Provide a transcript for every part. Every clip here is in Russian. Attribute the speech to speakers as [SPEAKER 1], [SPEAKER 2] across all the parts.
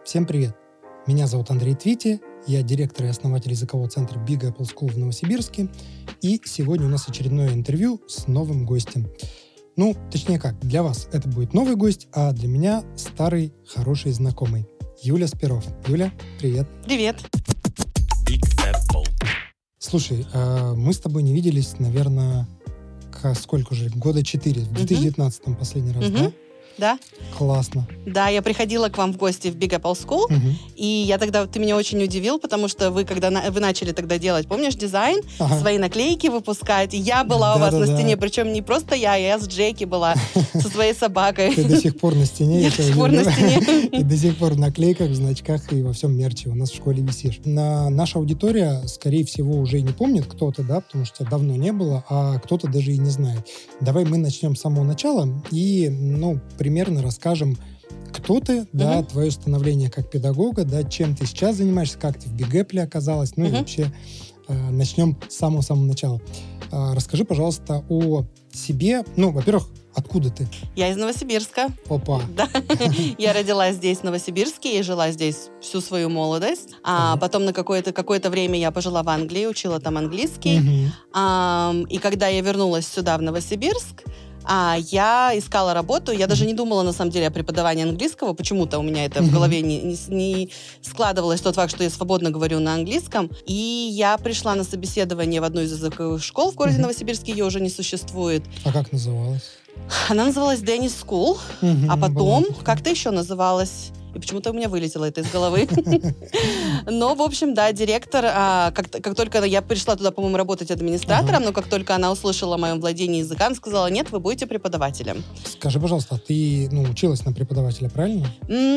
[SPEAKER 1] Всем привет! Меня зовут Андрей Твити, я директор и основатель языкового центра Big Apple School в Новосибирске, и сегодня у нас очередное интервью с новым гостем. Точнее как, для вас это будет новый гость, а для меня старый, хороший знакомый. Юля Спиров. Юля, привет.
[SPEAKER 2] Привет.
[SPEAKER 3] Big Apple.
[SPEAKER 1] Слушай, мы с тобой не виделись, наверное, сколько уже? Года 4. В 2019-м последний раз, да?
[SPEAKER 2] Да.
[SPEAKER 1] Классно.
[SPEAKER 2] Да, я приходила к вам в гости в Big Apple School, и ты меня очень удивил, потому что вы начали тогда делать, помнишь, дизайн, свои наклейки выпускать, и я была у вас на стене, причем не просто я с Джеки была, со своей собакой.
[SPEAKER 1] Ты до сих пор на стене.
[SPEAKER 2] Я до сих пор на стене.
[SPEAKER 1] И до сих пор в наклейках, в значках и во всем мерче у нас в школе висишь. Наша аудитория, скорее всего, уже и не помнит, кто ты, да, потому что давно не было, а кто-то даже и не знает. Давай мы начнем с самого начала и, примерно расскажем, кто ты, да, твое становление как педагога, да, чем ты сейчас занимаешься, как ты в Big Apple оказалась, и вообще начнем с самого-самого начала. Расскажи, пожалуйста, о себе. Во-первых, откуда ты?
[SPEAKER 2] Я из Новосибирска.
[SPEAKER 1] Опа.
[SPEAKER 2] Да. Я родилась здесь, в Новосибирске, и жила здесь всю свою молодость. Потом на какое-то время я пожила в Англии, учила там английский. И когда я вернулась сюда, в Новосибирск, я искала работу. Я даже не думала, на самом деле, о преподавании английского. Почему-то у меня это в голове не складывалось, тот факт, что я свободно говорю на английском. И я пришла на собеседование в одну из языковых школ в городе Новосибирске. Ее уже не существует.
[SPEAKER 1] А как называлась?
[SPEAKER 2] Она называлась Dennis School. А потом как-то еще называлась... И почему-то у меня вылетело это из головы. Но, в общем, да, директор, как только я пришла туда, по-моему, работать администратором, но как только она услышала о моем владении языка, она сказала: нет, вы будете преподавателем.
[SPEAKER 1] Скажи, пожалуйста, а ты училась на преподавателя, правильно?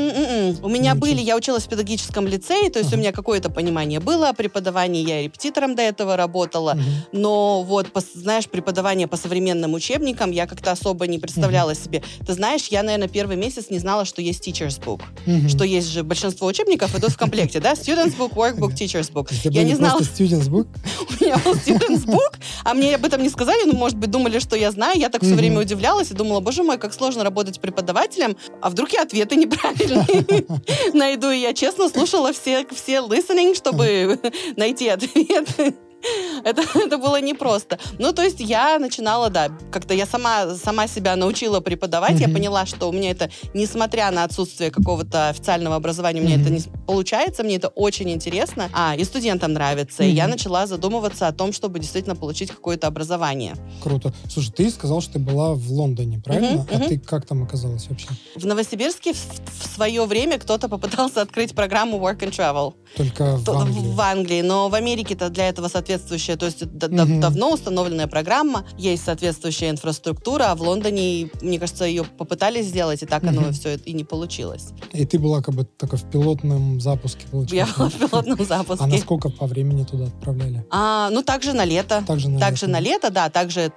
[SPEAKER 2] У меня я училась в педагогическом лицее, то есть у меня какое-то понимание было о преподавании, я репетитором до этого работала, но знаешь, преподавание по современным учебникам я как-то особо не представляла себе. Ты знаешь, я, наверное, первый месяц не знала, что есть teacher's book. Что есть же большинство учебников идут в комплекте, да? Student's book, workbook, teacher's book.
[SPEAKER 1] Я не знала. Student's book?
[SPEAKER 2] У меня был student's book, а мне об этом не сказали, может быть, думали, что я знаю. Я так все время удивлялась и думала: боже мой, как сложно работать преподавателем, а вдруг я ответы неправильные найду. И я честно слушала все listening, чтобы найти ответы. Это было непросто. То есть я начинала, как-то я сама себя научила преподавать. Я поняла, что у меня это, несмотря на отсутствие какого-то официального образования, у меня это не получается, мне это очень интересно, и студентам нравится. И я начала задумываться о том, чтобы действительно получить какое-то образование.
[SPEAKER 1] Круто. Слушай, ты сказал, что ты была в Лондоне, правильно? А ты как там оказалась вообще?
[SPEAKER 2] В Новосибирске в свое время кто-то попытался открыть программу Work and Travel.
[SPEAKER 1] Только в Англии?
[SPEAKER 2] В Англии, но в Америке-то для этого соответствующая, то есть давно установленная программа, есть соответствующая инфраструктура, а в Лондоне, мне кажется, ее попытались сделать, и так оно все и не получилось.
[SPEAKER 1] И ты была как бы только в пилотном запуске, получается?
[SPEAKER 2] Я была в пилотном запуске.
[SPEAKER 1] А насколько по времени туда отправляли?
[SPEAKER 2] Также на лето. Также на лето, да.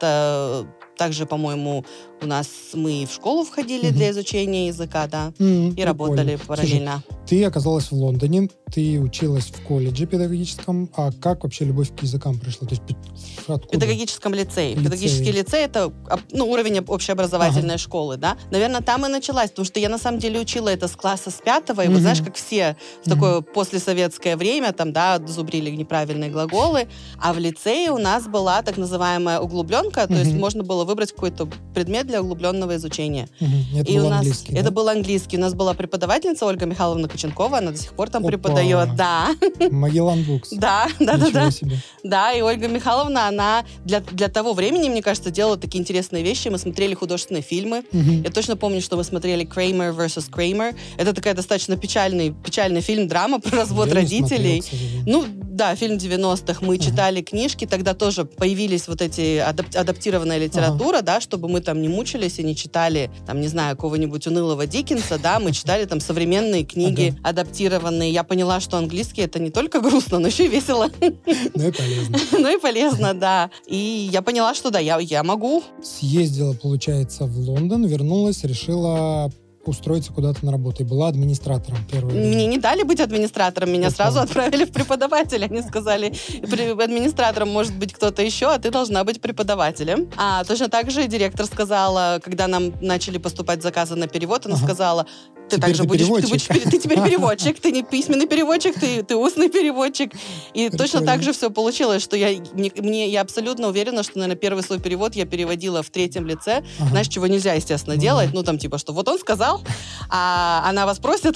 [SPEAKER 2] Также, по-моему, у нас мы в школу входили для изучения языка, да, и работали параллельно.
[SPEAKER 1] Слушай, ты оказалась в Лондоне, ты училась в колледже педагогическом, а как вообще любовь к языкам пришла? То есть откуда?
[SPEAKER 2] В педагогическом лицее. Педагогический лицей — это уровень общеобразовательной школы, да. Наверное, там и началась, потому что я на самом деле учила это с класса с 5-го, и вот знаешь, как все в такое послесоветское время, там, да, зубрили неправильные глаголы, а в лицее у нас была так называемая углубленка, то есть можно было выбрать какой-то предмет для углубленного изучения.
[SPEAKER 1] Это был английский, да?
[SPEAKER 2] Это был английский. У нас была преподавательница Ольга Михайловна Коченкова, она до сих пор там преподает. Да.
[SPEAKER 1] Магеллан Букс.
[SPEAKER 2] Да.
[SPEAKER 1] Ничего себе.
[SPEAKER 2] Да, и Ольга Михайловна, она для того времени, мне кажется, делала такие интересные вещи. Мы смотрели художественные фильмы. Я точно помню, что мы смотрели Kramer vs. Kramer. Это такая достаточно печальный фильм, драма про развод родителей. Да, фильм 90-х. Мы читали книжки, тогда тоже появились вот эти адаптированная литература, да, чтобы мы там не мучились и не читали, там, не знаю, какого-нибудь унылого Диккенса, да, мы читали там современные книги адаптированные. Я поняла, что английский — это не только грустно, но еще и весело.
[SPEAKER 1] Ну и полезно.
[SPEAKER 2] Ну и полезно, да. И я поняла, что да, я могу.
[SPEAKER 1] Съездила, получается, в Лондон, вернулась, решила устроиться куда-то на работу. И была администратором первое время.
[SPEAKER 2] Мне не дали быть администратором, меня
[SPEAKER 1] Я
[SPEAKER 2] сразу
[SPEAKER 1] понял.
[SPEAKER 2] отправили в преподавателя. Они сказали, администратором может быть кто-то еще, а ты должна быть преподавателем. А точно так же директор сказала, когда нам начали поступать заказы на перевод, она сказала, ты
[SPEAKER 1] Теперь
[SPEAKER 2] также
[SPEAKER 1] ты
[SPEAKER 2] будешь,
[SPEAKER 1] переводчик.
[SPEAKER 2] ты теперь переводчик, ты не письменный переводчик, ты устный переводчик. И точно
[SPEAKER 1] Прикольно.
[SPEAKER 2] так же все получилось, что я абсолютно уверена, что, наверное, первый свой перевод я переводила в третьем лице,
[SPEAKER 1] Ага.
[SPEAKER 2] знаешь, чего нельзя, естественно, делать, ну, там, типа, что вот он сказал, а она вас просит.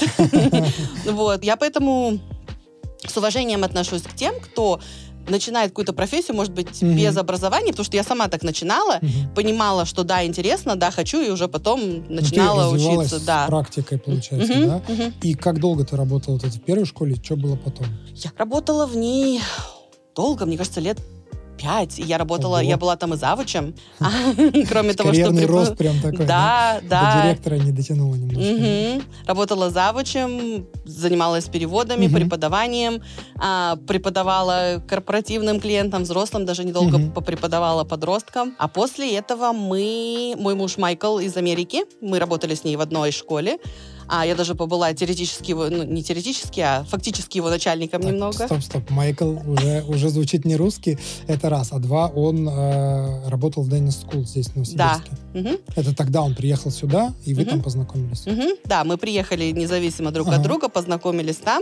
[SPEAKER 2] Вот, я поэтому с уважением отношусь к тем, кто начинает какую-то профессию, может быть,
[SPEAKER 1] Мгм.
[SPEAKER 2] без образования, потому что я сама так начинала,
[SPEAKER 1] Мгм.
[SPEAKER 2] понимала, что да, интересно, да, хочу, и уже потом
[SPEAKER 1] Ну, ты
[SPEAKER 2] начинала
[SPEAKER 1] развивалась
[SPEAKER 2] учиться.
[SPEAKER 1] с
[SPEAKER 2] Да.
[SPEAKER 1] практикой, получается,
[SPEAKER 2] Мгм,
[SPEAKER 1] да?
[SPEAKER 2] мгм.
[SPEAKER 1] И как долго ты работала вот это в первой школе? Что было потом?
[SPEAKER 2] Я работала в ней долго, мне кажется, лет 5. И я работала,
[SPEAKER 1] Ого.
[SPEAKER 2] я была там и завучем. Кроме того, что...
[SPEAKER 1] Карьерный рост прям такой.
[SPEAKER 2] Да,
[SPEAKER 1] До
[SPEAKER 2] да.
[SPEAKER 1] директора не дотянула немножко.
[SPEAKER 2] Мгм. Работала завучем, занималась переводами,
[SPEAKER 1] Мгм.
[SPEAKER 2] преподаванием, преподавала корпоративным клиентам, взрослым, даже недолго
[SPEAKER 1] Мгм.
[SPEAKER 2] попреподавала подросткам. А после этого мой муж Майкл из Америки, мы работали с ней в одной школе. Я даже побыла теоретически, не теоретически, а фактически его начальником
[SPEAKER 1] Так,
[SPEAKER 2] немного.
[SPEAKER 1] Стоп. Майкл уже звучит не русский. Это раз. А два, он работал в Деннис Скул здесь, в Новосибирске.
[SPEAKER 2] Мгм.
[SPEAKER 1] Это тогда он приехал сюда, и вы
[SPEAKER 2] Мгм.
[SPEAKER 1] там познакомились.
[SPEAKER 2] Мгм. Да, мы приехали независимо друг
[SPEAKER 1] Ага.
[SPEAKER 2] от друга, познакомились там,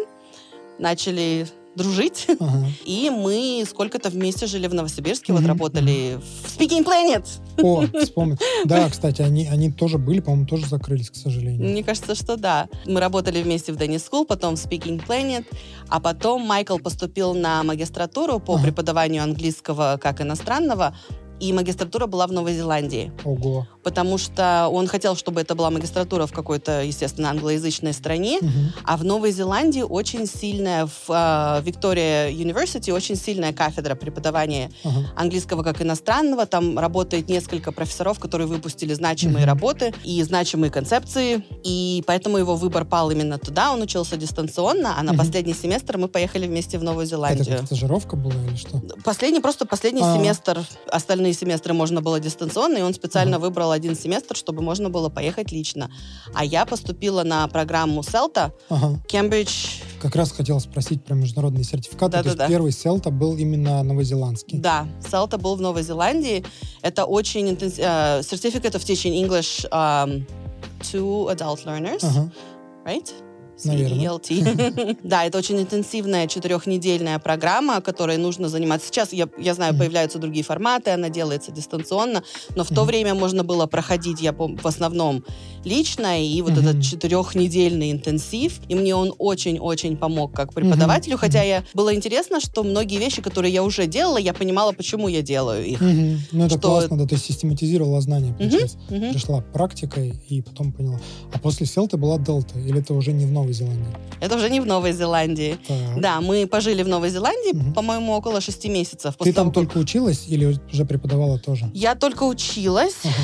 [SPEAKER 2] начали дружить.
[SPEAKER 1] Ага.
[SPEAKER 2] И мы сколько-то вместе жили в Новосибирске, вот
[SPEAKER 1] Мгм,
[SPEAKER 2] работали в Speaking Planet.
[SPEAKER 1] О, вспомнил. Да, кстати, они тоже были, по-моему, тоже закрылись, к сожалению.
[SPEAKER 2] Мне кажется, что да. Мы работали вместе в Dennis School, потом в Speaking Planet, а потом Майкл поступил на магистратуру по
[SPEAKER 1] Ага.
[SPEAKER 2] преподаванию английского как иностранного, и магистратура была в Новой Зеландии,
[SPEAKER 1] Ого.
[SPEAKER 2] потому что он хотел, чтобы это была магистратура в какой-то, естественно, англоязычной стране,
[SPEAKER 1] Мгм.
[SPEAKER 2] а в Новой Зеландии очень сильная, в Victoria University очень сильная кафедра преподавания
[SPEAKER 1] Ага.
[SPEAKER 2] английского как иностранного. Там работает несколько профессоров, которые выпустили значимые
[SPEAKER 1] Мгм.
[SPEAKER 2] работы и значимые концепции. И поэтому его выбор пал именно туда. Он учился дистанционно, а на
[SPEAKER 1] Мгм.
[SPEAKER 2] последний семестр мы поехали вместе в Новую
[SPEAKER 1] Это
[SPEAKER 2] Зеландию.
[SPEAKER 1] как стажировка была или что?
[SPEAKER 2] Последний
[SPEAKER 1] А.
[SPEAKER 2] семестр. Остальные семестры можно было дистанционно, и он специально
[SPEAKER 1] Ага.
[SPEAKER 2] выбрал один семестр, чтобы можно было поехать лично. А я поступила на программу CELTA,
[SPEAKER 1] Ага.
[SPEAKER 2] Кембридж.
[SPEAKER 1] Как раз хотел спросить про международные сертификаты. То
[SPEAKER 2] Да-да-да.
[SPEAKER 1] есть первый селта был именно новозеландский.
[SPEAKER 2] Да, CELTA был в Новой Зеландии. Это очень Certificate of Teaching English to Adult Learners,
[SPEAKER 1] Ага.
[SPEAKER 2] right?
[SPEAKER 1] Наверное.
[SPEAKER 2] CELT. Да, это очень интенсивная 4-недельная программа, которой нужно заниматься. Сейчас, я знаю,
[SPEAKER 1] Мгм.
[SPEAKER 2] появляются другие форматы, она делается дистанционно, но в то
[SPEAKER 1] Мгм.
[SPEAKER 2] время можно было проходить, в основном лично, и вот
[SPEAKER 1] Мгм.
[SPEAKER 2] этот 4-недельный интенсив, и мне он очень-очень помог как преподавателю,
[SPEAKER 1] Мгм.
[SPEAKER 2] хотя было интересно, что многие вещи, которые я уже делала, я понимала, почему я делаю их.
[SPEAKER 1] Мгм. Ну, это
[SPEAKER 2] Что-
[SPEAKER 1] классно, да, то есть систематизировала знания, получается.
[SPEAKER 2] Мгм.
[SPEAKER 1] Пришла практикой и потом поняла. А после селты была дельта, или это уже не в Новой Зеландии?
[SPEAKER 2] Это уже не в Новой Зеландии.
[SPEAKER 1] Так.
[SPEAKER 2] Да, мы пожили в Новой Зеландии,
[SPEAKER 1] Мгм.
[SPEAKER 2] по-моему, около 6 месяцев.
[SPEAKER 1] Ты
[SPEAKER 2] После
[SPEAKER 1] там
[SPEAKER 2] того, как-
[SPEAKER 1] только училась или уже преподавала тоже?
[SPEAKER 2] Я только училась.
[SPEAKER 1] Ага.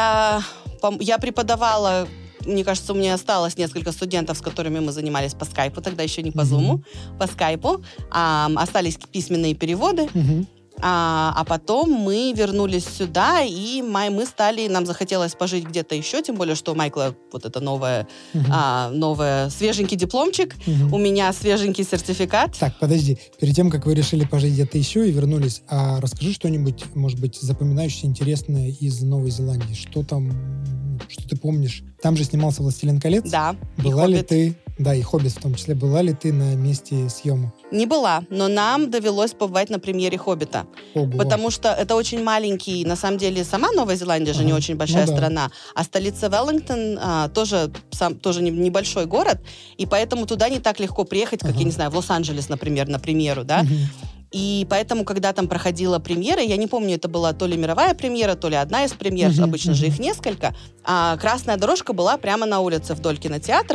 [SPEAKER 2] Я преподавала, мне кажется, у меня осталось несколько студентов, с которыми мы занимались по скайпу, тогда еще не по
[SPEAKER 1] Мгм.
[SPEAKER 2] зуму, по скайпу. Остались письменные переводы.
[SPEAKER 1] Мгм.
[SPEAKER 2] А потом мы вернулись сюда, и нам захотелось пожить где-то еще, тем более, что у Майкла вот это новое,
[SPEAKER 1] Мгм.
[SPEAKER 2] свеженький дипломчик,
[SPEAKER 1] Мгм.
[SPEAKER 2] у меня свеженький сертификат.
[SPEAKER 1] Так, подожди. Перед тем, как вы решили пожить где-то еще и вернулись, расскажи что-нибудь, может быть, запоминающееся, интересное из Новой Зеландии. Что там, что ты помнишь? Там же снимался «Властелин колец».
[SPEAKER 2] Да, и
[SPEAKER 1] Была ли
[SPEAKER 2] «Хоббит».
[SPEAKER 1] ты, да, и «Хоббит» в том числе, была ли ты на месте съемок?
[SPEAKER 2] Не была, но нам довелось побывать на премьере «Хоббита».
[SPEAKER 1] Ого.
[SPEAKER 2] Потому что это очень маленький, на самом деле, сама Новая Зеландия же не
[SPEAKER 1] Ага.
[SPEAKER 2] очень большая
[SPEAKER 1] Ну да.
[SPEAKER 2] страна, а столица Веллингтон тоже небольшой город, и поэтому туда не так легко приехать, как,
[SPEAKER 1] Ага.
[SPEAKER 2] я не знаю, в Лос-Анджелес, например, на премьеру, да.
[SPEAKER 1] Мгм.
[SPEAKER 2] И поэтому, когда там проходила премьера, я не помню, это была то ли мировая премьера, то ли одна из премьер,
[SPEAKER 1] Мгм,
[SPEAKER 2] обычно же
[SPEAKER 1] мгм.
[SPEAKER 2] их несколько, красная дорожка была прямо на улице вдоль кинотеатра, в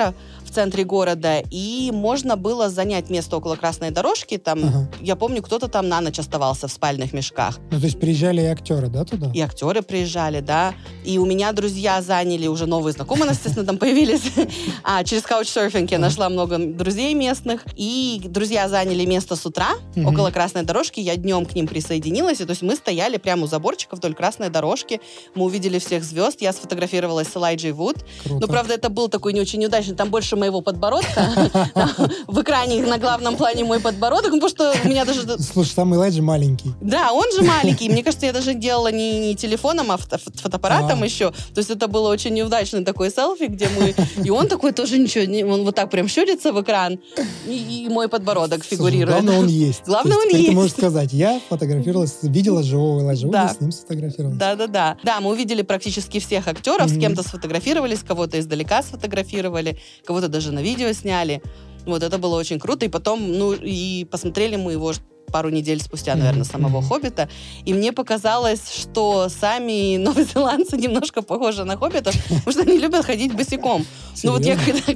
[SPEAKER 2] в центре города, и можно было занять место около Красной дорожки. Там, я помню, кто-то там на ночь оставался в спальных мешках.
[SPEAKER 1] Ну, то есть приезжали и актеры, да, туда?
[SPEAKER 2] И актеры приезжали, да. И у меня друзья заняли, уже новые знакомые, естественно, там появились. Через каучсерфинг я нашла много друзей местных. И друзья заняли место с утра около Красной дорожки. Я днем к ним присоединилась. И, то есть мы стояли прямо у заборчика вдоль Красной дорожки. Мы увидели всех звезд. Я сфотографировалась с Элайджей Вуд.
[SPEAKER 1] Круто.
[SPEAKER 2] Но, правда, это был такой не очень удачный. Там больше моего подбородка. В экране на главном плане мой подбородок. Потому что у меня даже...
[SPEAKER 1] Слушай, сам Элайджа маленький.
[SPEAKER 2] Да, он же маленький. Мне кажется, я даже делала не телефоном, а фотоаппаратом еще. То есть это было очень неудачный такой селфи, где мы... И он такой тоже ничего... Он вот так прям щурится в экран. И мой подбородок фигурирует.
[SPEAKER 1] Главное, он есть.
[SPEAKER 2] Главное, он
[SPEAKER 1] есть.
[SPEAKER 2] есть.
[SPEAKER 1] Ты можешь сказать, я фотографировалась, видела живого Элайджа Вуда,
[SPEAKER 2] Да.
[SPEAKER 1] с ним сфотографировалась.
[SPEAKER 2] Да. Да, мы увидели практически всех актеров, с кем-то сфотографировались, кого-то издалека сфотографировали, кого-то даже на видео сняли. Вот это было очень круто. И потом, и посмотрели мы его пару недель спустя, наверное, самого «Хоббита». И мне показалось, что сами новозеландцы немножко похожи на «Хоббитов», потому что они любят ходить босиком. Ну вот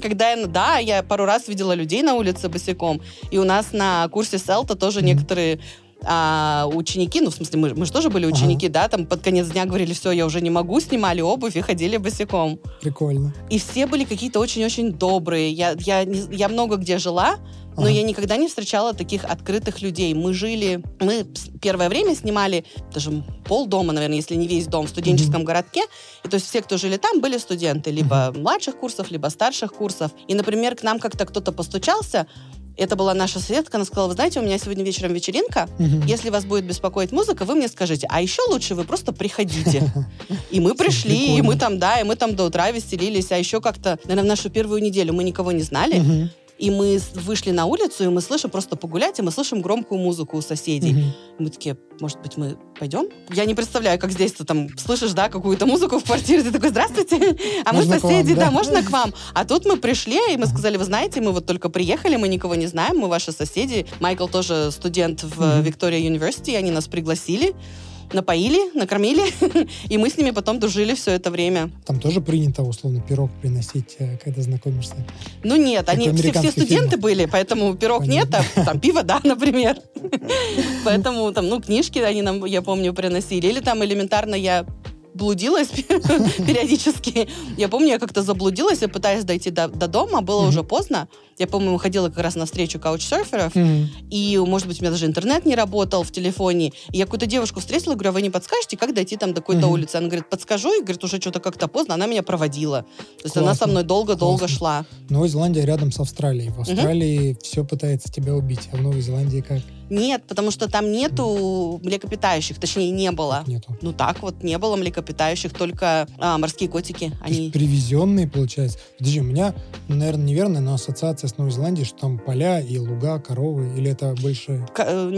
[SPEAKER 2] я пару раз видела людей на улице босиком. И у нас на курсе селта тоже некоторые ученики, ну, в смысле, мы же тоже были ученики, да, там под конец дня говорили, все, я уже не могу, снимали обувь и ходили босиком.
[SPEAKER 1] Прикольно.
[SPEAKER 2] И все были какие-то очень-очень добрые. Я много где жила, но я никогда не встречала таких открытых людей. Мы первое время снимали даже полдома, наверное, если не весь дом, в студенческом городке. И то есть все, кто жили там, были студенты либо младших курсов, либо старших курсов. И, например, к нам как-то кто-то постучался. Это была наша соседка, она сказала, вы знаете, у меня сегодня вечером вечеринка, если вас будет беспокоить музыка, вы мне скажите, а еще лучше вы просто приходите. И мы пришли, и мы там до утра веселились, а еще как-то, наверное, в нашу первую неделю мы никого не знали, и мы вышли на улицу, и мы слышим просто погулять, и мы слышим громкую музыку у соседей. Мы такие, может быть, мы пойдем? Я не представляю, как здесь ты там слышишь, да, какую-то музыку в квартире, ты такой, здравствуйте, а мы соседи, да, можно к вам? А тут мы пришли, и мы сказали, вы знаете, мы вот только приехали, мы никого не знаем, мы ваши соседи. Майкл тоже студент в Виктория Юниверсити, они нас пригласили, напоили, накормили, и мы с ними потом дружили все это время.
[SPEAKER 1] Там тоже принято, условно, пирог приносить, когда знакомишься?
[SPEAKER 2] Ну нет, они все студенты были, поэтому пирог нет, а там пиво, да, например. Поэтому там, книжки они нам, я помню, приносили. Или там элементарно я блудилась периодически. Я помню, я как-то заблудилась и пытаясь дойти до дома, было уже поздно. Я, по-моему, ходила как раз на встречу каучсерферов, и, может быть, у меня даже интернет не работал в телефоне. И я какую-то девушку встретила, говорю, а вы не подскажете, как дойти там до какой-то улицы? Она говорит, подскажу, и говорит, уже что-то как-то поздно. Она меня проводила. То есть она со мной долго-долго шла.
[SPEAKER 1] Новая Зеландия рядом с Австралией. В Австралии все пытается тебя убить, а в Новой Зеландии как?
[SPEAKER 2] Нет, потому что там нету млекопитающих, точнее, не было.
[SPEAKER 1] Нету.
[SPEAKER 2] Ну так вот, не было млекопитающих, только морские котики.
[SPEAKER 1] Они привезенные, получается. Подожди, у меня, наверное, неверная, но ассоциация с Новой Зеландией, что там поля и луга, коровы, или это больше...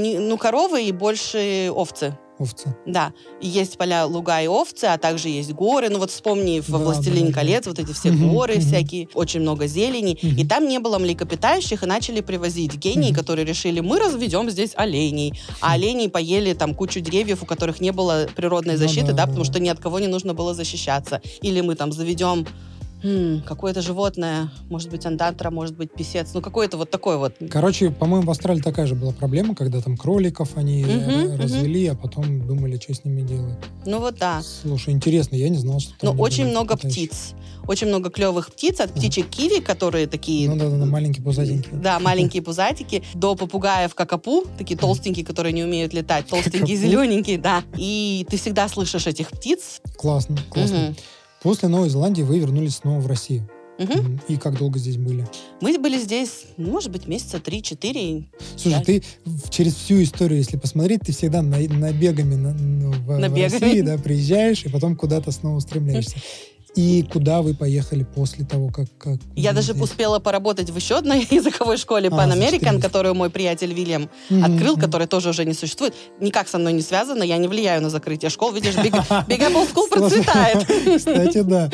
[SPEAKER 2] Коровы и больше овцы.
[SPEAKER 1] Овцы.
[SPEAKER 2] Да. И есть поля, луга и овцы, а также есть горы. Ну вот вспомни во «Властелине колец» вот эти все горы всякие, очень много зелени. И там не было млекопитающих, и начали привозить гении, которые решили, мы разведем здесь оленей. А оленей поели там кучу деревьев, у которых не было природной защиты, потому что ни от кого не нужно было защищаться. Или мы там заведем какое-то животное, может быть, андатра, может быть, писец, какое-то вот такое вот.
[SPEAKER 1] Короче, по-моему, в Австралии такая же была проблема, когда там кроликов они развели, а потом думали, что с ними делать.
[SPEAKER 2] Ну вот да.
[SPEAKER 1] Слушай, интересно, я не знал, что там...
[SPEAKER 2] Но очень много птиц. Очень много клевых птиц, от птичек киви, которые такие...
[SPEAKER 1] Ну да, маленькие пузатенькие.
[SPEAKER 2] Да, маленькие пузатики, до попугаев какапу, такие толстенькие, которые не умеют летать, толстенькие, зелененькие, да. И ты всегда слышишь этих птиц.
[SPEAKER 1] Классно. После Новой Зеландии вы вернулись снова в Россию. И как долго здесь были?
[SPEAKER 2] Мы были здесь, может быть, месяца 3-4.
[SPEAKER 1] Слушай, ты через всю историю, если посмотреть, ты всегда набегами в России, да, приезжаешь и потом куда-то снова устремляешься. И куда вы поехали после того, как...
[SPEAKER 2] Я даже успела поработать в еще одной языковой школе Pan American, которую мой приятель Вильям открыл, которая тоже уже не существует. Никак со мной не связано, я не влияю на закрытие школ. Видишь, Big Apple School процветает.
[SPEAKER 1] Кстати, да.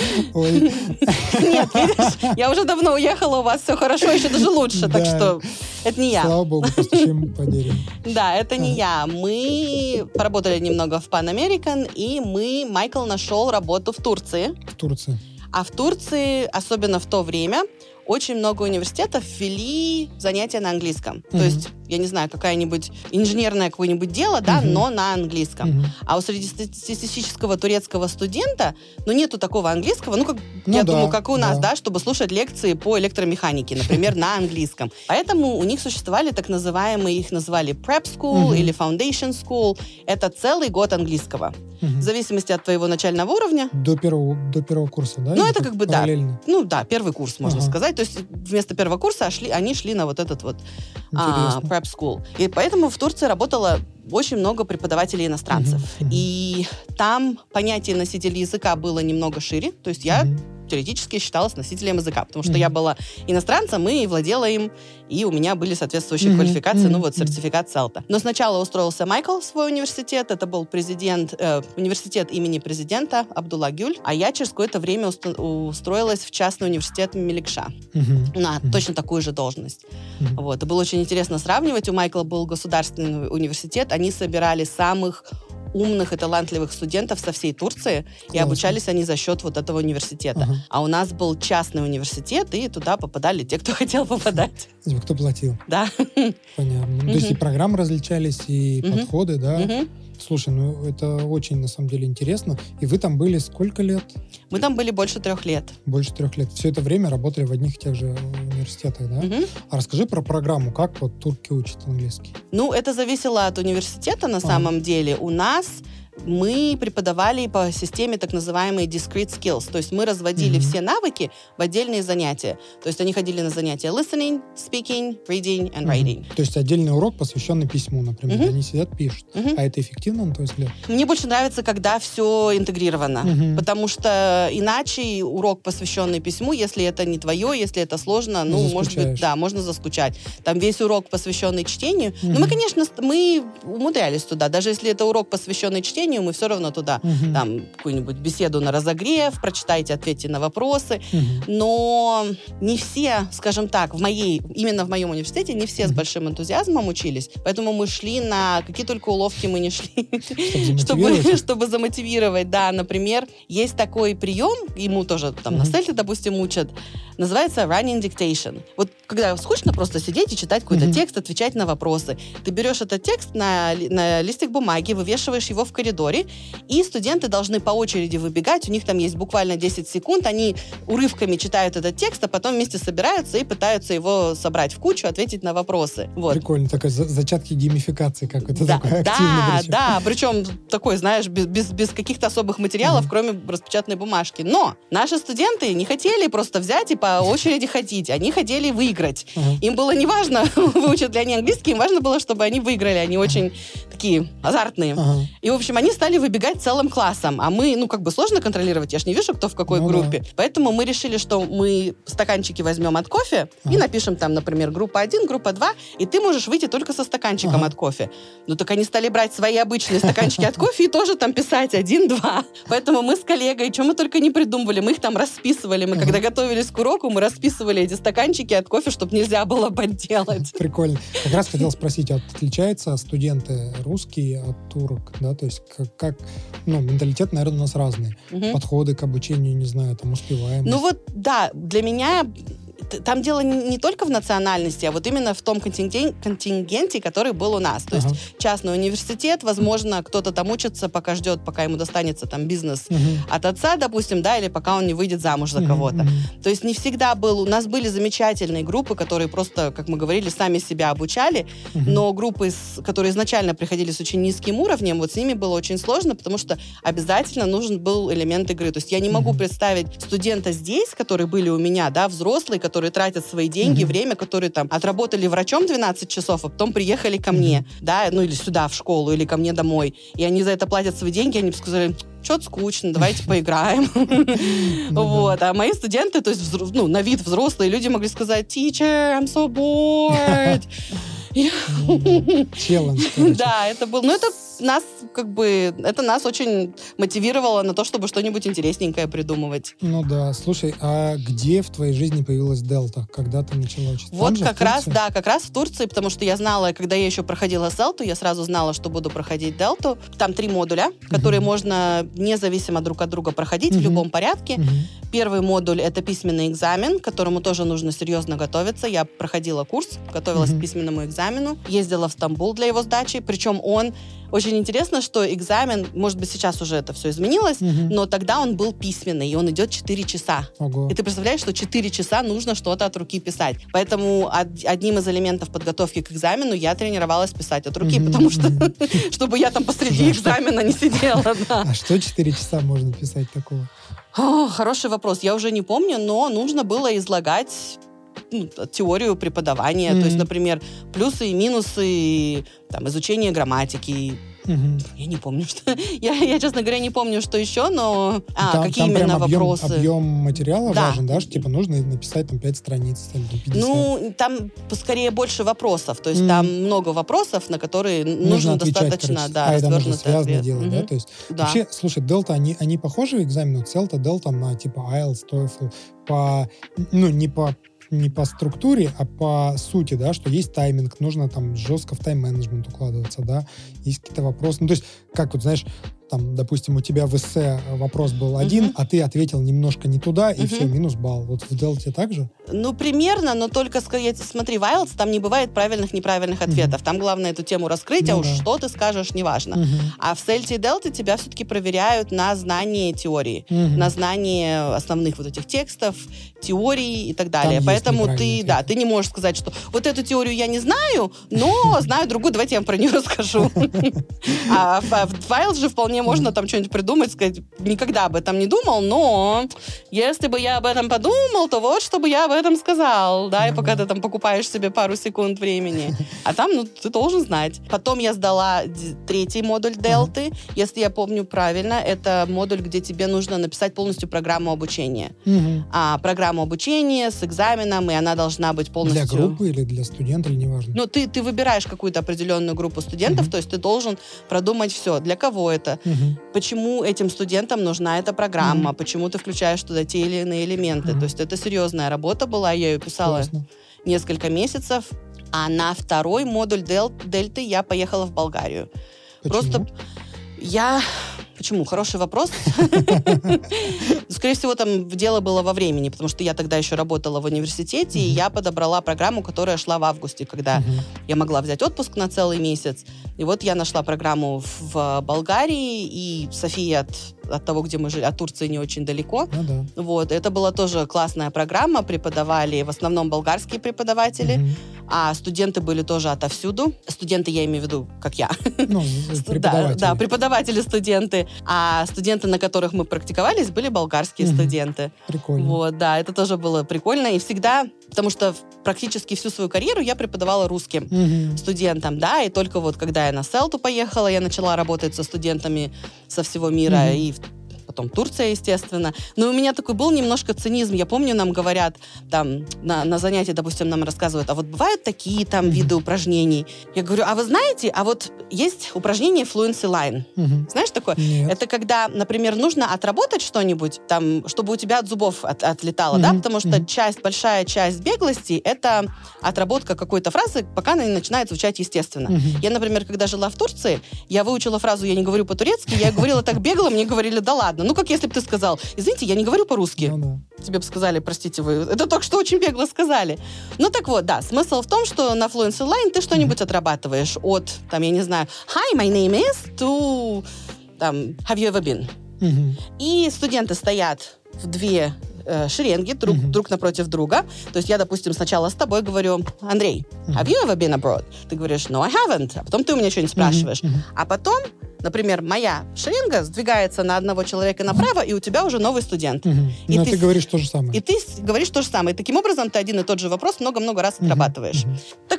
[SPEAKER 2] Нет, видишь, я уже давно уехала, у вас все хорошо, еще даже лучше, так что это не я.
[SPEAKER 1] Слава богу, постучим по дереву.
[SPEAKER 2] Да, это не я. Мы поработали немного в Pan American, и Майкл нашел работу в Турции.
[SPEAKER 1] В Турции.
[SPEAKER 2] А в Турции, особенно в то время, очень много университетов ввели занятия на английском. То есть, я не знаю, какое-нибудь инженерное какое-нибудь дело, да, но на английском. А у среднестатистического турецкого студента, нету такого английского, думаю, как у нас, да, чтобы слушать лекции по электромеханике, например, на английском. Поэтому у них существовали так называемые, их назвали prep school или foundation school. Это целый год английского. В зависимости от твоего начального уровня.
[SPEAKER 1] До первого курса, да?
[SPEAKER 2] Ну, это как бы,
[SPEAKER 1] параллельно?
[SPEAKER 2] Да, первый курс, можно сказать. То есть вместо первого курса они шли на вот этот вот prep school. И поэтому в Турции работало очень много преподавателей иностранцев. И там понятие носителя языка было немного шире. То есть я теоретически считалась носителем языка, потому что я была иностранцем и владела им, и у меня были соответствующие квалификации, сертификат СЕЛТа. Но сначала устроился Майкл в свой университет, это был университет имени президента Абдулла Гюль, а я через какое-то время устроилась в частный университет Меликша на точно такую же должность. Вот. И было очень интересно сравнивать. У Майкла был государственный университет, они собирали самых умных и талантливых студентов со всей Турции, и обучались они за счет вот этого университета. А у нас был частный университет, и туда попадали те, кто хотел попадать.
[SPEAKER 1] Кто платил.
[SPEAKER 2] Да.
[SPEAKER 1] Понятно. То есть и программы различались, и подходы, да? Слушай, это очень, на самом деле, интересно. И вы там были сколько лет?
[SPEAKER 2] Мы там были больше 3 лет.
[SPEAKER 1] Больше 3 лет. Все это время работали в одних и тех же университетах, да? А расскажи про программу, как вот турки учат английский?
[SPEAKER 2] Это зависело от университета на самом деле. У нас мы преподавали по системе так называемой discrete skills. То есть мы разводили все навыки в отдельные занятия. То есть они ходили на занятия listening, speaking, reading and writing.
[SPEAKER 1] То есть отдельный урок, посвященный письму, например. Они сидят, пишут. А это эффективно, на твой взгляд?
[SPEAKER 2] Мне больше нравится, когда все интегрировано. Потому что иначе урок, посвященный письму, если это не твое, если это сложно, может быть, да, можно заскучать. Там весь урок, посвященный чтению. Но мы, конечно, мы умудрялись туда. Даже если это урок, посвященный чтению, мы все равно туда, там, какую-нибудь беседу на разогрев, прочитайте, ответьте на вопросы. Но не все, скажем так, именно в моем университете, не все с большим энтузиазмом учились. Поэтому мы шли на какие только уловки мы не шли, чтобы замотивировать. Да, например, есть такой прием, ему тоже там на СЕЛТе, допустим, учат, называется running dictation. Вот когда скучно просто сидеть и читать какой-то текст, отвечать на вопросы. Ты берешь этот текст на листик бумаги, вывешиваешь его в коридоре, и студенты должны по очереди выбегать, у них там есть буквально 10 секунд, они урывками читают этот текст, а потом вместе собираются и пытаются его собрать в кучу, ответить на вопросы. Вот.
[SPEAKER 1] Прикольно, такой зачатки геймификации, как это такой активный.
[SPEAKER 2] Да, причем такой, знаешь, без каких-то особых материалов, кроме распечатанной бумажки. Но наши студенты не хотели просто взять и по очереди ходить, они хотели выиграть. Им было не важно, выучат ли они английский, им важно было, чтобы они выиграли, они очень такие азартные. И, в общем, они стали выбегать целым классом. А мы, сложно контролировать. Я ж не вижу, кто в какой группе. Да. Поэтому мы решили, что мы стаканчики возьмем от кофе и напишем там, например, группа 1, группа 2, и ты можешь выйти только со стаканчиком от кофе. Так они стали брать свои обычные стаканчики от кофе и тоже там писать 1, 2. Поэтому мы с коллегой, что мы только не придумывали, мы их там расписывали. Мы когда готовились к уроку, мы расписывали эти стаканчики от кофе, чтобы нельзя было подделать.
[SPEAKER 1] Прикольно. Как раз хотел спросить, отличаются студенты русские от турок, да? То есть как менталитет, наверное, у нас разный. Подходы к обучению, не знаю, там, успеваемость.
[SPEAKER 2] Да, для меня там дело не только в национальности, а вот именно в том контингенте, который был у нас. То есть частный университет, возможно, кто-то там учится, пока ждет, пока ему достанется там бизнес от отца, допустим, да, или пока он не выйдет замуж за кого-то. То есть не всегда у нас были замечательные группы, которые просто, как мы говорили, сами себя обучали, но группы, которые изначально приходили с очень низким уровнем, вот с ними было очень сложно, потому что обязательно нужен был элемент игры. То есть я не могу представить студента здесь, которые были у меня, да, взрослые, которые тратят свои деньги, время, которые там отработали врачом 12 часов, а потом приехали ко мне, да, или сюда в школу, или ко мне домой, и они за это платят свои деньги, они бы сказали, что-то скучно, давайте поиграем. Вот. А мои студенты, то есть на вид взрослые люди могли сказать, teacher, I'm so bored.
[SPEAKER 1] Челлендж, короче.
[SPEAKER 2] Да, это был... это нас очень мотивировало на то, чтобы что-нибудь интересненькое придумывать.
[SPEAKER 1] Ну да. Слушай, а где в твоей жизни появилась Delta? Когда ты начала учиться?
[SPEAKER 2] Вот как раз в Турции, потому что я знала, когда я еще проходила Селту, я сразу знала, что буду проходить Delta. Там 3 модуля, которые можно независимо друг от друга проходить в любом порядке. Первый модуль — это письменный экзамен, к которому тоже нужно серьезно готовиться. Я проходила курс, готовилась к письменному экзамену, ездила в Стамбул для его сдачи, причем очень интересно, что экзамен, может быть, сейчас уже это все изменилось, но тогда он был письменный, и он идет 4 часа.
[SPEAKER 1] Ого.
[SPEAKER 2] И ты представляешь, что 4 часа нужно что-то от руки писать. Поэтому одним из элементов подготовки к экзамену я тренировалась писать от руки, потому что, чтобы я там посреди экзамена не сидела.
[SPEAKER 1] А что 4 часа можно писать такого?
[SPEAKER 2] Хороший вопрос. Я уже не помню, но нужно было излагать теорию преподавания. То есть, например, плюсы и минусы, там, изучение грамматики. Я не помню, что... Я, честно говоря, не помню, что еще, но... какие именно вопросы?
[SPEAKER 1] Объем материала важен, да? Что, типа, нужно написать там 5 страниц, там, 50.
[SPEAKER 2] Ну, там скорее больше вопросов. То есть там много вопросов, на которые нужно достаточно...
[SPEAKER 1] это нужно связано делать, да? То есть,
[SPEAKER 2] да.
[SPEAKER 1] Вообще, слушай, Delta, они похожи экзамены? Celta, Delta на, типа, IELTS, TOEFL, не по структуре, а по сути, да, что есть тайминг, нужно там жестко в тайм-менеджмент укладываться, да, есть какие-то вопросы. Ну, то есть, как вот, знаешь, там, допустим, у тебя в эссе вопрос был один, а ты ответил немножко не туда, и все, минус балл. Вот в Делте так же?
[SPEAKER 2] Ну, примерно, но только, смотри, в IELTS там не бывает правильных-неправильных ответов. Там главное эту тему раскрыть, а уж что ты скажешь, неважно. А в Селте и Делте тебя все-таки проверяют на знание теории, на знание основных вот этих текстов, теорий и так далее.
[SPEAKER 1] Там
[SPEAKER 2] Поэтому ты не можешь сказать, что вот эту теорию я не знаю, но знаю другую, давайте я вам про нее расскажу. А в IELTS же вполне можно там что-нибудь придумать, сказать, никогда об этом не думал, но если бы я об этом подумал, то вот, что бы я об этом сказал, да, и пока ты там покупаешь себе пару секунд времени. А там, ты должен знать. Потом я сдала 3-й модуль Делты, если я помню правильно, это модуль, где тебе нужно написать полностью программу обучения. Программу обучения с экзаменом, и она должна быть полностью...
[SPEAKER 1] Для группы или для студента, или неважно?
[SPEAKER 2] Ну, ты выбираешь какую-то определенную группу студентов, то есть ты должен продумать все. Для кого это? Почему этим студентам нужна эта программа? Почему ты включаешь туда те или иные элементы? То есть это серьезная работа была, я ее писала несколько месяцев. А на 2-й модуль Дельты я поехала в Болгарию.
[SPEAKER 1] Почему?
[SPEAKER 2] Почему? Хороший вопрос. Скорее всего, там дело было во времени, потому что я тогда еще работала в университете, и я подобрала программу, которая шла в августе, когда я могла взять отпуск на целый месяц. И вот я нашла программу в Болгарии, и София от того, где мы жили, от Турции не очень далеко. Вот. Это была тоже классная программа, преподавали в основном болгарские преподаватели, а студенты были тоже отовсюду. Студенты, я имею в виду, как я.
[SPEAKER 1] Преподаватели.
[SPEAKER 2] Да, преподаватели-студенты. А студенты, на которых мы практиковались, были болгарские студенты.
[SPEAKER 1] Прикольно.
[SPEAKER 2] Вот, да, это тоже было прикольно. И всегда, потому что практически всю свою карьеру я преподавала русским студентам, да, и только вот когда я на Селту поехала, я начала работать со студентами со всего мира, и потом Турция, естественно. Но у меня такой был немножко цинизм. Я помню, нам говорят, там, на занятии, допустим, нам рассказывают, а вот бывают такие там виды упражнений. Я говорю, а вы знаете, а вот есть упражнение Fluency Line. Знаешь такое?
[SPEAKER 1] Нет.
[SPEAKER 2] Это когда, например, нужно отработать что-нибудь, там, чтобы у тебя от зубов отлетало, да, потому что большая часть беглости — это отработка какой-то фразы, пока она не начинает звучать естественно. Я, например, когда жила в Турции, я выучила фразу «я не говорю по-турецки», я говорила так бегло, мне говорили «да ладно». Ну, как если бы ты сказал, извините, я не говорю по-русски. Тебе бы сказали, простите, вы это только что очень бегло сказали. Ну, так вот, да, смысл в том, что на Fluency Line ты что-нибудь отрабатываешь от, там, я не знаю, hi, my name is, to, там, have you ever been? И студенты стоят в 2 шеренги друг напротив друга. То есть я, допустим, сначала с тобой говорю, Андрей, have you ever been abroad? Ты говоришь, no, I haven't. А потом ты у меня что-нибудь спрашиваешь. А потом, например, моя шеренга сдвигается на одного человека направо, и у тебя уже новый студент. И
[SPEAKER 1] ты говоришь то же самое.
[SPEAKER 2] И ты говоришь то же самое. И таким образом ты один и тот же вопрос много-много раз отрабатываешь. Так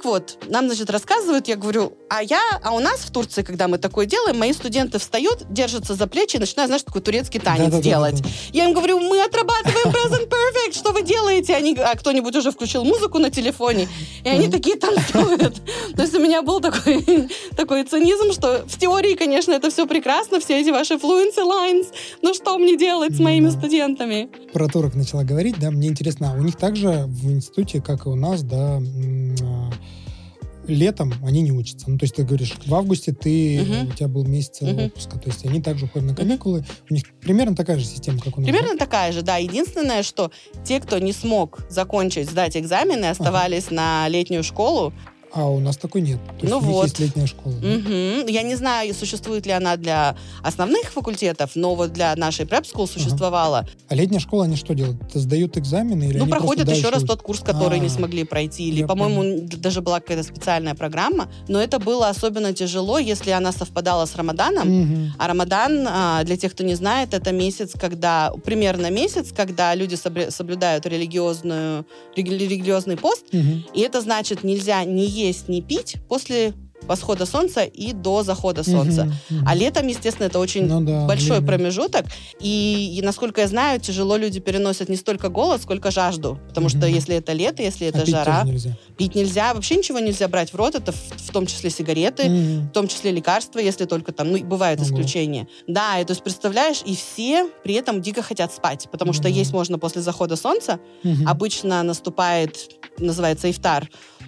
[SPEAKER 2] Так вот, нам, значит, рассказывают, я говорю, а у нас в Турции, когда мы такое делаем, мои студенты встают, держатся за плечи и начинают, знаешь, такой турецкий танец делать. Я им говорю, мы отрабатываем present perfect, что вы делаете? А кто-нибудь уже включил музыку на телефоне, и они такие танцуют. То есть у меня был такой цинизм, что в теории, конечно, это все прекрасно, все эти ваши fluency lines, но что мне делать с моими студентами?
[SPEAKER 1] Про турок начала говорить, да, мне интересно, у них также в институте, как и у нас, да, летом они не учатся. Ну, то есть ты говоришь, в августе у тебя был месяц отпуска, то есть они также ходят на каникулы. У них примерно такая же система, как у нас.
[SPEAKER 2] Примерно такая же, да. Единственное, что те, кто не смог закончить, сдать экзамены, оставались на летнюю школу.
[SPEAKER 1] А у нас такой нет. То есть у них есть летняя школа.
[SPEAKER 2] Я не знаю, существует ли она для основных факультетов, но вот для нашей Prep School существовала.
[SPEAKER 1] А летняя школа, они что делают? Сдают экзамены? Или они
[SPEAKER 2] проходят еще раз
[SPEAKER 1] учат?
[SPEAKER 2] тот курс, который не смогли пройти. Или, по-моему, даже была какая-то специальная программа. Но это было особенно тяжело, если она совпадала с Рамаданом. А Рамадан, для тех, кто не знает, это примерно месяц, когда люди соблюдают религиозный пост. И это значит, нельзя ни есть, не пить после восхода солнца и до захода солнца. А летом, естественно, это очень большой промежуток. И, насколько я знаю, тяжело люди переносят не столько голод, сколько жажду. Потому что если это лето, если это жара, пить нельзя. Вообще ничего нельзя брать в рот. Это в том числе сигареты, в том числе лекарства, если только там, бывают исключения. Да, и то есть представляешь, и все при этом дико хотят спать. Потому что есть можно после захода солнца. Обычно называется ифтар.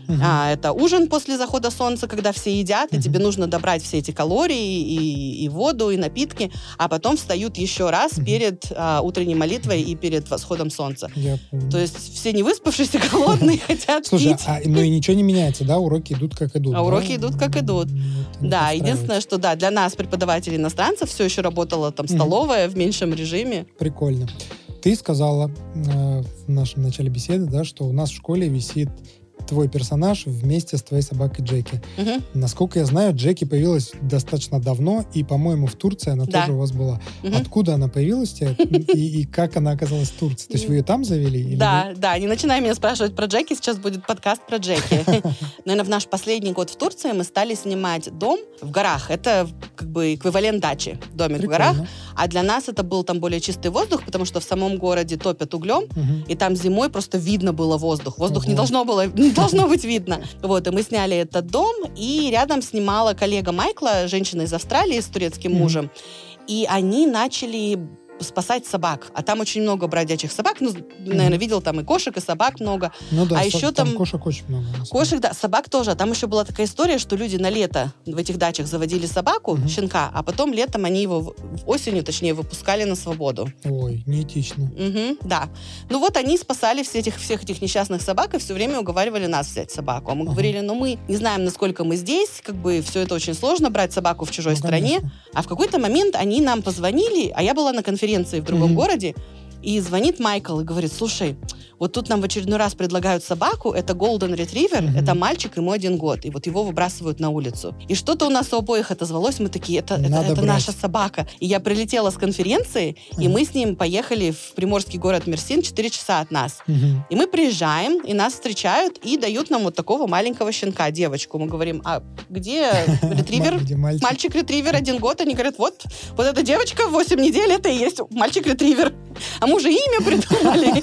[SPEAKER 2] Это ужин после захода солнца, когда все едят, и тебе нужно добрать все эти калории, и воду, и напитки, а потом встают еще раз перед утренней молитвой и перед восходом солнца. То есть все не выспавшиеся, голодные, хотят пить.
[SPEAKER 1] Слушай, ну и ничего не меняется, да? Уроки идут как идут.
[SPEAKER 2] Уроки идут как идут. Да, единственное, что для нас, преподавателей иностранцев, все еще работала там столовая в меньшем режиме.
[SPEAKER 1] Прикольно. Ты сказала в нашем начале беседы, да, что у нас в школе висит твой персонаж вместе с твоей собакой Джеки. Насколько я знаю, Джеки появилась достаточно давно, и, по-моему, в Турции она тоже у вас была. Откуда она появилась у тебя, и как она оказалась в Турции? То есть вы ее там завели?
[SPEAKER 2] Да, не начинай меня спрашивать про Джеки, сейчас будет подкаст про Джеки. Наверное, в наш последний год в Турции мы стали снимать дом в горах. Это как бы эквивалент дачи, домик в горах. А для нас это был там более чистый воздух, потому что в самом городе топят углем, и там зимой просто видно было воздух. Воздух не должно быть видно. Вот, и мы сняли этот дом, и рядом снимала коллега Майкла, женщина из Австралии с турецким мужем, и они начали спасать собак. А там очень много бродячих собак. Наверное, видел там и кошек, и собак много.
[SPEAKER 1] А
[SPEAKER 2] еще
[SPEAKER 1] там кошек очень много.
[SPEAKER 2] Кошек, да, собак тоже. А там еще была такая история, что люди на лето в этих дачах заводили собаку, щенка, а потом летом они его, осенью, точнее, выпускали на свободу.
[SPEAKER 1] Ой, неэтично.
[SPEAKER 2] Да. Ну вот они спасали всех этих несчастных собак и все время уговаривали нас взять собаку. А мы говорили, мы не знаем, насколько мы здесь, как бы все это очень сложно, брать собаку в чужой стране.
[SPEAKER 1] Конечно.
[SPEAKER 2] А в какой-то момент они нам позвонили, а я была на конференции в другом городе, и звонит Майкл и говорит, слушай, вот тут нам в очередной раз предлагают собаку, это Golden Retriever, это мальчик, ему 1 год, и вот его выбрасывают на улицу. И что-то у нас у обоих отозвалось, мы такие, это наша собака. И я прилетела с конференции, и мы с ним поехали в приморский город Мерсин, 4 часа от нас. И мы приезжаем, и нас встречают, и дают нам вот такого маленького щенка, девочку. Мы говорим, а где ретривер? Мальчик-ретривер, 1 год. Они говорят, вот эта девочка 8 недель, это и есть мальчик-ретривер. А мы уже имя придумали.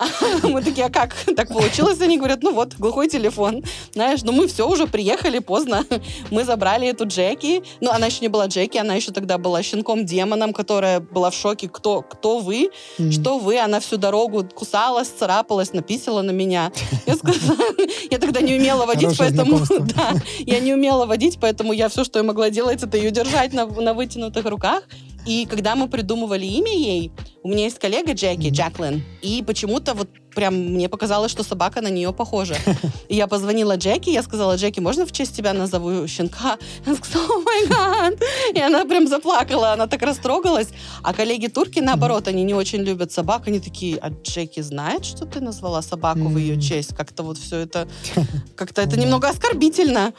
[SPEAKER 2] Мы такие, а как так получилось? Они говорят, глухой телефон. Знаешь, мы все, уже приехали поздно. Мы забрали эту Джеки. Она еще не была Джеки, она еще тогда была щенком-демоном, которая была в шоке. Кто вы? Что вы? Она всю дорогу кусалась, царапалась, написала на меня. Я сказала, я тогда не умела водить, поэтому... Да, я не умела водить, поэтому я все, что я могла делать, это ее держать на вытянутых руках. И когда мы придумывали имя ей, у меня есть коллега Джеки, Джаклин, и почему-то прям мне показалось, что собака на нее похожа. И я позвонила Джеки, я сказала, Джеки, можно в честь тебя назову щенка? Она сказала, о май гад! И она прям заплакала, она так растрогалась. А коллеги-турки, наоборот, они не очень любят собак, они такие, а Джеки знает, что ты назвала собаку в ее честь? Как-то все это, как-то это немного оскорбительно.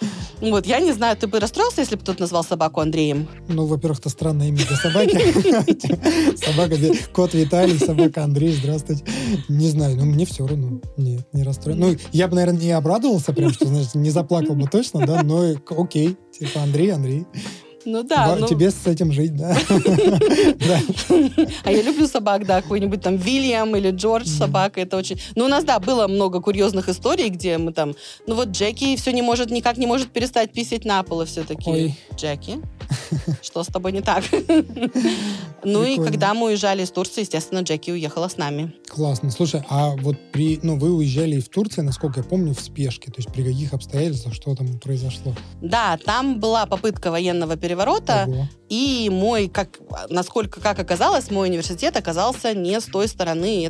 [SPEAKER 2] Я не знаю, ты бы расстроился, если бы кто-то назвал собаку Андреем?
[SPEAKER 1] Во-первых, это странное имя для собаки. Собака, кот Виталий, собака Андрей, здравствуйте. Не знаю, мне все равно. Нет, не расстроен. Ну, я бы, наверное, не обрадовался прям, что, знаешь, не заплакал бы точно, да, но окей. Типа, Андрей.
[SPEAKER 2] Ну да.
[SPEAKER 1] Тебе с этим жить, да.
[SPEAKER 2] А я люблю собак, да, какой-нибудь там Вильям или Джордж собака, это очень... Ну, у нас, да, было много курьезных историй, где мы там... Ну, вот Джеки все никак не может перестать писать на пол, и все такие... Джеки, что с тобой не так? Ну, и когда мы уезжали из Турции, естественно, Джеки уехала с нами.
[SPEAKER 1] Классно. Слушай, а вот вы уезжали в Турцию, насколько я помню, в спешке, то есть при каких обстоятельствах, что там произошло?
[SPEAKER 2] Да, там была попытка военного переворота, и как оказалось, мой университет оказался не на той стороне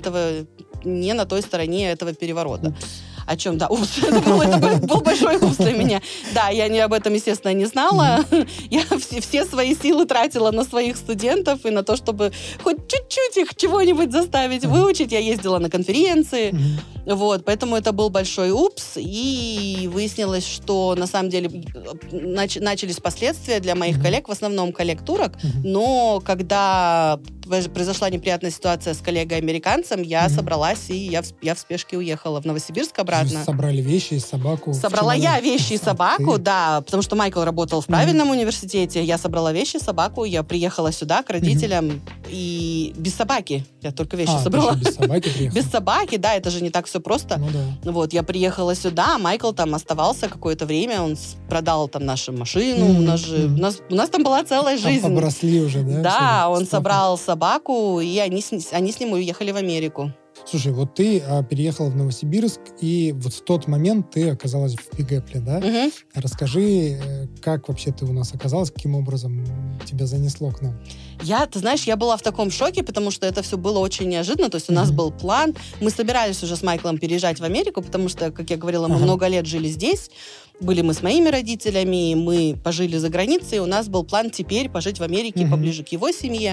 [SPEAKER 2] этого переворота. О чем, да, это был большой упс для меня. Да, я об этом, естественно, не знала. Я все свои силы тратила на своих студентов и на то, чтобы хоть чуть-чуть их чего-нибудь заставить выучить. Я ездила на конференции. Вот, поэтому это был большой упс. И выяснилось, что на самом деле начались последствия для моих коллег, в основном коллег-турок. Но когда произошла неприятная ситуация с коллегой-американцем, я собралась, и я в спешке уехала в Новосибирск обратно.
[SPEAKER 1] Собрали вещи и собаку?
[SPEAKER 2] Собрала я вещи и собаку, да, потому что Майкл работал в правильном университете. Я собрала вещи, собаку, я приехала сюда к родителям и без собаки. Я только вещи собрала.
[SPEAKER 1] Без собаки приехала?
[SPEAKER 2] Без собаки, да, это же не так все просто.
[SPEAKER 1] Ну да.
[SPEAKER 2] Вот, я приехала сюда, Майкл там оставался какое-то время, он продал там нашу машину, у нас там была целая жизнь.
[SPEAKER 1] Там побросли уже, да?
[SPEAKER 2] Да, он собрал собаку, и они с ним уехали в Америку.
[SPEAKER 1] Слушай, вот ты переехала в Новосибирск, и вот в тот момент ты оказалась в Big Apple, да? Расскажи, как вообще ты у нас оказалась, каким образом тебя занесло к нам?
[SPEAKER 2] Ты знаешь, я была в таком шоке, потому что это все было очень неожиданно, то есть у нас был план, мы собирались уже с Майклом переезжать в Америку, потому что, как я говорила, мы много лет жили здесь, были мы с моими родителями, мы пожили за границей, и у нас был план теперь пожить в Америке поближе к его семье,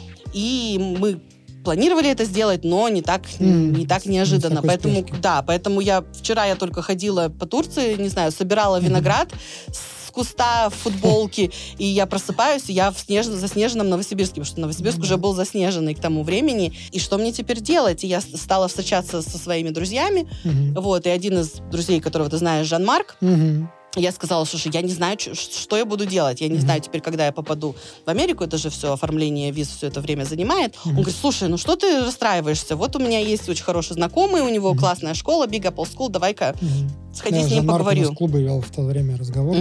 [SPEAKER 2] и мы планировали это сделать, но не так неожиданно. Поэтому вчера я только ходила по Турции, не знаю, собирала виноград с куста в футболке, и я просыпаюсь, и я в заснеженном Новосибирске, потому что Новосибирск уже был заснеженный к тому времени. И что мне теперь делать? И я стала встречаться со своими друзьями. Вот, и один из друзей, которого ты знаешь, Жан-Марк, я сказала, слушай, я не знаю, что я буду делать. Я не знаю теперь, когда я попаду в Америку. Это же все, оформление виз все это время занимает. Он говорит, слушай, ну что ты расстраиваешься? Вот у меня есть очень хороший знакомый, у него классная школа, Big Apple School, давай-ка сходи с ним поговорю.
[SPEAKER 1] Жан-Марк у нас в клубе вел в то время разговор.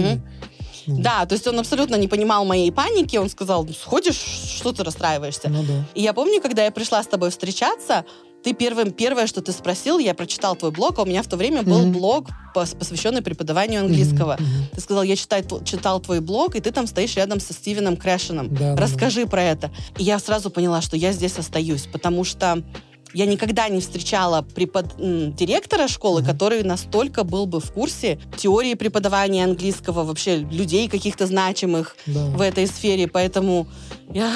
[SPEAKER 2] Да, то есть он абсолютно не понимал моей паники. Он сказал, сходишь, что ты расстраиваешься?
[SPEAKER 1] Ну, да.
[SPEAKER 2] И я помню, когда я пришла с тобой встречаться, ты первое, что ты спросил, я прочитал твой блог, а у меня в то время был блог, посвященный преподаванию английского. Ты сказал, я читал твой блог, и ты там стоишь рядом со Стивеном Крэшеном. Расскажи про это. И я сразу поняла, что я здесь остаюсь, потому что я никогда не встречала директора школы, который настолько был бы в курсе теории преподавания английского, вообще людей каких-то значимых в этой сфере, поэтому я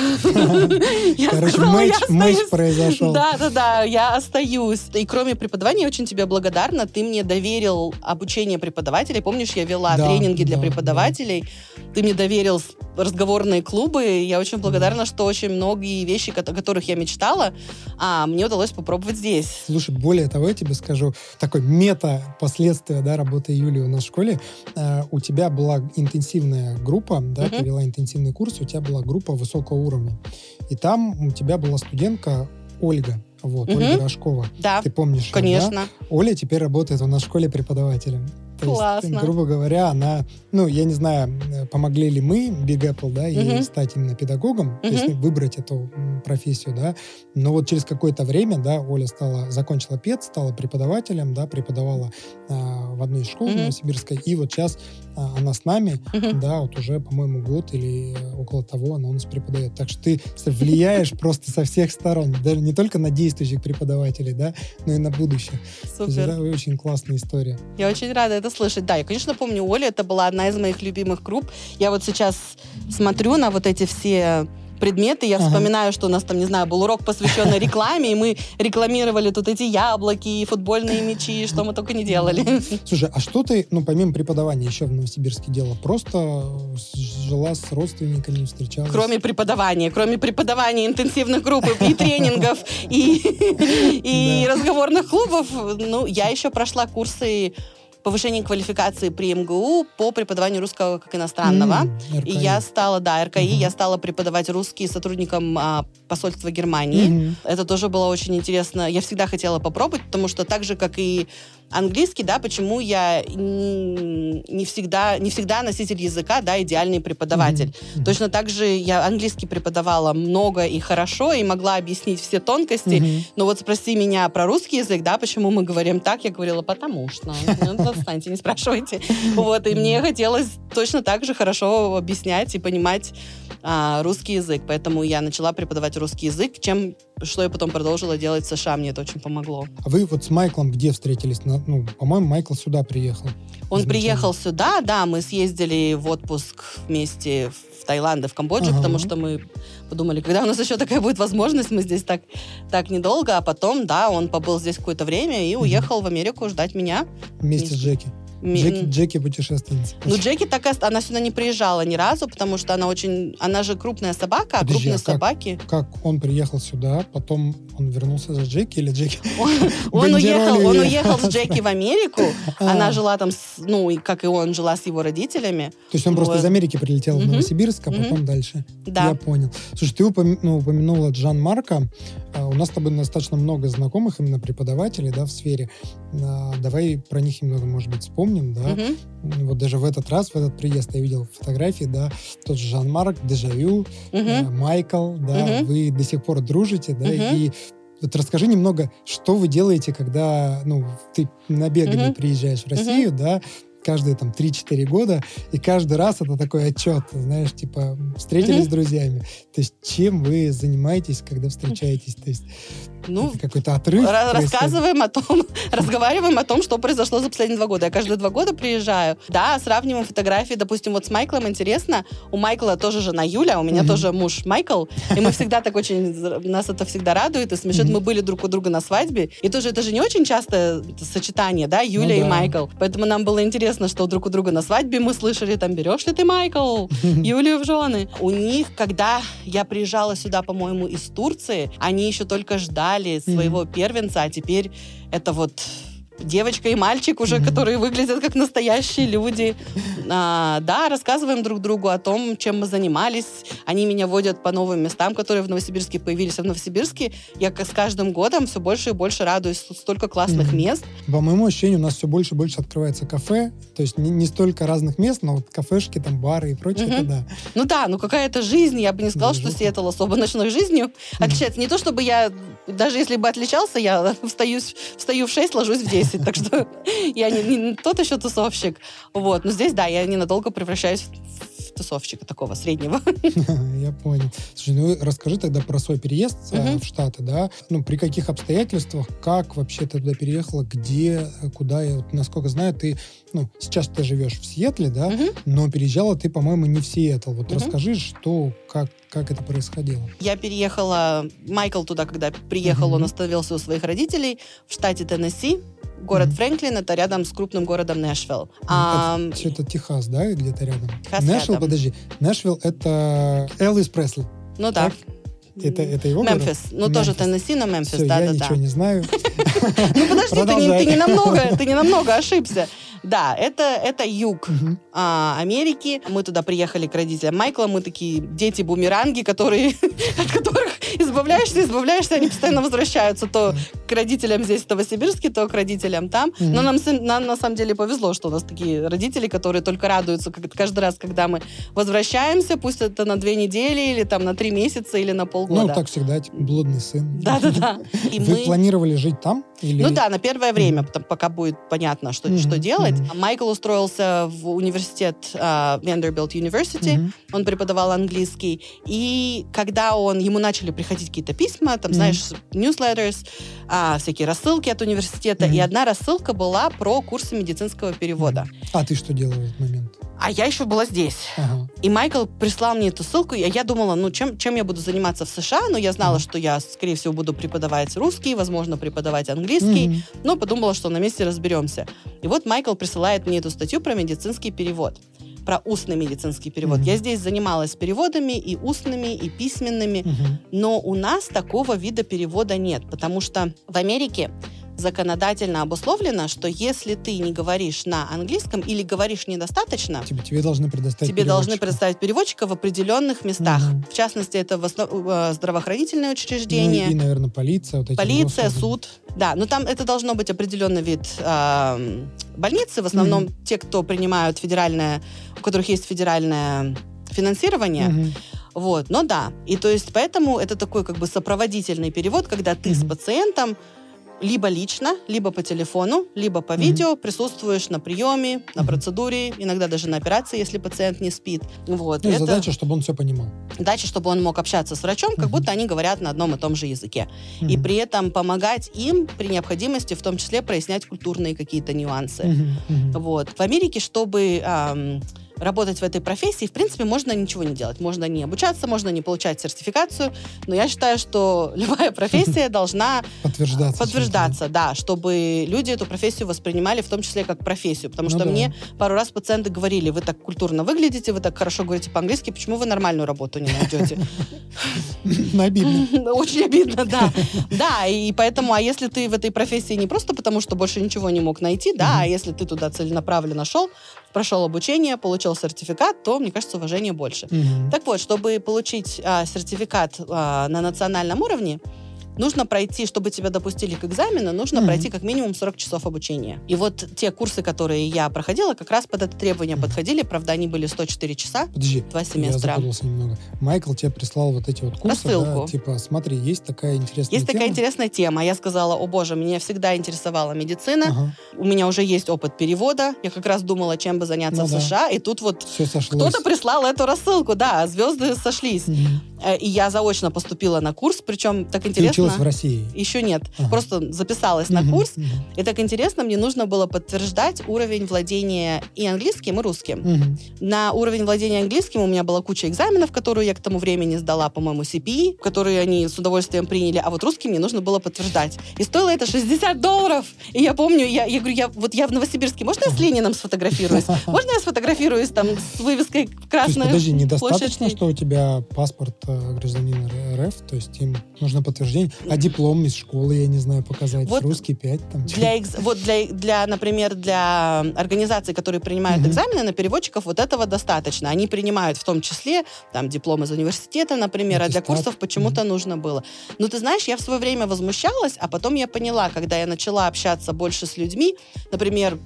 [SPEAKER 1] матч произошел.
[SPEAKER 2] Да, я остаюсь. И кроме преподавания, я очень тебе благодарна, ты мне доверил обучение преподавателей. Помнишь, я вела тренинги для преподавателей, ты мне доверил разговорные клубы, я очень благодарна, что очень многие вещи, о которых я мечтала, мне удалось попробовать здесь.
[SPEAKER 1] Слушай, более того, я тебе скажу, такой мета-последствия, работы Юлии у нас в школе. У тебя была интенсивная группа, ты вела интенсивный курс, у тебя была группа высокого уровня. И там у тебя была студентка Ольга. Ольга Рожкова.
[SPEAKER 2] Да,
[SPEAKER 1] ты помнишь?
[SPEAKER 2] Конечно.
[SPEAKER 1] Да? Оля теперь работает у нас в школе преподавателем.
[SPEAKER 2] Классно.
[SPEAKER 1] То есть, грубо говоря, она, я не знаю, помогли ли мы, Big Apple, ей стать именно педагогом, то есть выбрать эту профессию, но вот через какое-то время, Оля закончила ПЕД, стала преподавателем, преподавала в одной из школ Новосибирской, и вот сейчас она с нами, вот уже, по-моему, год или около того она у нас преподает. Так что ты влияешь просто со всех сторон, даже не только на действующих преподавателей, но и на будущих.
[SPEAKER 2] Супер.
[SPEAKER 1] Это очень классная история.
[SPEAKER 2] Я очень рада это слышать. Да, я, конечно, помню Олю, это была одна из моих любимых групп. Я вот сейчас смотрю на вот эти все предметы. Я вспоминаю, что у нас там, не знаю, был урок, посвященный рекламе, и мы рекламировали тут эти яблоки, и футбольные мячи, что мы только не делали.
[SPEAKER 1] Слушай, а что ты, помимо преподавания, еще в Новосибирске делала? Просто жила с родственниками, встречалась?
[SPEAKER 2] Кроме преподавания интенсивных групп и тренингов, и разговорных клубов, я еще прошла курсы повышения квалификации при МГУ по преподаванию русского как иностранного.
[SPEAKER 1] РКИ.
[SPEAKER 2] И я стала, РКИ, я стала преподавать русский сотрудникам посольства Германии. Это тоже было очень интересно. Я всегда хотела попробовать, потому что так же, как и английский, почему я не всегда носитель языка, идеальный преподаватель. Точно так же я английский преподавала много и хорошо, и могла объяснить все тонкости. Но вот спроси меня про русский язык, почему мы говорим так, я говорила, потому что. Отстаньте, не спрашивайте. И мне хотелось точно так же хорошо объяснять и понимать русский язык. Поэтому я начала преподавать русский язык, что я потом продолжила делать в США. Мне это очень помогло.
[SPEAKER 1] А вы с Майклом где встретились? По-моему, Майкл сюда приехал.
[SPEAKER 2] Он приехал сюда, мы съездили в отпуск вместе в Таиланд и в Камбоджу, потому что мы подумали, когда у нас еще такая будет возможность, мы здесь так недолго, а потом, он побыл здесь какое-то время и уехал в Америку ждать меня.
[SPEAKER 1] Вместе с Джеки. Джеки путешественница.
[SPEAKER 2] Джеки она сюда не приезжала ни разу, потому что она же крупная собака,
[SPEAKER 1] Подожди,
[SPEAKER 2] крупные собаки...
[SPEAKER 1] Как он приехал сюда, потом он вернулся за Джеки или Джеки?
[SPEAKER 2] Он уехал с Джеки в Америку, она жила там, как и он, жила с его родителями.
[SPEAKER 1] То есть он просто из Америки прилетел в Новосибирск, а потом дальше.
[SPEAKER 2] Да.
[SPEAKER 1] Я понял. Слушай, ты упомянула Джан-Марко. У нас с тобой достаточно много знакомых именно преподавателей, в сфере. Давай про них немного, может быть, вспомним. Вот даже в этот приезд я видел фотографии, тот же Жан-Марк, Дежавю, Майкл, вы до сих пор дружите, и вот расскажи немного, что вы делаете, когда ты на бегание приезжаешь в Россию, каждые 3-4 года, и каждый раз это такой отчет, знаешь, встретились с друзьями. То есть чем вы занимаетесь, когда встречаетесь? То есть это какой-то отрыв?
[SPEAKER 2] Разговариваем о том, что произошло за последние 2 года. Я каждые 2 года приезжаю. Сравниваем фотографии, допустим, с Майклом интересно. У Майкла тоже жена Юля, у меня тоже муж Майкл, и мы всегда так очень, нас это всегда радует и смешит. Мы были друг у друга на свадьбе, и тоже это же не очень частое сочетание, Юля и Майкл. Поэтому нам было интересно, что друг у друга на свадьбе мы слышали, берешь ли ты, Майкл, Юлию в жены. У них, когда я приезжала сюда, по-моему, из Турции, они еще только ждали своего первенца, а теперь это девочка и мальчик уже, которые выглядят как настоящие люди. Рассказываем друг другу о том, чем мы занимались. Они меня водят по новым местам, которые в Новосибирске появились. А в Новосибирске я с каждым годом все больше и больше радуюсь. Тут столько классных мест.
[SPEAKER 1] По моему ощущению, у нас все больше и больше открывается кафе. То есть не столько разных мест, но кафешки, бары и прочее, это
[SPEAKER 2] какая-то жизнь. Я бы не сказала, что Сиэтл особо ночной жизнью отличается. Не то, чтобы я, даже если бы отличался, я встаю в 6, ложусь в 10. Так что я не тот еще тусовщик. Но здесь, я ненадолго превращаюсь в тусовщика такого среднего.
[SPEAKER 1] Я понял. Слушай, расскажи тогда про свой переезд в Штаты, при каких обстоятельствах, как вообще ты туда переехала, где, куда, я насколько знаю, ты, сейчас ты живешь в Сиэтле, но переезжала ты, по-моему, не в Сиэтл. Расскажи, как это происходило.
[SPEAKER 2] Я переехала, Майкл туда, когда приехал, он остановился у своих родителей в штате Теннесси. Город Фрэнклин, это рядом с крупным городом Нэшвилл.
[SPEAKER 1] Это Техас, где-то рядом? Нэшвилл, подожди. Нэшвилл — это Элвис Пресли.
[SPEAKER 2] Так.
[SPEAKER 1] Это его город?
[SPEAKER 2] Мемфис. Тоже Теннесси, но Мемфис,
[SPEAKER 1] Все, я ничего не знаю.
[SPEAKER 2] Подожди, ты не намного ошибся. Это юг Америки. Мы туда приехали к родителям Майкла. Мы такие дети-бумеранги, от которых избавляешься, они постоянно возвращаются то к родителям здесь, в Новосибирске, то к родителям там. Но нам на самом деле повезло, что у нас такие родители, которые только радуются каждый раз, когда мы возвращаемся, пусть это на 2 недели, или на 3 месяца, или на полгода.
[SPEAKER 1] Так всегда, блудный сын.
[SPEAKER 2] Да.
[SPEAKER 1] Вы планировали жить там?
[SPEAKER 2] На первое время, пока будет понятно, что делать. Майкл устроился в университет Vanderbilt University, он преподавал английский, и когда ему начали приходить какие-то письма, newsletters, всякие рассылки от университета, и одна рассылка была про курсы медицинского перевода.
[SPEAKER 1] А ты что делала в этот момент?
[SPEAKER 2] А я еще была здесь.
[SPEAKER 1] Ага.
[SPEAKER 2] И Майкл прислал мне эту ссылку, и я думала, ну, чем я буду заниматься в США? Ну, я знала, что я, скорее всего, буду преподавать русский, возможно, преподавать английский, но подумала, что на месте разберемся. И вот Майкл присылает мне эту статью про медицинский перевод, про устный медицинский перевод. Я здесь занималась переводами и устными, и письменными, но у нас такого вида перевода нет, потому что в Америке законодательно обусловлено, что если ты не говоришь на английском или говоришь недостаточно,
[SPEAKER 1] тебе должны предоставить
[SPEAKER 2] переводчика в определенных местах. В частности, это здравоохранительные учреждения.
[SPEAKER 1] Ну, и, наверное, полиция.
[SPEAKER 2] Полиция, суд. Да, но там это должно быть определенный вид больницы. В основном те, кто принимают у которых есть федеральное финансирование. Вот, но да. И то есть поэтому это такой как бы сопроводительный перевод, когда ты с пациентом либо лично, либо по телефону, либо по видео присутствуешь на приеме, на процедуре, иногда даже на операции, если пациент не спит. Вот.
[SPEAKER 1] Ну, и задача, чтобы он все понимал.
[SPEAKER 2] Задача, чтобы он мог общаться с врачом, как будто они говорят на одном и том же языке. И при этом помогать им при необходимости, в том числе прояснять культурные какие-то нюансы. Вот. В Америке, чтобы работать в этой профессии, в принципе, можно ничего не делать. Можно не обучаться, можно не получать сертификацию, но я считаю, что любая профессия должна подтверждаться, да, чтобы люди эту профессию воспринимали в том числе как профессию. Потому что мне пару раз пациенты говорили: вы так культурно выглядите, вы так хорошо говорите по-английски, почему вы нормальную работу не найдете?
[SPEAKER 1] Обидно.
[SPEAKER 2] Очень обидно, да. Да, и поэтому, а если ты в этой профессии не просто потому, что больше ничего не мог найти, да, а если ты туда целенаправленно шел, прошел обучение, получил сертификат, то, мне кажется, уважения больше. Так вот, чтобы получить сертификат на национальном уровне, нужно пройти, чтобы тебя допустили к экзамену, нужно пройти как минимум 40 часов обучения. И вот те курсы, которые я проходила, как раз под это требование подходили. Правда, они были 104 часа,
[SPEAKER 1] Подожди,
[SPEAKER 2] 2 семестра.
[SPEAKER 1] Я запутался немного. Майкл тебе прислал вот эти вот курсы,
[SPEAKER 2] рассылку.
[SPEAKER 1] Да, типа, смотри, есть такая интересная тема.
[SPEAKER 2] Есть такая интересная тема. Я сказала: о боже, меня всегда интересовала медицина. У меня уже есть опыт перевода. Я как раз думала, чем бы заняться в США. И тут вот кто-то прислал эту рассылку. Да, звезды сошлись. И я заочно поступила на курс, причем так интересно.
[SPEAKER 1] Ты училась в России?
[SPEAKER 2] Еще нет. Просто записалась на курс. И так интересно, мне нужно было подтверждать уровень владения и английским, и русским. На уровень владения английским у меня была куча экзаменов, которую я к тому времени сдала, по-моему, CPE, которые они с удовольствием приняли, а вот русский мне нужно было подтверждать. И стоило это $60. И я помню, я говорю, я в Новосибирске, можно я с Лениным сфотографируюсь? Можно я сфотографируюсь там с вывеской красной?
[SPEAKER 1] Подожди, недостаточно, что у тебя паспорт гражданина РФ, то есть им нужно подтверждение, а диплом из школы, я не знаю, показать, вот русский 5. Там,
[SPEAKER 2] например, для организаций, которые принимают экзамены на переводчиков, вот этого достаточно. Они принимают в том числе там диплом из университета, например, а для курсов почему-то нужно было. Но ты знаешь, я в свое время возмущалась, а потом я поняла, когда я начала общаться больше с людьми, например,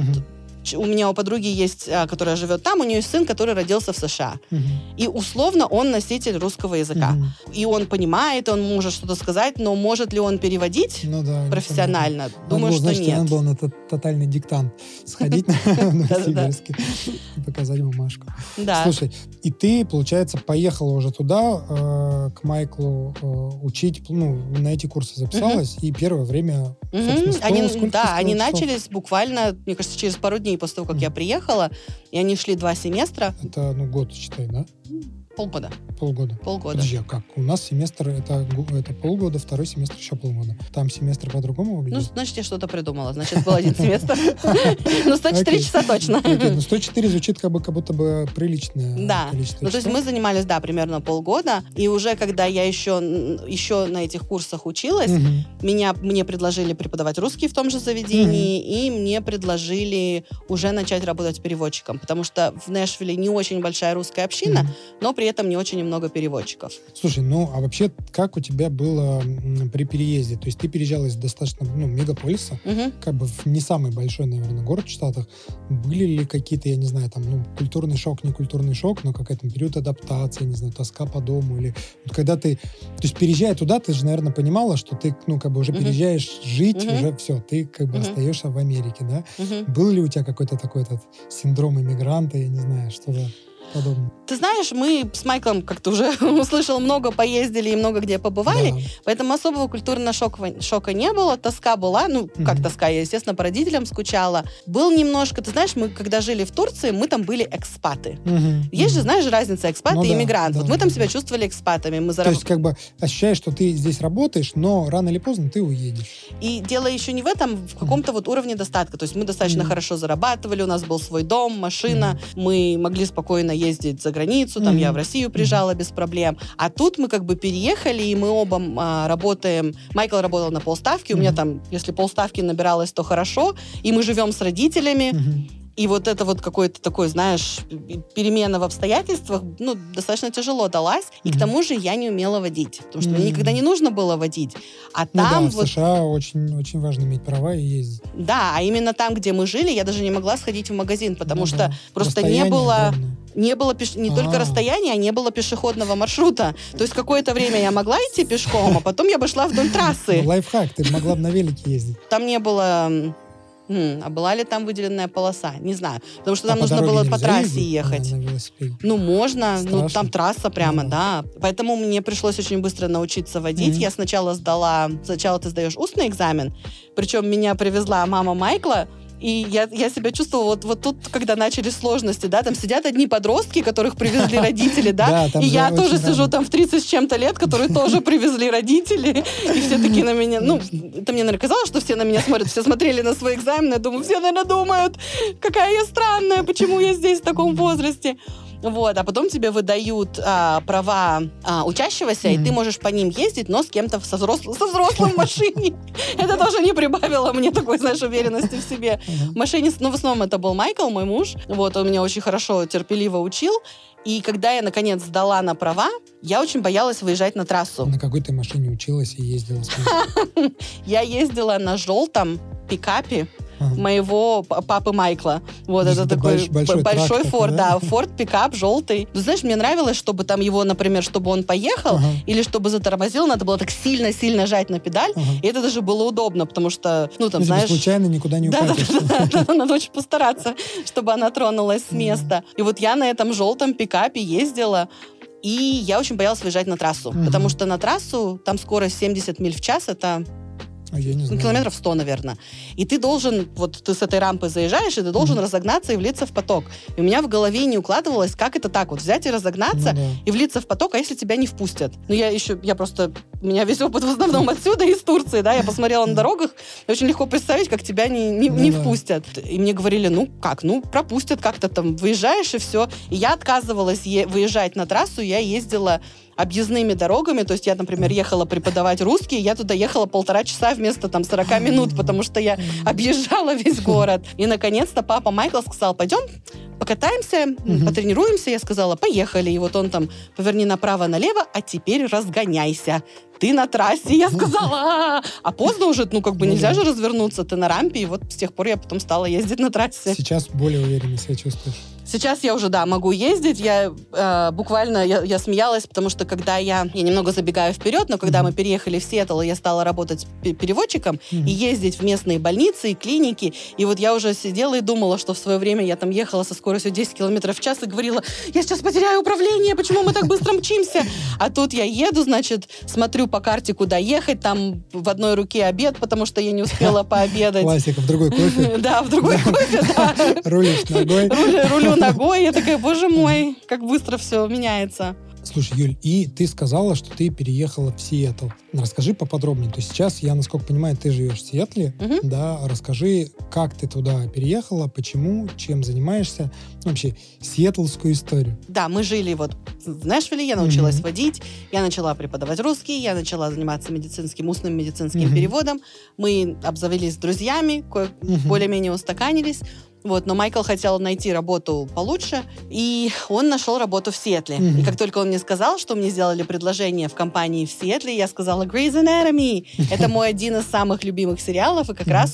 [SPEAKER 2] у меня у подруги есть, которая живет там, у нее есть сын, который родился в США. И условно он носитель русского языка. И он понимает, он может что-то сказать, но может ли он переводить профессионально? Думаю, что нет.
[SPEAKER 1] Надо было на тотальный диктант сходить на Новосибирске и показать бумажку. Слушай, и ты, получается, поехала уже туда, к Майклу учить, на эти курсы записалась, и первое время,
[SPEAKER 2] они начались буквально, мне кажется, через пару дней после того, как я приехала, и они шли 2 семестра.
[SPEAKER 1] Это, год, считай, да?
[SPEAKER 2] Полгода.
[SPEAKER 1] Подожди, а как? У нас семестр это полгода, второй семестр еще полгода. Там семестр по-другому выглядит?
[SPEAKER 2] Значит, я что-то придумала. Значит, был один семестр. 104 часа точно.
[SPEAKER 1] 104 звучит как будто бы приличное количество
[SPEAKER 2] то есть мы занимались, примерно полгода, и уже когда я еще на этих курсах училась, мне предложили преподавать русский в том же заведении, и мне предложили уже начать работать переводчиком, потому что в Нэшвилле не очень большая русская община, но при этом не очень много переводчиков.
[SPEAKER 1] Слушай, а вообще как у тебя было при переезде? То есть ты переезжала из достаточно мегаполиса, как бы в не самый большой, наверное, город в Штатах. Были ли какие-то, я не знаю, там, культурный шок, не культурный шок, но какой-то период адаптации, не знаю, тоска по дому, или когда ты, то есть переезжая туда, ты же, наверное, понимала, что ты, уже переезжаешь жить, уже все, ты остаешься в Америке, да? Был ли у тебя какой-то такой этот синдром иммигранта, я не знаю, что-то? подобное?
[SPEAKER 2] Ты знаешь, мы с Майклом, как ты уже услышал, много поездили и много где побывали,
[SPEAKER 1] Да.
[SPEAKER 2] поэтому особого культурного шока не было, тоска была, как тоска, я, естественно, по родителям скучала. Был немножко, ты знаешь, мы, когда жили в Турции, мы там были экспаты. Есть же, знаешь, разница экспаты и иммигрант. Вот мы там себя чувствовали экспатами.
[SPEAKER 1] То есть, как бы, ощущаешь, что ты здесь работаешь, но рано или поздно ты уедешь.
[SPEAKER 2] И дело еще не в этом, в каком-то вот уровне достатка. То есть мы достаточно хорошо зарабатывали, у нас был свой дом, машина, мы могли спокойно ездить за границу, там я в Россию приезжала без проблем. А тут мы как бы переехали, и мы оба работаем. Майкл работал на полставки, у меня там, если полставки набиралось, то хорошо, и мы живем с родителями. И вот это вот какой-то такой, знаешь, перемена в обстоятельствах, достаточно тяжело далась. И к тому же я не умела водить, потому что мне никогда не нужно было водить. А там
[SPEAKER 1] в США очень, очень важно иметь права и ездить.
[SPEAKER 2] Да, а именно там, где мы жили, я даже не могла сходить в магазин, потому что просто не было не только расстояния, а не было пешеходного маршрута. То есть какое-то время я могла идти пешком, а потом я бы шла вдоль трассы.
[SPEAKER 1] Лайфхак, ты могла бы на велике ездить.
[SPEAKER 2] Там не было... А была ли там выделенная полоса? Не знаю. Потому что там нужно было по трассе ехать. Можно. Там трасса прямо, да. Поэтому мне пришлось очень быстро научиться водить. Я сначала ты сдаешь устный экзамен, причем меня привезла мама Майкла, и я себя чувствовала вот тут, когда начались сложности, да, там сидят одни подростки, которых привезли родители, да, и я тоже сижу там в 30 с чем-то лет, которые тоже привезли родители, и все такие на меня, это мне, наверное, казалось, что все на меня смотрят, все смотрели на свой экзамен, я думаю, все, наверное, думают, какая я странная, почему я здесь в таком возрасте. Вот, а потом тебе выдают права учащегося, и ты можешь по ним ездить, но с кем-то со взрослым в машине. Это тоже не прибавило мне такой, знаешь, уверенности в себе. В машине, в основном это был Майкл, мой муж. Вот, он меня очень хорошо, терпеливо учил. И когда я, наконец, сдала на права, я очень боялась выезжать на трассу.
[SPEAKER 1] На какой ты машине училась и ездила?
[SPEAKER 2] Я ездила на желтом пикапе моего папы Майкла. Вот это такой большой Форд, да, Форд пикап желтый. Ты знаешь, мне нравилось, чтобы там его, например, чтобы он поехал, или чтобы затормозил, надо было так сильно-сильно жать на педаль, и это даже было удобно, потому что, знаешь...
[SPEAKER 1] случайно никуда не упадешь.
[SPEAKER 2] Да, надо очень постараться, чтобы она тронулась с места. И вот я на этом желтом пикапе ездила, и я очень боялась выезжать на трассу, потому что на трассу там скорость 70 миль в час, это... километров 100, наверное. И ты должен, ты с этой рампы заезжаешь, и ты должен разогнаться и влиться в поток. И у меня в голове не укладывалось, как это так, взять и разогнаться, и влиться в поток, а если тебя не впустят? У меня весь опыт в основном отсюда, из Турции, да, я посмотрела на дорогах, и очень легко представить, как тебя не впустят. И мне говорили, пропустят как-то там, выезжаешь, и все. И я отказывалась выезжать на трассу, я ездила объездными дорогами, то есть я, например, ехала преподавать русский, я туда ехала 1,5 часа вместо 40 минут, потому что я объезжала весь город. И, наконец-то, папа Майкл сказал, пойдем покатаемся, потренируемся. Я сказала, поехали. И вот он там, поверни направо-налево, а теперь разгоняйся. Ты на трассе. Я сказала, а поздно уже, нельзя же развернуться, ты на рампе. И вот с тех пор я потом стала ездить на трассе.
[SPEAKER 1] Сейчас более уверенно себя чувствуешь?
[SPEAKER 2] Сейчас я уже, могу ездить. Я буквально, я смеялась, потому что когда я немного забегаю вперед, но когда мы переехали в Сиэтл, я стала работать переводчиком и ездить в местные больницы и клиники. И вот я уже сидела и думала, что в свое время я там ехала со скоростью 10 километров в час и говорила, я сейчас потеряю управление, почему мы так быстро мчимся? А тут я еду, смотрю по карте, куда ехать, там в одной руке обед, потому что я не успела пообедать.
[SPEAKER 1] Классика, в другой кофе.
[SPEAKER 2] Да, в другой кофе, да.
[SPEAKER 1] Рулишь ногой.
[SPEAKER 2] Рулю ногой, я такая, боже мой, как быстро все меняется.
[SPEAKER 1] Слушай, Юль, и ты сказала, что ты переехала в Сиэтл. Расскажи поподробнее. То есть сейчас, я, насколько понимаю, ты живешь в Сиэтле, да? Расскажи, как ты туда переехала, почему, чем занимаешься, вообще сиэтлскую историю.
[SPEAKER 2] Да, мы жили в Нэшвилле, я научилась водить, я начала преподавать русский, я начала заниматься устным медицинским переводом, мы обзавелись с друзьями, более-менее устаканились. Но Майкл хотел найти работу получше, и он нашел работу в Сиэтле. И как только он мне сказал, что мне сделали предложение в компании в Сиэтле, я сказала Grey's Anatomy. Это мой один из самых любимых сериалов, и как раз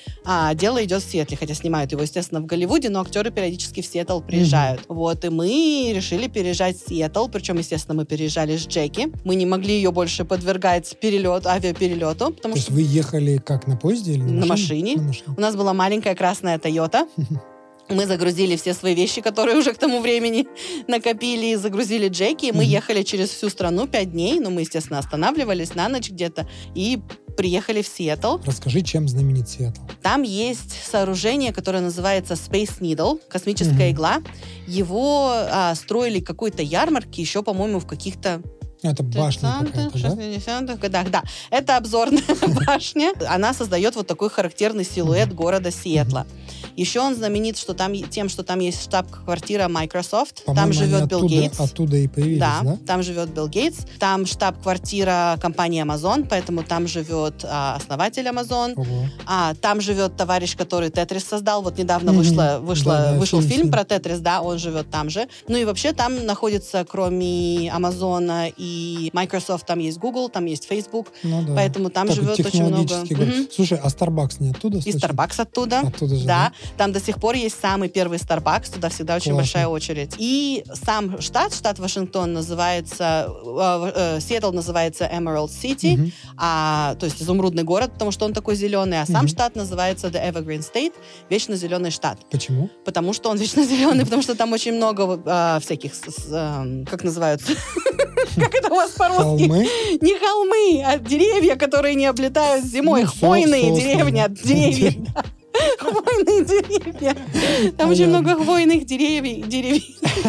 [SPEAKER 2] дело идет в Сиэтле, хотя снимают его, естественно, в Голливуде, но актеры периодически в Сиэтл приезжают. И мы решили переезжать в Сиэтл, причем, естественно, мы переезжали с Джеки. Мы не могли ее больше подвергать авиаперелету, потому что...
[SPEAKER 1] То есть вы ехали как, на поезде или
[SPEAKER 2] на машине? У нас была маленькая красная Тойота. Мы загрузили все свои вещи, которые уже к тому времени накопили, загрузили Джеки, и мы ехали через всю страну 5 дней, но мы, естественно, останавливались на ночь где-то, и приехали в Сиэтл.
[SPEAKER 1] Расскажи, чем знаменит Сиэтл?
[SPEAKER 2] Там есть сооружение, которое называется Space Needle, космическая игла. Его строили какой-то ярмарки еще, по-моему, в каких-то
[SPEAKER 1] Это башня какая-то, да?
[SPEAKER 2] 60-х годах, да. Это обзорная башня. Она создает вот такой характерный силуэт города Сиэтла. Еще он знаменит, что тем, что там есть штаб-квартира Microsoft.
[SPEAKER 1] По-моему,
[SPEAKER 2] Там живет Билл Гейтс.
[SPEAKER 1] Оттуда и появились, да?
[SPEAKER 2] Там живет Билл Гейтс. Там штаб-квартира компании Amazon, поэтому там живет основатель Amazon.
[SPEAKER 1] Ого.
[SPEAKER 2] Там живет товарищ, который Тетрис создал. Вот недавно вышел фильм про Тетрис, да, он живет там же. Ну и вообще там находится, кроме Amazon и Microsoft, там есть Google, там есть Facebook.
[SPEAKER 1] Ну, да.
[SPEAKER 2] Поэтому там
[SPEAKER 1] Такой
[SPEAKER 2] живет очень много.
[SPEAKER 1] Слушай, а Starbucks не оттуда?
[SPEAKER 2] И Starbucks оттуда.
[SPEAKER 1] Оттуда же,
[SPEAKER 2] да. Там до сих пор есть самый первый Starbucks, туда всегда очень большая очередь. И сам штат Вашингтон называется, Сиэтл называется Emerald City, то есть изумрудный город, потому что он такой зеленый, а сам штат называется The Evergreen State, вечно зеленый штат.
[SPEAKER 1] Почему?
[SPEAKER 2] Потому что он вечно зеленый, потому что там очень много всяких, как называются? Как это у вас по-русски?
[SPEAKER 1] Холмы?
[SPEAKER 2] Не холмы, а деревья, которые не облетают зимой. Хвойные деревья. Хвойные деревья. Там очень много хвойных деревьев.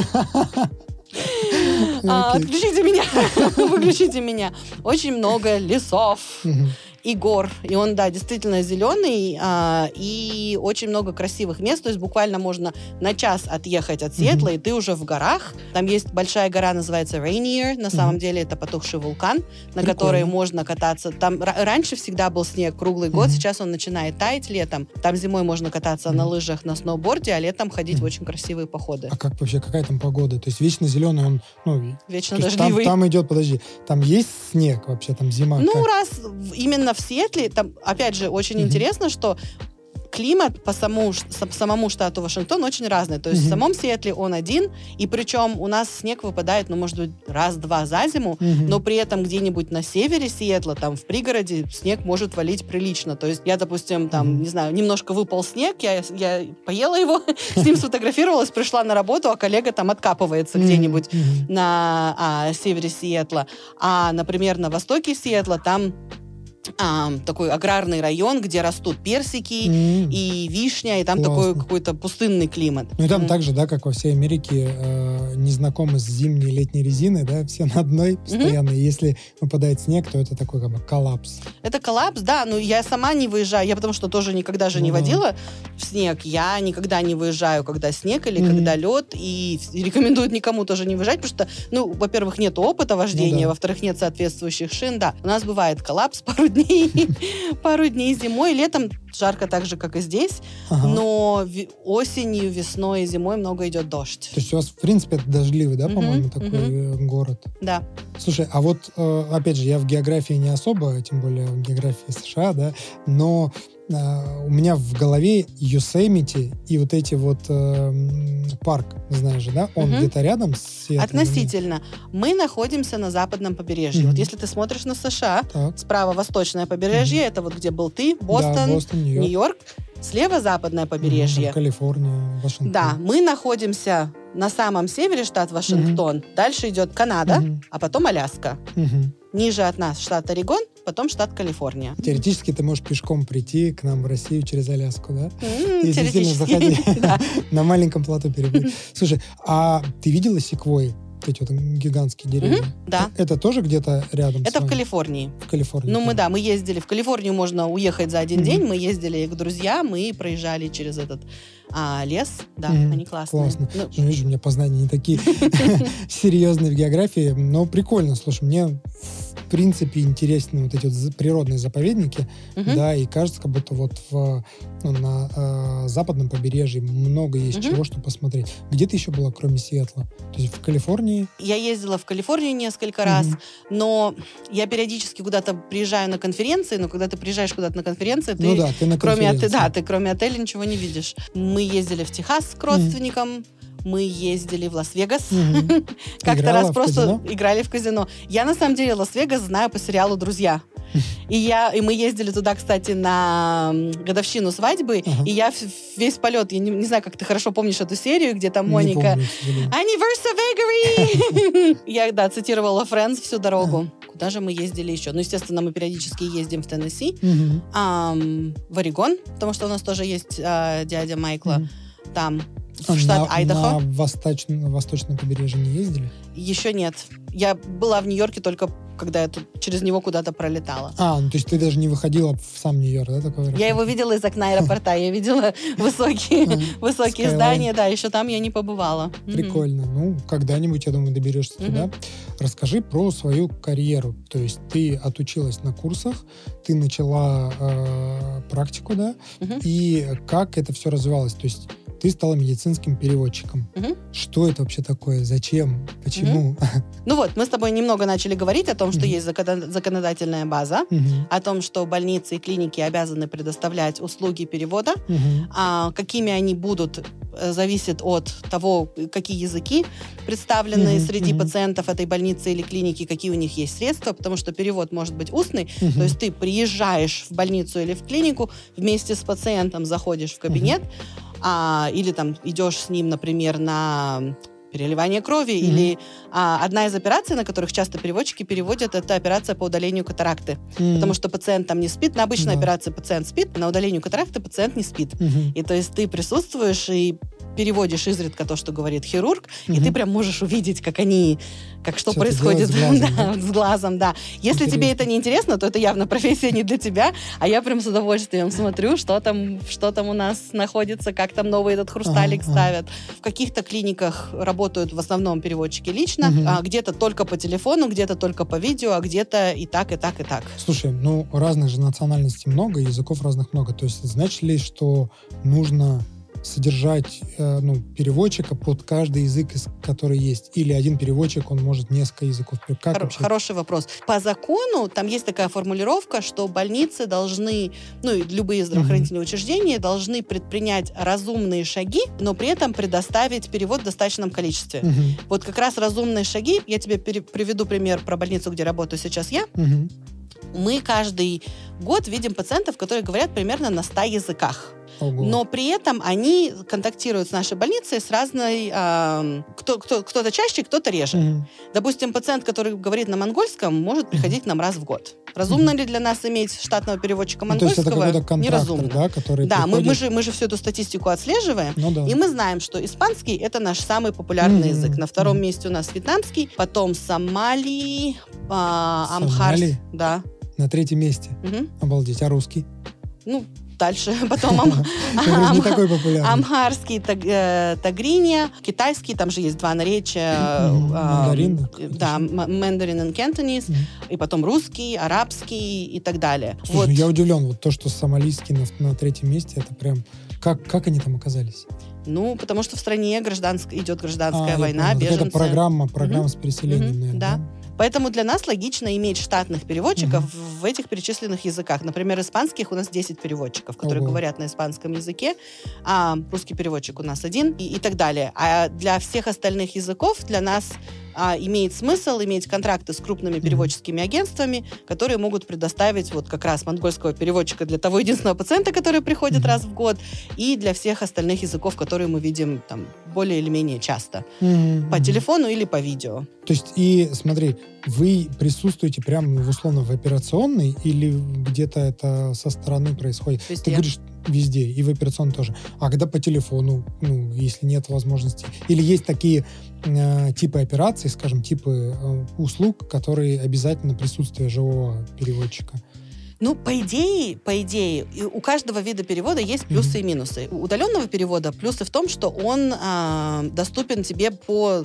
[SPEAKER 2] Отключите меня. Выключите меня. Очень много лесов и гор. И он, да, действительно зеленый, и очень много красивых мест. То есть буквально можно на час отъехать от Сиэтла, и ты уже в горах. Там есть большая гора, называется Rainier. На самом деле это потухший вулкан, на которой можно кататься. Там раньше всегда был снег круглый год, сейчас он начинает таять летом. Там зимой можно кататься на лыжах, на сноуборде, а летом ходить в очень красивые походы.
[SPEAKER 1] А как вообще, какая там погода? То есть вечно зеленый он,
[SPEAKER 2] вечно дождливый.
[SPEAKER 1] Там идет, там есть снег вообще, там зима?
[SPEAKER 2] Раз именно в Сиэтле, там, опять же, очень интересно, что климат по самому штату Вашингтон очень разный. То есть в самом Сиэтле он один, и причем у нас снег выпадает, может быть, раз-два за зиму, но при этом где-нибудь на севере Сиэтла, там в пригороде, снег может валить прилично. То есть я, допустим, там, не знаю, немножко выпал снег, я поела его, с ним сфотографировалась, пришла на работу, а коллега там откапывается где-нибудь на севере Сиэтла. А, например, на востоке Сиэтла там такой аграрный район, где растут персики и вишня, и там такой какой-то пустынный климат.
[SPEAKER 1] Ну и там так же, да, как во всей Америке, не знакомы с зимней и летней резиной, да, все на одной постоянно. И если выпадает снег, то это такой как бы коллапс.
[SPEAKER 2] Это коллапс, да, но я сама не выезжаю, я потому что тоже никогда же не водила в снег, я никогда не выезжаю, когда снег или когда лед, и рекомендуют никому тоже не выезжать, потому что, во-первых, нет опыта вождения, во-вторых, нет соответствующих шин, да. У нас бывает коллапс пару дней зимой, летом жарко так же, как и здесь, но осенью, весной и зимой много идет дождь.
[SPEAKER 1] То есть у вас, в принципе, это дождливый, да, по-моему, такой город?
[SPEAKER 2] Да.
[SPEAKER 1] Слушай, а вот, опять же, я в географии не особо, тем более в географии США, да, но у меня в голове Йосемити и вот эти вот парк, знаешь же, да? Он где-то рядом с Сиэтлом?
[SPEAKER 2] Относительно. Мы находимся на западном побережье. Вот если ты смотришь на США, справа восточное побережье, это вот где был ты, Бостон, Нью-Йорк. Слева западное побережье.
[SPEAKER 1] Калифорния, Вашингтон.
[SPEAKER 2] Да, мы находимся на самом севере, штат Вашингтон. Дальше идет Канада, а потом Аляска. Ниже от нас штат Орегон, потом штат Калифорния.
[SPEAKER 1] Теоретически ты можешь пешком прийти к нам в Россию через Аляску, да? Если сильно заходи. На маленьком плато переплыть. Слушай, а ты видела секвойи? Эти вот гигантские деревья.
[SPEAKER 2] Да.
[SPEAKER 1] Это тоже где-то рядом?
[SPEAKER 2] Это в Калифорнии.
[SPEAKER 1] В Калифорнии.
[SPEAKER 2] Мы ездили. В Калифорнию можно уехать за один день. Мы ездили к друзьям и проезжали через этот лес. Да, они классные.
[SPEAKER 1] Классно. Видишь, у меня познания не такие серьезные в географии, но прикольно. Слушай, мне в принципе интересны вот эти вот природные заповедники, да, и кажется, как будто вот на западном побережье много есть чего, что посмотреть. Где ты еще была, кроме Сиэтла? То есть в Калифорнии? Я
[SPEAKER 2] ездила в Калифорнию несколько раз, но я периодически куда-то приезжаю на конференции, но когда ты приезжаешь куда-то на конференции, ты
[SPEAKER 1] на конференции.
[SPEAKER 2] Ты кроме отеля ничего не видишь. Мы ездили в Техас к родственникам, мы ездили в Лас-Вегас. Как-то раз просто играли в казино. Я, на самом деле, Лас-Вегас знаю по сериалу «Друзья». И мы ездили туда, кстати, на годовщину свадьбы,
[SPEAKER 1] Ага.
[SPEAKER 2] и я весь полет, я не знаю, как ты хорошо помнишь эту серию, где там
[SPEAKER 1] Не
[SPEAKER 2] Моника...
[SPEAKER 1] помню, к сожалению.
[SPEAKER 2] Anniversary! Я, да, цитировала Friends всю дорогу. Куда же мы ездили еще? Ну, естественно, мы периодически ездим в Теннесси,
[SPEAKER 1] Мгм.
[SPEAKER 2] в Орегон, потому что у нас тоже есть дядя Майкла
[SPEAKER 1] Мгм.
[SPEAKER 2] там, в штат Айдахо.
[SPEAKER 1] На восточном побережье не ездили?
[SPEAKER 2] Еще нет. Я была в Нью-Йорке только когда я тут через него куда-то пролетала.
[SPEAKER 1] Ну то есть ты даже не выходила в сам Нью-Йорк, да? Такой
[SPEAKER 2] Я его видела из окна аэропорта, я видела высокие
[SPEAKER 1] Skyline.
[SPEAKER 2] здания, да, еще там я не побывала. Мгм.
[SPEAKER 1] Прикольно. Ну, когда-нибудь, я думаю, доберешься туда. Расскажи про свою карьеру. То есть ты отучилась на курсах, ты начала практику, да?
[SPEAKER 2] Мгм.
[SPEAKER 1] И как это все развивалось? То есть ты стала медицинским переводчиком.
[SPEAKER 2] Мгм.
[SPEAKER 1] Что это вообще такое? Зачем? Почему?
[SPEAKER 2] Ну вот, мы с тобой немного начали говорить о том, что есть законодательная база,
[SPEAKER 1] Мгм.
[SPEAKER 2] о том, что больницы и клиники обязаны предоставлять услуги перевода.
[SPEAKER 1] Мгм.
[SPEAKER 2] Какими они будут, зависит от того, какие языки представлены
[SPEAKER 1] Мгм,
[SPEAKER 2] среди
[SPEAKER 1] мгм.
[SPEAKER 2] пациентов этой больницы или клиники, какие у них есть средства, потому что перевод может быть устный,
[SPEAKER 1] Мгм.
[SPEAKER 2] то есть ты приезжаешь в больницу или в клинику, вместе с пациентом заходишь в кабинет, или там идешь с ним, например, на переливание крови,
[SPEAKER 1] Мгм.
[SPEAKER 2] или одна из операций, на которых часто переводчики переводят, это операция по удалению катаракты. Потому что пациент там не спит. На обычной
[SPEAKER 1] Да.
[SPEAKER 2] операции пациент спит, на удалению катаракты пациент не спит.
[SPEAKER 1] Мгм.
[SPEAKER 2] И то есть ты присутствуешь и переводишь изредка то, что говорит хирург, и
[SPEAKER 1] Мгм.
[SPEAKER 2] ты прям можешь увидеть, как что
[SPEAKER 1] Всё это
[SPEAKER 2] происходит
[SPEAKER 1] делать с глазом,
[SPEAKER 2] да, с глазом, да. Если тебе
[SPEAKER 1] Интересно.
[SPEAKER 2] это не интересно, то это явно профессия не для тебя, а я прям с удовольствием смотрю, что там у нас находится, как там новый этот хрусталик
[SPEAKER 1] Ага.
[SPEAKER 2] ставят. В каких-то клиниках работают в основном переводчики лично,
[SPEAKER 1] Мгм.
[SPEAKER 2] где-то только по телефону, где-то только по видео, а где-то и так, и так, и так.
[SPEAKER 1] Слушай, ну разных же национальностей много, языков разных много. То есть значит ли, что нужно содержать переводчика под каждый язык, который есть? Или один переводчик, он может несколько языков? Как вообще?
[SPEAKER 2] Хороший вопрос. По закону там есть такая формулировка, что больницы должны, и любые здравоохранительные учреждения должны предпринять разумные шаги, но при этом предоставить перевод в достаточном количестве.
[SPEAKER 1] Мгм.
[SPEAKER 2] Вот как раз разумные шаги, я тебе приведу пример про больницу, где работаю сейчас я.
[SPEAKER 1] Мгм.
[SPEAKER 2] Мы каждый год видим пациентов, которые говорят примерно на 100 языках.
[SPEAKER 1] Ого.
[SPEAKER 2] Но при этом они контактируют с нашей больницей с разной... кто-то чаще, кто-то реже.
[SPEAKER 1] Мгм.
[SPEAKER 2] Допустим, пациент, который говорит на монгольском, может приходить к нам раз в год. Разумно ли для нас иметь штатного переводчика
[SPEAKER 1] Ну, то есть
[SPEAKER 2] монгольского?
[SPEAKER 1] это какой-то контрактор,
[SPEAKER 2] Неразумно.
[SPEAKER 1] да, который
[SPEAKER 2] Да,
[SPEAKER 1] приходит...
[SPEAKER 2] мы же всю эту статистику отслеживаем,
[SPEAKER 1] Ну да.
[SPEAKER 2] и мы знаем, что испанский — это наш самый популярный
[SPEAKER 1] Мгм.
[SPEAKER 2] язык. На втором
[SPEAKER 1] Мгм.
[SPEAKER 2] месте у нас вьетнамский, потом сомали,
[SPEAKER 1] Сомали?
[SPEAKER 2] амхарский. Да.
[SPEAKER 1] На третьем месте.
[SPEAKER 2] Мгм.
[SPEAKER 1] Обалдеть. А русский?
[SPEAKER 2] Ну, дальше. Потом
[SPEAKER 1] Который не такой популярный.
[SPEAKER 2] амхарский, тагриня, китайский, там же есть два наречия.
[SPEAKER 1] Мандарин.
[SPEAKER 2] Да, мандарин и кантонис,
[SPEAKER 1] Мгм.
[SPEAKER 2] и потом русский, арабский и так далее.
[SPEAKER 1] Слушай, я удивлен, вот то, что сомалийский на третьем месте, это прям... Как они там оказались?
[SPEAKER 2] Ну, потому что в стране идет гражданская
[SPEAKER 1] Я
[SPEAKER 2] война,
[SPEAKER 1] понял.
[SPEAKER 2] беженцы.
[SPEAKER 1] Это программа
[SPEAKER 2] Мгм.
[SPEAKER 1] с переселением,
[SPEAKER 2] Мгм.
[SPEAKER 1] наверное.
[SPEAKER 2] Да. Поэтому для нас логично иметь штатных переводчиков в этих перечисленных языках. Например, испанских у нас 10 переводчиков, которые
[SPEAKER 1] Ого.
[SPEAKER 2] говорят на испанском языке, а русский переводчик у нас один и так далее. А для всех остальных языков для нас имеет смысл иметь контракты с крупными переводческими агентствами, которые могут предоставить вот как раз монгольского переводчика для того единственного пациента, который приходит раз в год, и для всех остальных языков, которые мы видим там более или менее часто.
[SPEAKER 1] Мгм.
[SPEAKER 2] По телефону или по видео.
[SPEAKER 1] То есть, и смотри, вы присутствуете прямо условно в операционной или где-то это со стороны происходит?
[SPEAKER 2] Везде.
[SPEAKER 1] Ты говоришь, везде, и в операционной тоже. А когда по телефону, если нет возможности? Или есть такие типы операций, скажем, типы услуг, которые обязательно присутствие живого переводчика?
[SPEAKER 2] Ну, по идее, и у каждого вида перевода есть плюсы и минусы. У удаленного перевода плюсы в том, что он доступен тебе по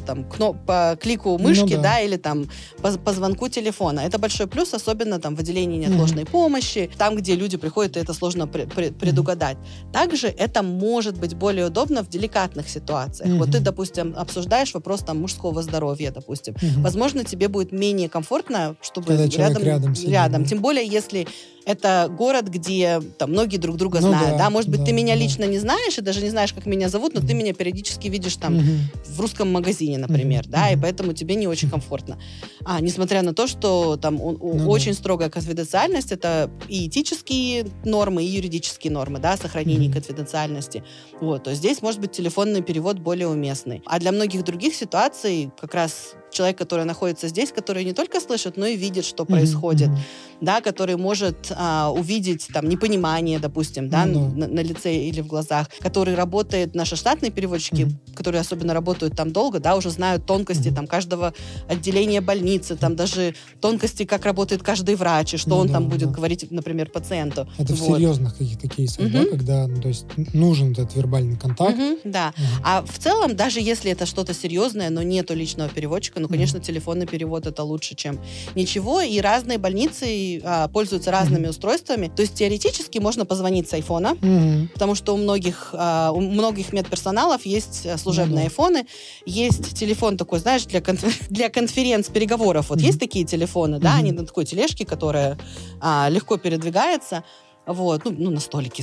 [SPEAKER 2] клику мышки,
[SPEAKER 1] да.
[SPEAKER 2] или там по звонку телефона. Это большой плюс, особенно там в отделении неотложной помощи, там, где люди приходят, и это сложно предугадать. Также это может быть более удобно в деликатных ситуациях. Вот ты, допустим, обсуждаешь вопрос там мужского здоровья, допустим. Возможно, тебе будет менее комфортно, чтобы
[SPEAKER 1] Когда человек рядом сидит, да.
[SPEAKER 2] Тем более, если это город, где там многие друг друга
[SPEAKER 1] Ну
[SPEAKER 2] знают,
[SPEAKER 1] да,
[SPEAKER 2] да, может быть,
[SPEAKER 1] да,
[SPEAKER 2] ты меня
[SPEAKER 1] да.
[SPEAKER 2] лично не знаешь и даже не знаешь, как меня зовут, но ты меня периодически видишь там в русском магазине, например, да, и поэтому тебе не очень комфортно. Несмотря на то, что там очень строгая конфиденциальность, это и этические нормы, и юридические нормы, да, сохранение конфиденциальности. Вот, то есть здесь может быть телефонный перевод более уместный. А для многих других ситуаций как раз человек, который находится здесь, который не только слышит, но и видит, что происходит, да, который может увидеть там непонимание, допустим, да, на лице или в глазах, который работает, наши штатные переводчики, которые особенно работают там долго, да, уже знают тонкости там каждого отделения больницы, там даже тонкости, как работает каждый врач, и что он там будет говорить, например, пациенту.
[SPEAKER 1] Это в серьезных каких-то кейсах, да, когда, то есть нужен этот вербальный контакт.
[SPEAKER 2] Да. А в целом, даже если это что-то серьезное, но нету личного переводчика, конечно, телефонный перевод это лучше, чем ничего. И разные больницы пользуются разными устройствами. То есть теоретически можно позвонить с айфона, потому что у многих медперсоналов есть служебные айфоны. Есть телефон такой, знаешь, для конференц-переговоров. Вот есть такие телефоны, да, они на такой тележке, которая легко передвигается. Вот, на столике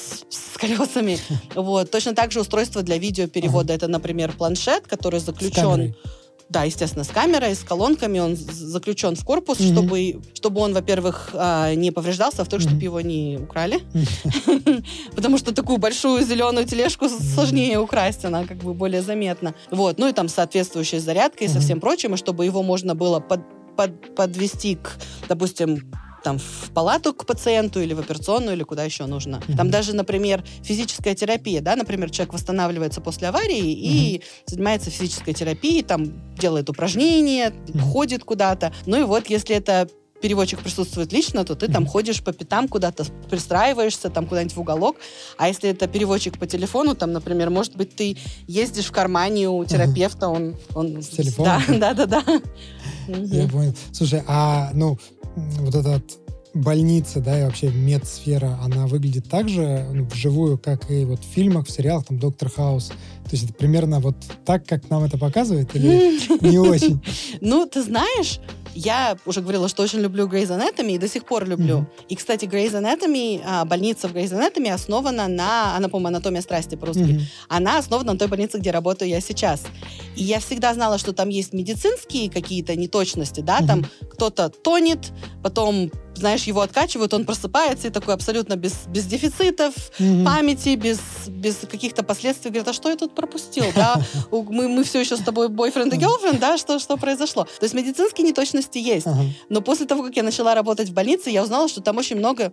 [SPEAKER 2] с колесами. Вот. Точно так же устройство для видеоперевода. Это, например, планшет, который заключен... Да, естественно, с камерой, с колонками, он заключен в корпус, чтобы он, во-первых, не повреждался, а во-вторых, чтобы его не украли. Потому что такую большую зеленую тележку сложнее украсть, она как бы более заметна. Вот, ну и там соответствующая зарядка и со всем прочим, и чтобы его можно было подвести к, допустим, там, в палату к пациенту или в операционную, или куда еще нужно. Там даже, например, физическая терапия, да, например, человек восстанавливается после аварии и занимается физической терапией, там, делает упражнения, ходит куда-то. Ну и вот, если это переводчик присутствует лично, то ты там ходишь по пятам куда-то, пристраиваешься там куда-нибудь в уголок. А если это переводчик по телефону, там, например, может быть, ты ездишь в кармане у терапевта, он
[SPEAKER 1] с телефоном?
[SPEAKER 2] Да.
[SPEAKER 1] Я понял. Слушай, вот эта больница, да, и вообще медсфера, она выглядит так же вживую, как и вот в фильмах, в сериалах, там, «Доктор Хаус». То есть это примерно вот так, как нам это показывают, или не очень?
[SPEAKER 2] Ну, ты знаешь, я уже говорила, что очень люблю Grey's Anatomy и до сих пор люблю. И, кстати, Grey's Anatomy, больница в Grey's Anatomy основана она, по-моему, «Анатомия страсти» по-русски. Она основана на той больнице, где работаю я сейчас. И я всегда знала, что там есть медицинские какие-то неточности, да, там кто-то тонет, потом, знаешь, его откачивают, он просыпается и такой абсолютно без дефицитов памяти, без каких-то последствий. Говорит, а что я тут пропустил, да? Мы все еще с тобой бойфренд и герлфренд, да? Что произошло? То есть медицинские неточности есть. Но после того, как я начала работать в больнице, я узнала, что там очень много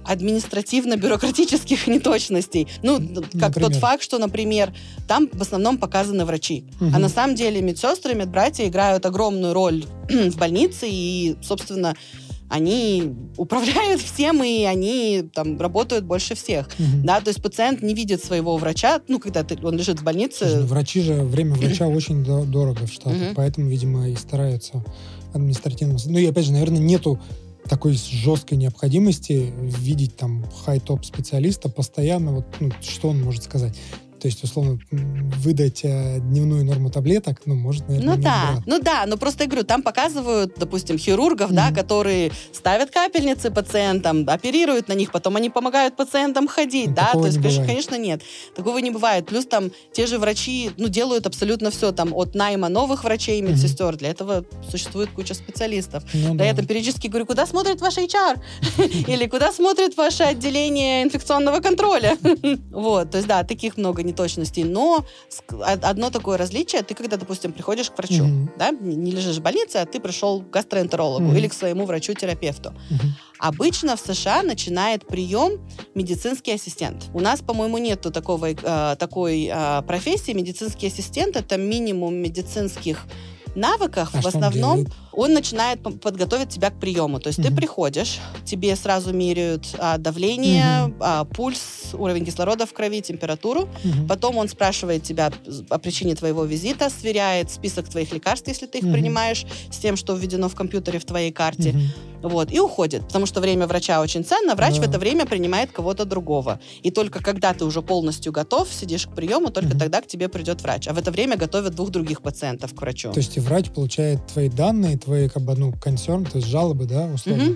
[SPEAKER 2] административно-бюрократических неточностей. Ну, как тот факт, что, например, там в основном показаны врачи. А на самом деле медсестры, медбратья играют огромную роль в больнице, и, собственно, они управляют всем, и они там работают больше всех. Да, то есть пациент не видит своего врача, когда он лежит в больнице.
[SPEAKER 1] Время врача очень дорого в Штатах, поэтому, видимо, и стараются административно. Ну и, опять же, наверное, нету такой жесткой необходимости видеть там хай-топ специалиста постоянно, что он может сказать. То есть, условно, выдать дневную норму таблеток, может, наверное,
[SPEAKER 2] но просто я говорю, там показывают, допустим, хирургов, да, которые ставят капельницы пациентам, оперируют на них, потом они помогают пациентам ходить, да, то есть, конечно, нет. Такого не бывает. Плюс там те же врачи, делают абсолютно все, там, от найма новых врачей и медсестер. Для этого существует куча специалистов. Я там периодически говорю, куда смотрит ваш HR? Или куда смотрит ваше отделение инфекционного контроля? Вот, то есть, да, таких много неточностей, но одно такое различие, ты когда, допустим, приходишь к врачу, да, не лежишь в больнице, а ты пришел к гастроэнтерологу или к своему врачу-терапевту. Обычно в США начинает прием медицинский ассистент. У нас, по-моему, нету такой профессии. Медицинский ассистент — это минимум медицинских навыках, в основном он начинает подготовить тебя к приему. То есть ты приходишь, тебе сразу меряют давление, пульс, уровень кислорода в крови, температуру. Потом он спрашивает тебя о причине твоего визита, сверяет список твоих лекарств, если ты их принимаешь, с тем, что введено в компьютере в твоей карте. Вот, и уходит. Потому что время врача очень ценно, врач в это время принимает кого-то другого. И только когда ты уже полностью готов, сидишь к приему, только тогда к тебе придет врач. А в это время готовят 2 других пациентов к врачу.
[SPEAKER 1] То есть врач получает твои данные, твои, консерн, то есть жалобы, да, условно.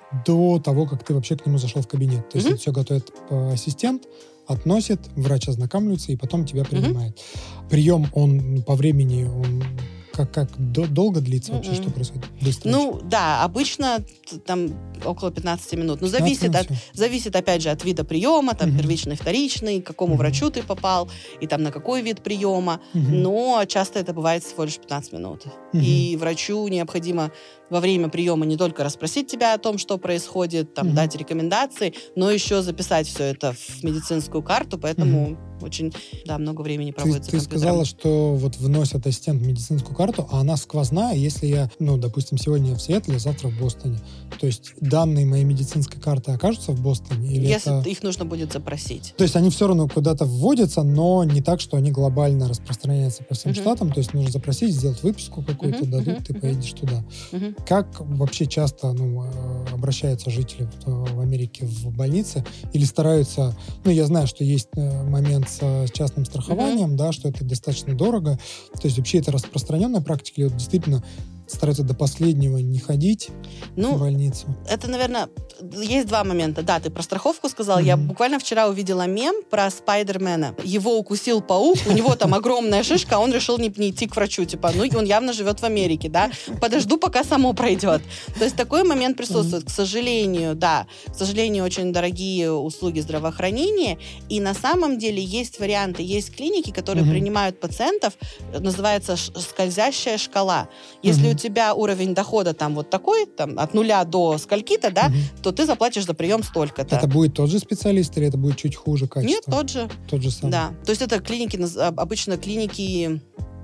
[SPEAKER 1] до того, как ты вообще к нему зашел в кабинет. То есть это все готовит ассистент, относит, врач ознакомливается и потом тебя принимает. Прием, он по времени, он как долго длится вообще, что происходит? Быстро очень?
[SPEAKER 2] Да, обычно там около 15 минут. Ну, зависит, опять же, от вида приема, там, первичный, вторичный, к какому врачу ты попал, и там на какой вид приема. Но часто это бывает всего лишь 15 минут. И врачу необходимо во время приема не только расспросить тебя о том, что происходит, там, дать рекомендации, но еще записать все это в медицинскую карту, поэтому очень, много времени проводится.
[SPEAKER 1] Ты сказала, что вот вносят ассистент в медицинскую карту, а она сквозная, если я, допустим, сегодня в Сиэтле, завтра в Бостоне. То есть данные моей медицинской карты окажутся в Бостоне? Или
[SPEAKER 2] если их нужно будет запросить.
[SPEAKER 1] То есть они все равно куда-то вводятся, но не так, что они глобально распространяются по всем штатам. То есть нужно запросить, сделать выписку какую-то, дадут, ты поедешь туда. Как вообще часто обращаются жители в Америке в больнице? Или стараются... я знаю, что есть момент с частным страхованием, да, что это достаточно дорого. То есть вообще это распространенная практика, или действительно стараются до последнего не ходить в больницу?
[SPEAKER 2] Это, наверное, есть два момента. Да, ты про страховку сказал. Я буквально вчера увидела мем про Спайдермена. Его укусил паук, у него там огромная шишка, а он решил не идти к врачу. Он явно живет в Америке, да? Подожду, пока само пройдет. То есть такой момент присутствует. К сожалению, очень дорогие услуги здравоохранения. И на самом деле есть варианты, есть клиники, которые принимают пациентов, называется скользящая шкала. Если у тебя уровень дохода там вот такой, там от 0 до скольки-то, да, то ты заплатишь за прием столько-то.
[SPEAKER 1] Это будет тот же специалист или это будет чуть хуже качество?
[SPEAKER 2] Нет, тот же.
[SPEAKER 1] Тот же самый.
[SPEAKER 2] Да. То есть это клиники, обычно клиники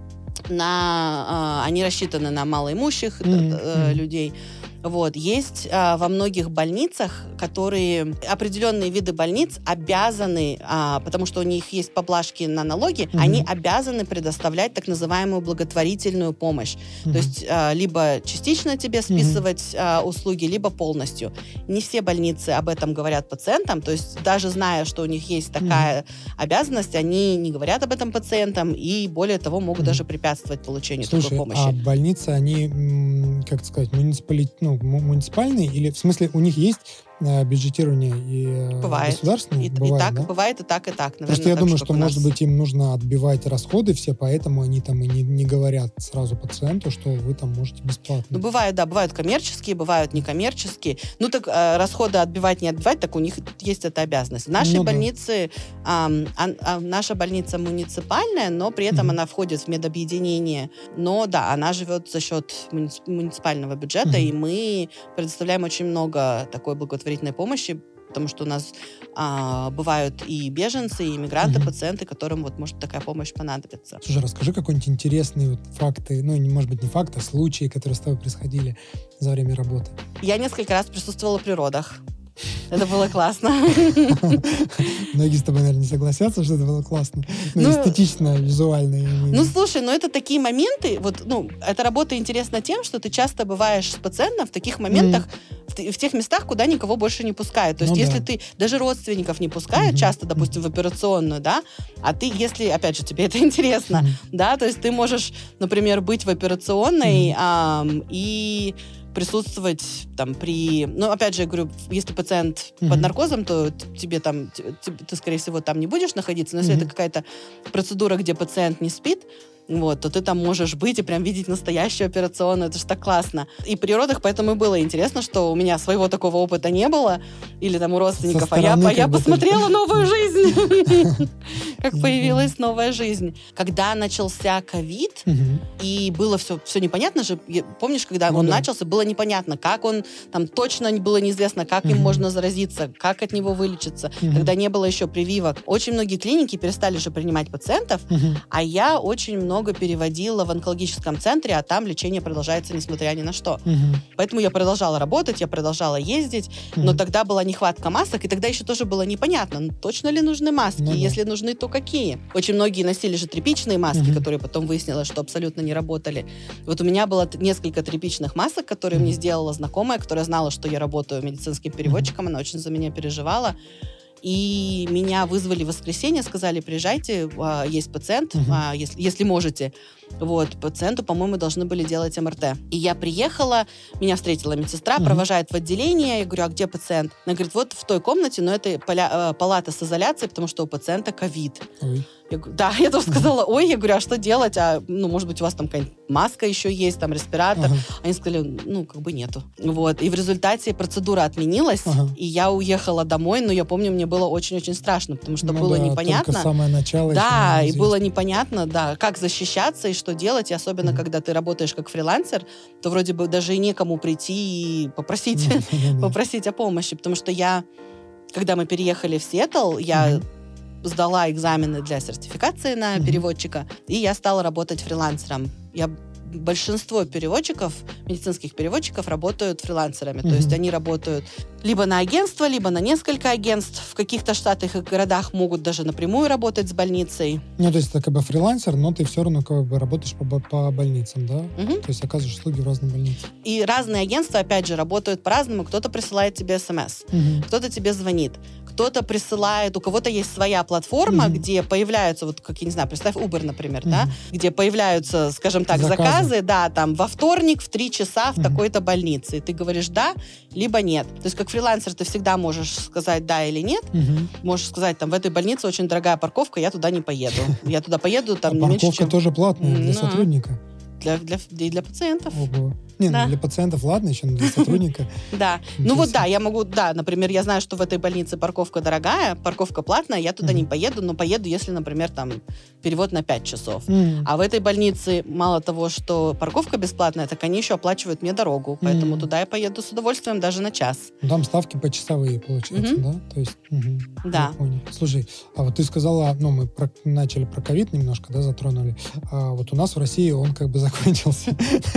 [SPEAKER 2] они рассчитаны на малоимущих людей. Есть во многих больницах, которые определенные виды больниц обязаны, потому что у них есть поблажки на налоги, они обязаны предоставлять так называемую благотворительную помощь. То есть либо частично тебе списывать услуги, либо полностью. Не все больницы об этом говорят пациентам, то есть даже зная, что у них есть такая обязанность, они не говорят об этом пациентам и, более того, могут даже препятствовать получению такой помощи.
[SPEAKER 1] А больницы, они, как сказать, муниципальные, или в смысле у них есть бюджетирование и государственное?
[SPEAKER 2] Бывает и так, наверное.
[SPEAKER 1] Просто я думаю, что, может быть, им нужно отбивать расходы все, поэтому они там и не говорят сразу пациенту, что вы там можете бесплатно.
[SPEAKER 2] Бывают коммерческие, бывают некоммерческие. Расходы отбивать, не отбивать, так у них есть эта обязанность. В нашей больнице, наша больница муниципальная, но при этом она входит в медобъединение. Но, она живет за счет муниципального бюджета, и мы предоставляем очень много такой благотворительной помощи, потому что у нас бывают и беженцы, и иммигранты, пациенты, которым может такая помощь понадобится.
[SPEAKER 1] Слушай, расскажи какой-нибудь интересные факты, может быть, не факты, а случаи, которые с тобой происходили за время работы.
[SPEAKER 2] Я несколько раз присутствовала при родах. Это было классно.
[SPEAKER 1] Многие с тобой, наверное, не согласятся, что это было классно. Эстетично, визуально.
[SPEAKER 2] Слушай, это такие моменты, эта работа интересна тем, что ты часто бываешь с пациентом в таких моментах, в тех местах, куда никого больше не пускают. То есть, если ты даже родственников не пускают, часто, допустим, в операционную, да, а ты, если, опять же, тебе это интересно, да, то есть ты можешь, например, быть в операционной и присутствовать там при... опять же, я говорю, если пациент под наркозом, то тебе там... Ты, скорее всего, там не будешь находиться, но если это какая-то процедура, где пациент не спит, то ты там можешь быть и прям видеть настоящую операционную. Это же так классно. И при родах поэтому и было интересно, что у меня своего такого опыта не было. Или там у родственников. Я посмотрела новую жизнь. Как появилась новая жизнь. Когда начался ковид, и было все непонятно же. Помнишь, когда он начался, было непонятно, как он, там точно было неизвестно, как им можно заразиться, как от него вылечиться. Когда не было еще прививок. Очень многие клиники перестали же принимать пациентов, а я очень много переводила в онкологическом центре, а там лечение продолжается несмотря ни на что. Поэтому я продолжала работать, я продолжала ездить, но тогда была нехватка масок, и тогда еще тоже было непонятно, точно ли нужны маски, если нужны, то какие. Очень многие носили же тряпичные маски, которые потом выяснилось, что абсолютно не работали. У меня было несколько тряпичных масок, которые мне сделала знакомая, которая знала, что я работаю медицинским переводчиком, она очень за меня переживала. И меня вызвали в воскресенье, сказали, приезжайте, есть пациент, если можете. Вот, пациенту, по-моему, должны были делать МРТ. И я приехала, меня встретила медсестра, провожает в отделение. Я говорю, а где пациент? Она говорит, вот в той комнате, но это палата с изоляцией, потому что у пациента ковид. Да, я тоже сказала, я говорю, а что делать? Может быть, у вас там какая-нибудь маска еще есть, там респиратор. Они сказали, нету. Вот, и в результате процедура отменилась, и я уехала домой, но я помню, мне было очень-очень страшно, потому что было непонятно.
[SPEAKER 1] Только самое начало.
[SPEAKER 2] Да, и было непонятно, как защищаться и что делать, и особенно, когда ты работаешь как фрилансер, то вроде бы даже и некому прийти и попросить о помощи, потому что когда мы переехали в Сиэтл, я сдала экзамены для сертификации на переводчика, и я стала работать фрилансером. Большинство медицинских переводчиков работают фрилансерами. То есть они работают либо на агентство, либо на несколько агентств. В каких-то штатах и городах могут даже напрямую работать с больницей.
[SPEAKER 1] То есть это фрилансер, но ты все равно работаешь по больницам, да? То есть оказываешь услуги в разных больницах.
[SPEAKER 2] И разные агентства, опять же, работают по-разному. Кто-то присылает тебе СМС, кто-то тебе звонит, кто-то присылает, у кого-то есть своя платформа, где появляются, представь, Uber, например, да, где появляются, скажем так, заказы, да, там, во вторник в 3 часа в такой-то больнице. И ты говоришь «да», либо «нет». То есть как фрилансер ты всегда можешь сказать «да» или «нет». Можешь сказать, в этой больнице очень дорогая парковка, я туда не поеду. Я туда поеду, не меньше, чем...
[SPEAKER 1] Парковка тоже платная для сотрудника.
[SPEAKER 2] И для пациентов.
[SPEAKER 1] Ого. Для пациентов, ладно, еще для сотрудника.
[SPEAKER 2] Да. Я могу, например, я знаю, что в этой больнице парковка дорогая, парковка платная, я туда не поеду, но поеду, если, например, там перевод на 5 часов. А в этой больнице мало того, что парковка бесплатная, так они еще оплачивают мне дорогу, поэтому туда я поеду с удовольствием даже на час.
[SPEAKER 1] Там ставки почасовые, получается, да? То есть,
[SPEAKER 2] да.
[SPEAKER 1] Слушай, а вот ты сказала, мы начали про ковид немножко, да, затронули, а вот у нас в России он закончился.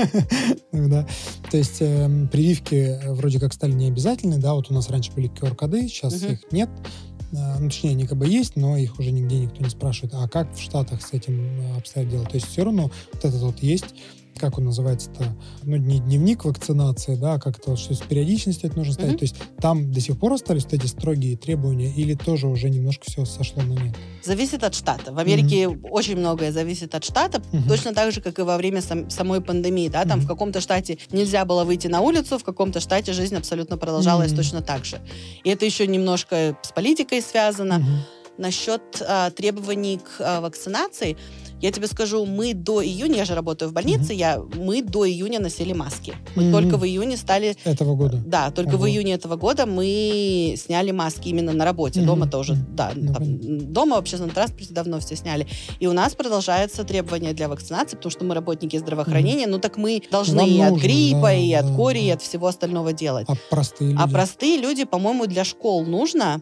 [SPEAKER 1] Да. То есть прививки вроде как стали необязательны, да, вот у нас раньше были QR-коды, сейчас их нет, точнее, они есть, но их уже нигде никто не спрашивает, а как в Штатах с этим обстоят дела? То есть все равно вот этот есть, как он называется-то, не дневник вакцинации, да, а как-то что с периодичностью это нужно ставить, то есть там до сих пор остались вот эти строгие требования или тоже уже немножко все сошло на нет?
[SPEAKER 2] Зависит от штата. В Америке очень многое зависит от штата, точно так же, как и во время самой пандемии, да, там в каком-то штате нельзя было выйти на улицу, в каком-то штате жизнь абсолютно продолжалась точно так же. И это еще немножко с политикой связано. Насчет требований к вакцинации, я тебе скажу, мы до июня, я же работаю в больнице, мы до июня носили маски. Мы только в июне стали...
[SPEAKER 1] Этого года?
[SPEAKER 2] Да, только в июне этого года мы сняли маски именно на работе. Дома-то уже, дома в общественном транспорте давно все сняли. И у нас продолжается требование для вакцинации, потому что мы работники здравоохранения, так мы должны и от гриппа, и от кори, и от всего остального делать.
[SPEAKER 1] А простые люди?
[SPEAKER 2] А простые люди, по-моему, для школ нужно,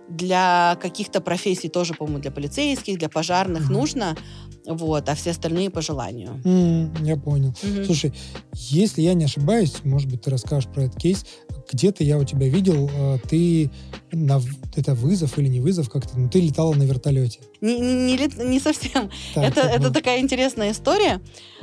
[SPEAKER 2] для каких-то профессий тоже, по-моему, для полицейских, для пожарных нужно, а все остальные по желанию.
[SPEAKER 1] Я понял. Слушай, если я не ошибаюсь, может быть, ты расскажешь про этот кейс, где-то я у тебя видел, ты это вызов или не вызов как-то, ты летала на вертолете.
[SPEAKER 2] Не совсем. Это такая интересная история.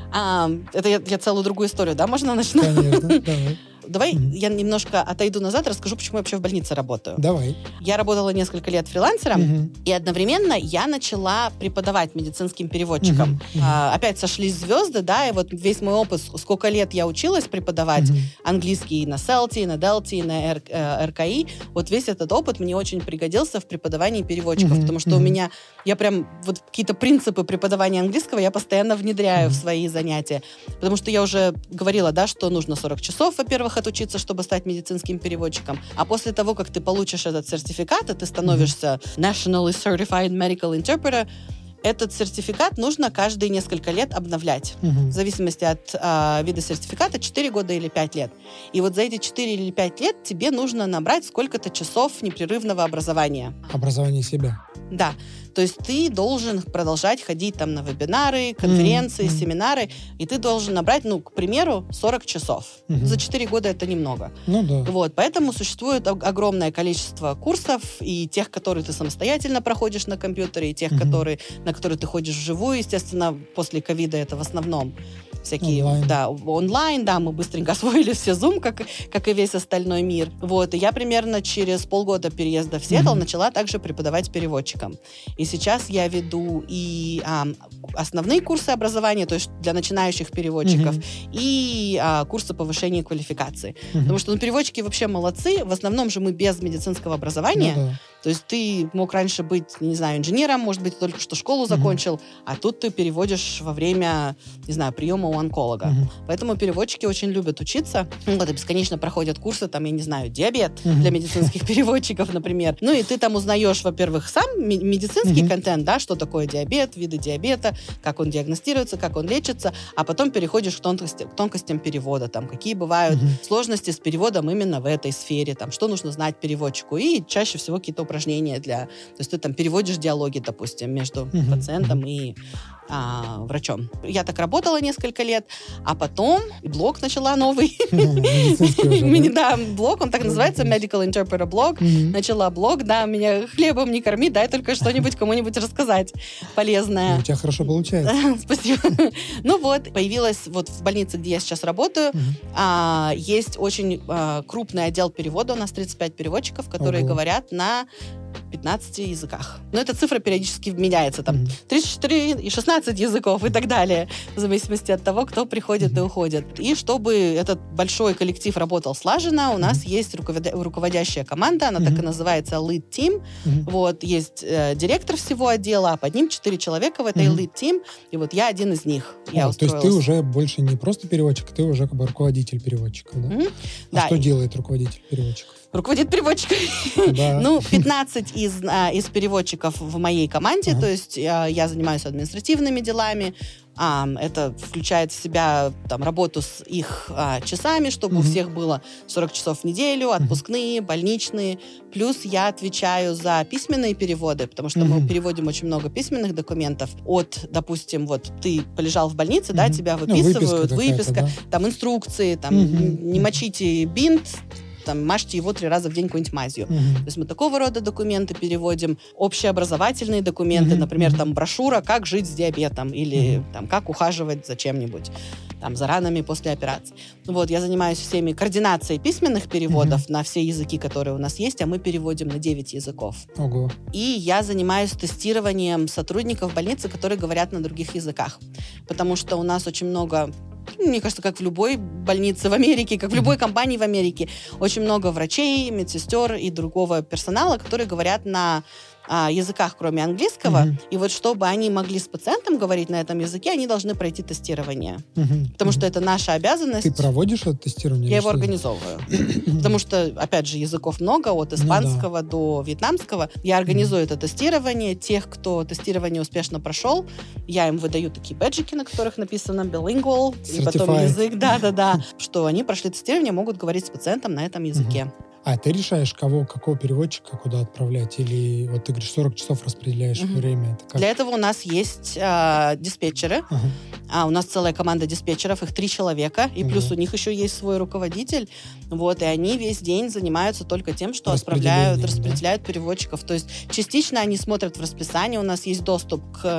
[SPEAKER 2] Это я целую другую историю, да, можно начну?
[SPEAKER 1] Конечно, давай.
[SPEAKER 2] Давай я немножко отойду назад, расскажу, почему я вообще в больнице работаю.
[SPEAKER 1] Давай.
[SPEAKER 2] Я работала несколько лет фрилансером, и одновременно я начала преподавать медицинским переводчикам. Опять сошлись звезды, да, и вот весь мой опыт, сколько лет я училась преподавать английский на CELTI, на DELTI, на РКИ, вот весь этот опыт мне очень пригодился в преподавании переводчиков, потому что я прям вот какие-то принципы преподавания английского я постоянно внедряю в свои занятия, потому что я уже говорила, да, что нужно 40 часов, во-первых, отучиться, чтобы стать медицинским переводчиком. А после того, как ты получишь этот сертификат, и ты становишься Nationally Certified Medical Interpreter, этот сертификат нужно каждые несколько лет обновлять. В зависимости от вида сертификата, 4 года или 5 лет. И вот за эти 4 или 5 лет тебе нужно набрать сколько-то часов непрерывного образования.
[SPEAKER 1] Образование себя.
[SPEAKER 2] Да. То есть ты должен продолжать ходить там на вебинары, конференции, семинары, и ты должен набрать, к примеру, 40 часов. За 4 года это немного.
[SPEAKER 1] Да.
[SPEAKER 2] Поэтому существует огромное количество курсов, и тех, которые ты самостоятельно проходишь на компьютере, и тех, на которые ты ходишь вживую, естественно, после ковида это в основном. всякие, онлайн, мы быстренько освоили все Zoom, как и весь остальной мир. Вот, и я примерно через полгода переезда в Сиэтл начала также преподавать переводчикам. И сейчас я веду и основные курсы образования, то есть для начинающих переводчиков, и курсы повышения квалификации. Потому что переводчики вообще молодцы. В основном же мы без медицинского образования. То есть ты мог раньше быть, не знаю, инженером, может быть, только что школу закончил, а тут ты переводишь во время, не знаю, приема у онколога. Поэтому переводчики очень любят учиться. Вот, и бесконечно проходят курсы, там, я не знаю, диабет для медицинских переводчиков, например. Ну, и ты там узнаешь, во-первых, сам медицинский контент, да, что такое диабет, виды диабета, как он диагностируется, как он лечится, а потом переходишь к тонкостям перевода, там, какие бывают сложности с переводом именно в этой сфере, там, что нужно знать переводчику, и чаще всего какие-то упражнения То есть ты там переводишь диалоги, допустим, между пациентом и врачом. Я так работала несколько лет, а потом блог начала новый. Да, блог, он так называется, Medical Interpreter блог. Начала блог, да, меня хлебом не корми, дай только что-нибудь кому-нибудь рассказать полезное.
[SPEAKER 1] У тебя хорошо получается.
[SPEAKER 2] Спасибо. Ну вот, появилась вот в больнице, где я сейчас работаю, есть очень крупный отдел перевода, у нас 35 переводчиков, которые говорят на 15 языках. Но эта цифра периодически меняется, там 34 и 16 языков и так далее, в зависимости от того, кто приходит и уходит. И чтобы этот большой коллектив работал слаженно, у нас есть руководящая команда, она так и называется Lead Team. Вот, есть директор всего отдела, а под ним 4 человека в этой Lead Team, и вот я один из них.
[SPEAKER 1] То есть ты уже больше не просто переводчик, ты уже как бы руководитель переводчиков, да? Что делает руководитель переводчиков?
[SPEAKER 2] Руководит переводчиком. Да. 15 из переводчиков в моей команде, то есть я занимаюсь административными делами. Это включает в себя там, работу с их часами, чтобы у всех было 40 часов в неделю, отпускные, больничные. Плюс я отвечаю за письменные переводы, потому что мы переводим очень много письменных документов. Допустим, вот ты полежал в больнице, да, тебя выписывают, выписка, там инструкции, там не мочите бинт, там, мажьте его 3 раза в день какой-нибудь мазью. То есть мы такого рода документы переводим, общеобразовательные документы, например, там брошюра «Как жить с диабетом» или там «Как ухаживать за чем-нибудь», там, за ранами после операции. Вот, я занимаюсь всеми координацией письменных переводов на все языки, которые у нас есть, а мы переводим на 9 языков.
[SPEAKER 1] Ого.
[SPEAKER 2] И я занимаюсь тестированием сотрудников больницы, которые говорят на других языках. Потому что у нас очень много, мне кажется, как в любой больнице в Америке, как в любой компании в Америке, очень много врачей, медсестер и другого персонала, которые говорят на языках, кроме английского. И вот чтобы они могли с пациентом говорить на этом языке, они должны пройти тестирование. Потому что это наша обязанность.
[SPEAKER 1] Ты проводишь это тестирование?
[SPEAKER 2] Я его организовываю. Потому что, опять же, языков много, от испанского до вьетнамского. Я организую это тестирование. Тех, кто тестирование успешно прошел, я им выдаю такие бэджики, на которых написано bilingual, и потом язык, да, что они прошли тестирование, могут говорить с пациентом на этом языке.
[SPEAKER 1] А ты решаешь, какого переводчика куда отправлять? Или вот ты говоришь, 40 часов распределяешь время? Это как?
[SPEAKER 2] Для этого у нас есть диспетчеры. У нас целая команда диспетчеров, их 3 человека. И плюс у них еще есть свой руководитель. Вот, и они весь день занимаются только тем, что распределяют переводчиков. То есть частично они смотрят в расписание. У нас есть доступ к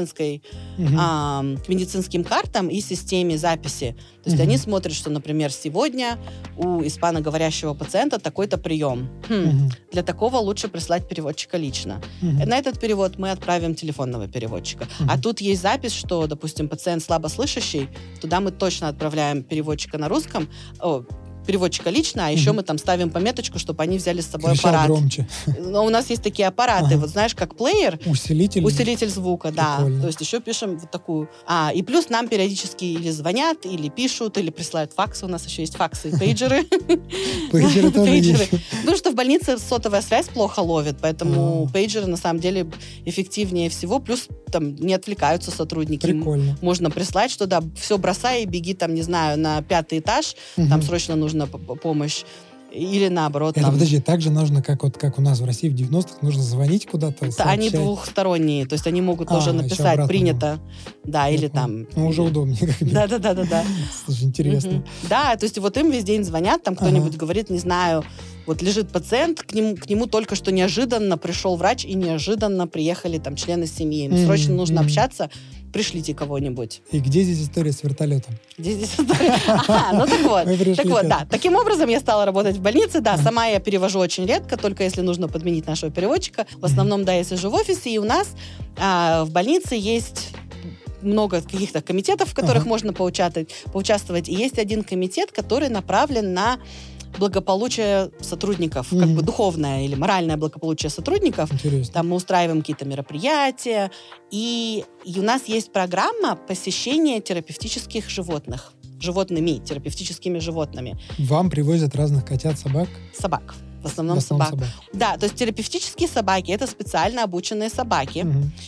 [SPEAKER 2] медицинским картам и системе записи. То есть они смотрят, что, например, сегодня у испаноговорящего пациента такой-то прием. Для такого лучше прислать переводчика лично. На этот перевод мы отправим телефонного переводчика. А тут есть запись, что, допустим, пациент слабослышащий, туда мы точно отправляем переводчика на русском, переводчика лично, а еще мы там ставим пометочку, чтобы они взяли с собой аппарат.
[SPEAKER 1] Громче.
[SPEAKER 2] Но у нас есть такие аппараты, вот знаешь, как плеер. Усилитель звука,
[SPEAKER 1] Прикольно.
[SPEAKER 2] да. То есть еще пишем вот такую. И плюс нам периодически или звонят, или пишут, или присылают факсы. У нас еще есть факсы и пейджеры.
[SPEAKER 1] Пейджеры тоже есть.
[SPEAKER 2] Потому что в больнице сотовая связь плохо ловит, поэтому пейджеры на самом деле эффективнее всего. Плюс там не отвлекаются сотрудники.
[SPEAKER 1] Прикольно.
[SPEAKER 2] Можно прислать, что да, все бросай и беги там, не знаю, на 5-й этаж, там срочно нужна помощь. Или наоборот.
[SPEAKER 1] Это, подожди, так же нужно, как у нас в России в 90-х, нужно звонить куда-то, сообщать.
[SPEAKER 2] Они двухсторонние, то есть они могут тоже написать «принято». Да, или там...
[SPEAKER 1] Ну, уже удобнее.
[SPEAKER 2] Да.
[SPEAKER 1] Слушай, интересно.
[SPEAKER 2] Да, то есть вот им весь день звонят, там кто-нибудь говорит, не знаю, вот лежит пациент, к нему только что неожиданно пришел врач, и неожиданно приехали там члены семьи. Им срочно нужно общаться. пришлите кого-нибудь.
[SPEAKER 1] И где здесь история с вертолетом?
[SPEAKER 2] Где здесь история? Ага, ну так вот. Так вот, да. Таким образом я стала работать в больнице. Да, сама я перевожу очень редко, только если нужно подменить нашего переводчика. В основном, да, я сижу в офисе, и у нас в больнице есть много каких-то комитетов, в которых можно поучаствовать. И есть один комитет, который направлен на благополучие сотрудников, как бы духовное или моральное благополучие сотрудников.
[SPEAKER 1] Интересно.
[SPEAKER 2] Там мы устраиваем какие-то мероприятия, и у нас есть программа посещения терапевтических животных. Терапевтическими животными.
[SPEAKER 1] Вам привозят разных котят, собак?
[SPEAKER 2] Собак. В основном собак. Да, то есть терапевтические собаки — это специально обученные собаки.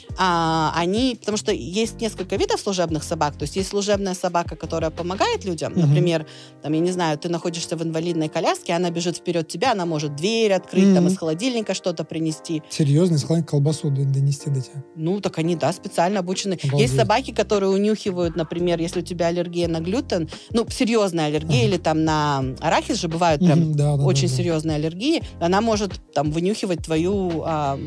[SPEAKER 2] Потому что есть несколько видов служебных собак. То есть есть служебная собака, которая помогает людям. Например, там, я не знаю, ты находишься в инвалидной коляске, она бежит вперед тебя, она может дверь открыть, там, из холодильника что-то принести.
[SPEAKER 1] Серьезно, из холодильника колбасу донести до тебя?
[SPEAKER 2] Ну, так они, да, специально обучены.
[SPEAKER 1] Обалдеть.
[SPEAKER 2] Есть собаки, которые унюхивают, например, если у тебя аллергия на глютен, ну, серьезная аллергия, или там на арахис же бывают прям очень серьезные аллергии, она может там вынюхивать твою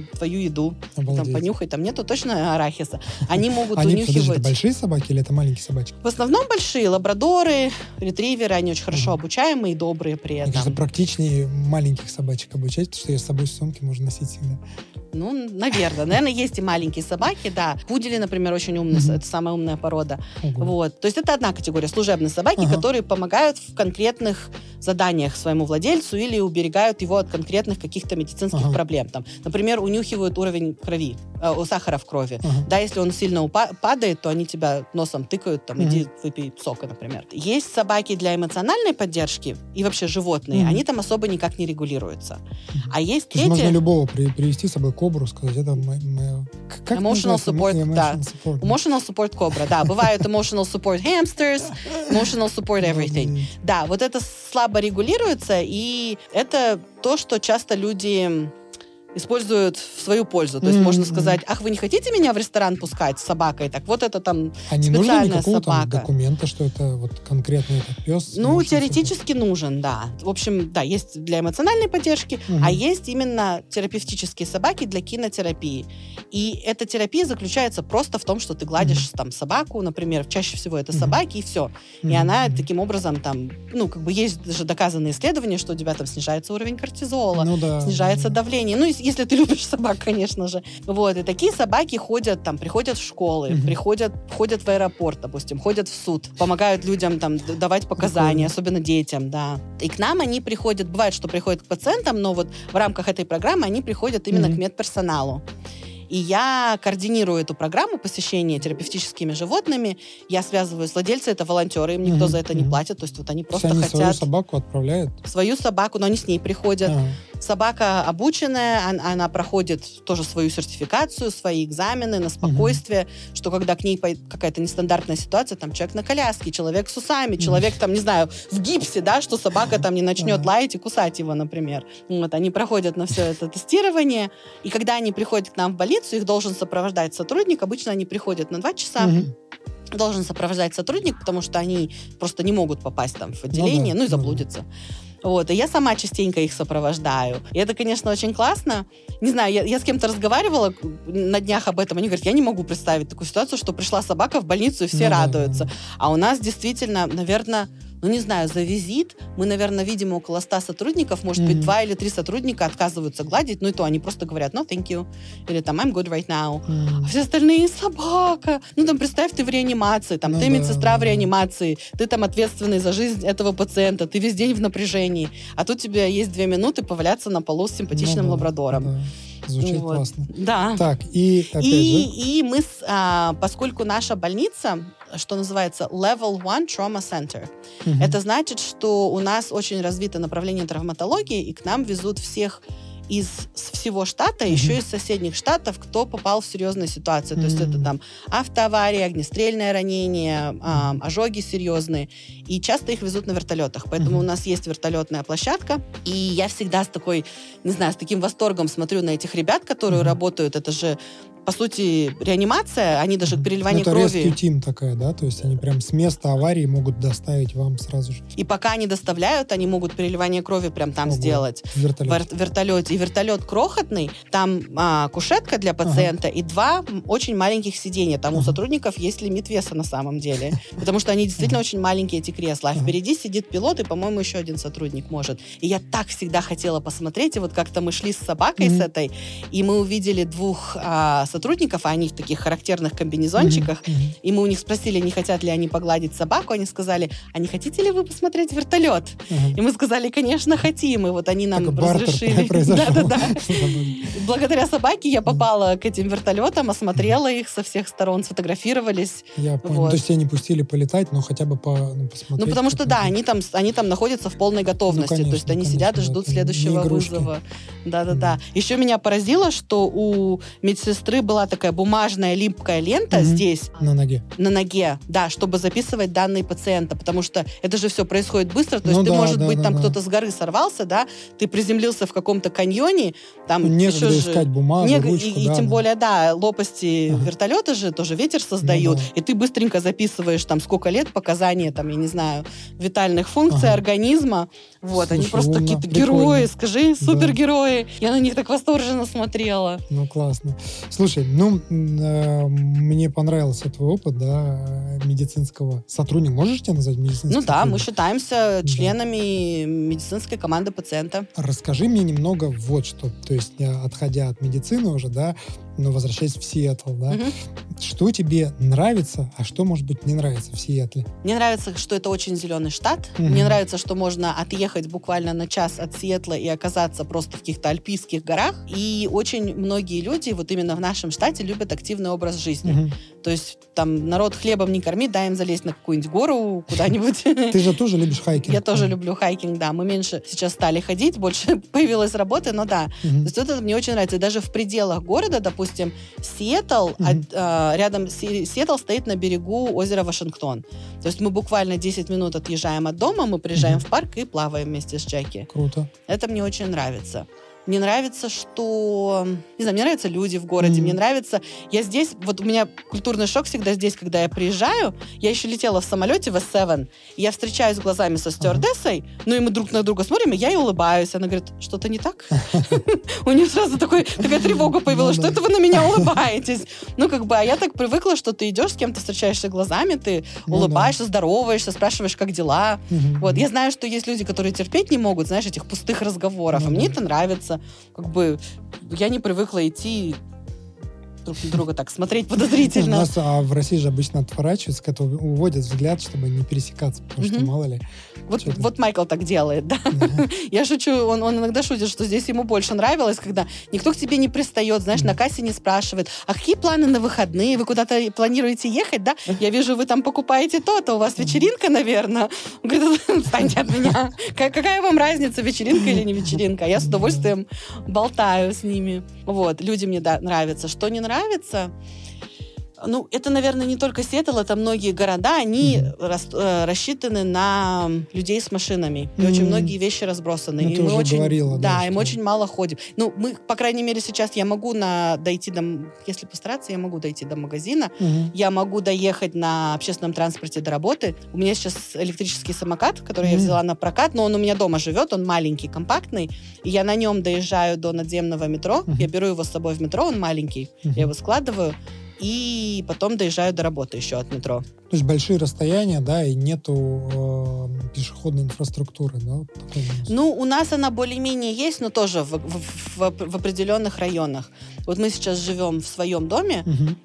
[SPEAKER 2] еду. Там, понюхай, там нету точно арахиса. Они могут унюхивать.
[SPEAKER 1] Подожди, это большие собаки или это маленькие собачки?
[SPEAKER 2] В основном большие. Лабрадоры, ретриверы, они очень хорошо обучаемые и добрые при этом.
[SPEAKER 1] Мне кажется, практичнее маленьких собачек обучать, потому что ее с собой в сумке можно носить всегда.
[SPEAKER 2] Ну, наверное, есть и маленькие собаки, да. Пудели, например, очень умные, это самая умная порода. Вот. То есть это одна категория, служебные собаки, которые помогают в конкретных заданиях своему владельцу или уберегают его от конкретных каких-то медицинских проблем. Там, например, унюхивают уровень крови, сахара в крови. Да, если он сильно падает, то они тебя носом тыкают, там, иди выпей сока, например. Есть собаки для эмоциональной поддержки и вообще животные, они там особо никак не регулируются. А есть
[SPEAKER 1] третьи... Можно любого привести с собой кобру, сказать, это моя...
[SPEAKER 2] Emotional support, да. Emotional support кобра, да. Бывают emotional support hamsters, emotional support everything. Да, вот это слабо регулируется, и это то, что часто люди используют в свою пользу. То есть можно сказать, ах, вы не хотите меня в ресторан пускать с собакой? Так вот это там специальная собака.
[SPEAKER 1] Документа, что это вот конкретно этот пес?
[SPEAKER 2] Ну, теоретически нужен, да. В общем, да, есть для эмоциональной поддержки, а есть именно терапевтические собаки для кинотерапии. И эта терапия заключается просто в том, что ты гладишь там собаку, например, чаще всего это собаки, и все. И она таким образом там, ну, как бы есть даже доказанные исследования, что у тебя там снижается уровень кортизола, снижается давление. Ну, если ты любишь собак, конечно же. Вот, и такие собаки приходят в школы, ходят в аэропорт, допустим, ходят в суд, помогают людям там давать показания, особенно детям, да. И к нам они приходят, бывает, что приходят к пациентам, но вот в рамках этой программы они приходят именно к медперсоналу. И я координирую эту программу посещения терапевтическими животными. Я связываюсь с владельцами, это волонтеры, им никто за это не платит. То есть вот они просто хотят...
[SPEAKER 1] свою собаку отправляют?
[SPEAKER 2] Свою собаку, но они с ней приходят. Собака обученная, она проходит тоже свою сертификацию, свои экзамены на спокойствие, что когда к ней какая-то нестандартная ситуация, там человек на коляске, человек с усами, человек там, не знаю, в гипсе, да, что собака там не начнет лаять и кусать его, например. Вот, они проходят на все это тестирование, и когда они приходят к нам в больницу, их должен сопровождать сотрудник, обычно они приходят на 2 часа, должен сопровождать сотрудник, потому что они просто не могут попасть там в отделение, и заблудятся. Вот, и я сама частенько их сопровождаю. И это, конечно, очень классно. Не знаю, я с кем-то разговаривала на днях об этом, они говорят, я не могу представить такую ситуацию, что пришла собака в больницу, и все радуются. А у нас действительно, наверное, ну, не знаю, за визит мы, наверное, видим около 100 сотрудников, может быть, 2 или 3 сотрудника отказываются гладить, ну, и то они просто говорят, no, thank you, или там, I'm good right now. А все остальные, собака. Ну, там, представь, ты в реанимации, там, ты медсестра в реанимации, ты там ответственный за жизнь этого пациента, ты весь день в напряжении, а тут у тебя есть 2 минуты поваляться на полу с симпатичным лабрадором.
[SPEAKER 1] Да. Звучит классно.
[SPEAKER 2] Да.
[SPEAKER 1] Так, и опять же...
[SPEAKER 2] И мы, поскольку наша больница, что называется Level 1 Trauma Center, это значит, что у нас очень развито направление травматологии, и к нам везут всех из всего штата, еще из соседних штатов, кто попал в серьезную ситуацию. То есть это там автоавария, огнестрельное ранение, ожоги серьезные. И часто их везут на вертолетах. Поэтому у нас есть вертолетная площадка. И я всегда с такой, не знаю, с таким восторгом смотрю на этих ребят, которые работают. Это же по сути, реанимация, они даже к переливанию
[SPEAKER 1] это
[SPEAKER 2] крови...
[SPEAKER 1] rescue team такая, да? То есть они прям с места аварии могут доставить вам сразу же.
[SPEAKER 2] И пока они доставляют, они могут переливание крови прям там
[SPEAKER 1] Ого.
[SPEAKER 2] сделать.
[SPEAKER 1] В вертолете.
[SPEAKER 2] В вертолете. И вертолет крохотный, там кушетка для пациента и 2 очень маленьких сиденья. Там у сотрудников есть лимит веса на самом деле. Потому что они действительно очень маленькие, эти кресла. А впереди сидит пилот, и, по-моему, еще один сотрудник может. И я так всегда хотела посмотреть. И вот как-то мы шли с собакой с этой, и мы увидели 2 сотрудников, а они в таких характерных комбинезончиках. И мы у них спросили, не хотят ли они погладить собаку. Они сказали, а не хотите ли вы посмотреть вертолет? И мы сказали, конечно, хотим. И вот они нам
[SPEAKER 1] Такой бартер
[SPEAKER 2] разрешили.
[SPEAKER 1] произошел.
[SPEAKER 2] Да-да-да. Благодаря собаке я попала к этим вертолетам, осмотрела их со всех сторон, сфотографировались.
[SPEAKER 1] Я понял.
[SPEAKER 2] Вот.
[SPEAKER 1] То есть тебя не пустили полетать, но хотя бы посмотреть.
[SPEAKER 2] Ну, потому что, да, они там находятся в полной готовности.
[SPEAKER 1] конечно,
[SPEAKER 2] То есть они
[SPEAKER 1] конечно,
[SPEAKER 2] сидят и
[SPEAKER 1] да,
[SPEAKER 2] ждут
[SPEAKER 1] это
[SPEAKER 2] следующего
[SPEAKER 1] не игрушки.
[SPEAKER 2] вызова. Да-да-да. Еще меня поразило, что у медсестры была такая бумажная липкая лента здесь,
[SPEAKER 1] На ноге.
[SPEAKER 2] на ноге, да, чтобы записывать данные пациента, потому что это же все происходит быстро, то есть
[SPEAKER 1] Ну
[SPEAKER 2] ты,
[SPEAKER 1] да,
[SPEAKER 2] может
[SPEAKER 1] да,
[SPEAKER 2] быть,
[SPEAKER 1] да,
[SPEAKER 2] там
[SPEAKER 1] да.
[SPEAKER 2] кто-то с горы сорвался, да, ты приземлился в каком-то каньоне, там
[SPEAKER 1] Некогда
[SPEAKER 2] еще же...
[SPEAKER 1] искать бумагу, ручку.
[SPEAKER 2] и
[SPEAKER 1] да,
[SPEAKER 2] тем
[SPEAKER 1] да.
[SPEAKER 2] более, да, лопасти вертолета же тоже ветер создают,
[SPEAKER 1] да.
[SPEAKER 2] и ты быстренько записываешь там сколько лет показания, там, я не знаю, витальных функций организма. Вот, они
[SPEAKER 1] Слушай,
[SPEAKER 2] просто
[SPEAKER 1] умно,
[SPEAKER 2] какие-то
[SPEAKER 1] прикольно.
[SPEAKER 2] герои, скажи, супергерои. Я на них так восторженно смотрела.
[SPEAKER 1] Ну, классно. Слушай, мне понравился твой опыт, да, медицинского сотрудника. Можешь тебя назвать медицинским
[SPEAKER 2] Ну да, мы
[SPEAKER 1] сотрудником?
[SPEAKER 2] считаемся членами медицинской команды пациента.
[SPEAKER 1] Расскажи мне немного вот что. То есть, отходя от медицины уже, да, но возвращаясь в Сиэтл, да, что тебе нравится, а что, может быть, не нравится в Сиэтле?
[SPEAKER 2] Мне нравится, что это очень зеленый штат. Мне нравится, что можно отъехать буквально на час от Сиэтла и оказаться просто в каких-то альпийских горах. И очень многие люди вот именно в нашем штате любят активный образ жизни. То есть там народ хлебом не кормит, дай им залезть на какую-нибудь гору куда-нибудь.
[SPEAKER 1] Ты же тоже любишь хайкинг?
[SPEAKER 2] Я тоже люблю хайкинг, да. Мы меньше сейчас стали ходить, больше появилась работы, но да. То есть вот это мне очень нравится. И даже в пределах города, допустим, Сиэтл, рядом Сиэтл стоит на берегу озера Вашингтон. То есть мы буквально 10 минут отъезжаем от дома, мы приезжаем в парк и плаваем вместе с Джеки.
[SPEAKER 1] Круто.
[SPEAKER 2] Это мне очень нравится. Мне нравится, что... Не знаю, мне нравятся люди в городе, мне нравится... Я здесь... Вот у меня культурный шок всегда здесь, когда я приезжаю. Я еще летела в самолете в S7, и я встречаюсь глазами со стюардессой, ну и мы друг на друга смотрим, и я ей улыбаюсь. Она говорит, что-то не так? У нее сразу такая тревога появилась, что это вы на меня улыбаетесь? Ну, как бы, а я так привыкла, что ты идешь с кем-то, встречаешься глазами, ты улыбаешься, здороваешься, спрашиваешь, как дела. Вот. Я знаю, что есть люди, которые терпеть не могут, знаешь, этих пустых разговоров, а мне это нравится. Как бы я не привыкла идти друг на друга так смотреть подозрительно.
[SPEAKER 1] В России же обычно отворачиваются, когда уводят взгляд, чтобы не пересекаться, потому что мало ли.
[SPEAKER 2] Вот Майкл так делает, да. Я шучу, он иногда шутит, что здесь ему больше нравилось, когда никто к тебе не пристает, знаешь, на кассе не спрашивает, а какие планы на выходные, вы куда-то планируете ехать, да? Я вижу, вы там покупаете то-то, у вас вечеринка, наверное. Он говорит, отстаньте от меня. Какая вам разница, вечеринка или не вечеринка? Я с удовольствием болтаю с ними. Вот, люди мне, да, нравятся. Что не нравится? Ну, это, наверное, не только Сиэтл, это многие города, они рассчитаны на людей с машинами. И очень многие вещи разбросаны.
[SPEAKER 1] Ну,
[SPEAKER 2] и
[SPEAKER 1] ты
[SPEAKER 2] мы
[SPEAKER 1] уже
[SPEAKER 2] очень,
[SPEAKER 1] говорила,
[SPEAKER 2] да,
[SPEAKER 1] да,
[SPEAKER 2] и мы очень мало ходим. Ну, мы, по крайней мере, сейчас я могу дойти если постараться, я могу дойти до магазина, я могу доехать на общественном транспорте до работы. У меня сейчас электрический самокат, который я взяла на прокат, но он у меня дома живет, он маленький, компактный, и я на нем доезжаю до надземного метро, я беру его с собой в метро, он маленький, я его складываю, и потом доезжаю до работы еще от метро.
[SPEAKER 1] То есть большие расстояния, да, и нету пешеходной инфраструктуры, да?
[SPEAKER 2] Ну, у нас она более-менее есть, но тоже в определенных районах. Вот мы сейчас живем в своем доме,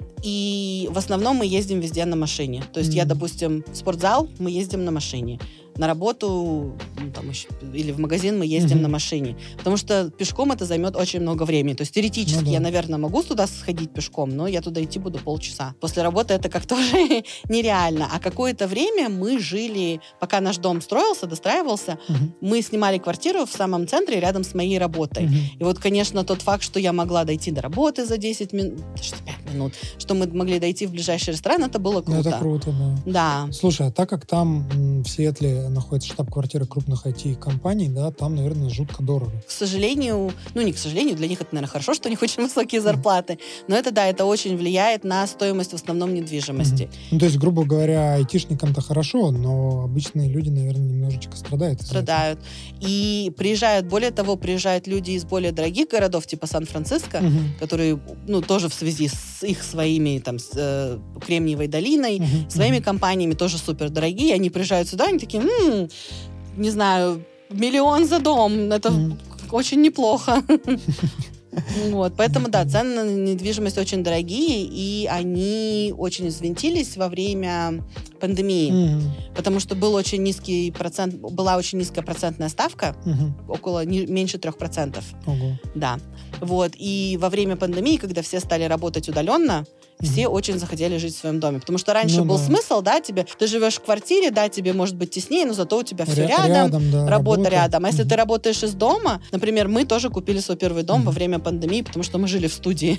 [SPEAKER 2] и в основном мы ездим везде на машине. То есть я, допустим, в спортзал мы ездим на машине. На работу там еще, или в магазин мы ездим на машине. Потому что пешком это займет очень много времени. То есть теоретически я, наверное, могу туда сходить пешком, но я туда идти буду полчаса. После работы это как-то уже нереально. А какое-то время мы жили, пока наш дом строился, достраивался, мы снимали квартиру в самом центре рядом с моей работой. И вот, конечно, тот факт, что я могла дойти до работы за 10 минут, 5 минут, что мы могли дойти в ближайший ресторан, это было круто.
[SPEAKER 1] Это круто, да.
[SPEAKER 2] Да.
[SPEAKER 1] Слушай, а так как там в Сиэтле находится штаб-квартира крупной крупных IT-компаний, да, там, наверное, жутко дорого.
[SPEAKER 2] К сожалению, не к сожалению, для них это, наверное, хорошо, что у них очень высокие зарплаты, но это, да, это очень влияет на стоимость в основном недвижимости.
[SPEAKER 1] Ну, то есть, грубо говоря, айтишникам-то хорошо, но обычные люди, наверное, немножечко страдают.
[SPEAKER 2] Страдают. И приезжают люди из более дорогих городов, типа Сан-Франциско, которые, тоже в связи с их своими, с Кремниевой долиной, своими компаниями тоже супер дорогие, они приезжают сюда, они такие, не знаю, 1 миллион за дом, это очень неплохо. Поэтому, да, цены на недвижимость очень дорогие, и они очень взвинтились во время пандемии, потому что была очень низкая процентная ставка, меньше 3%.
[SPEAKER 1] Ого.
[SPEAKER 2] Да. И во время пандемии, когда все стали работать удаленно, все очень захотели жить в своем доме. Потому что раньше был смысл, да, ты живешь в квартире, да, тебе может быть теснее, но зато у тебя все рядом,
[SPEAKER 1] да,
[SPEAKER 2] работа рядом. А если ты работаешь из дома, например, мы тоже купили свой первый дом во время пандемии, потому что мы жили в студии.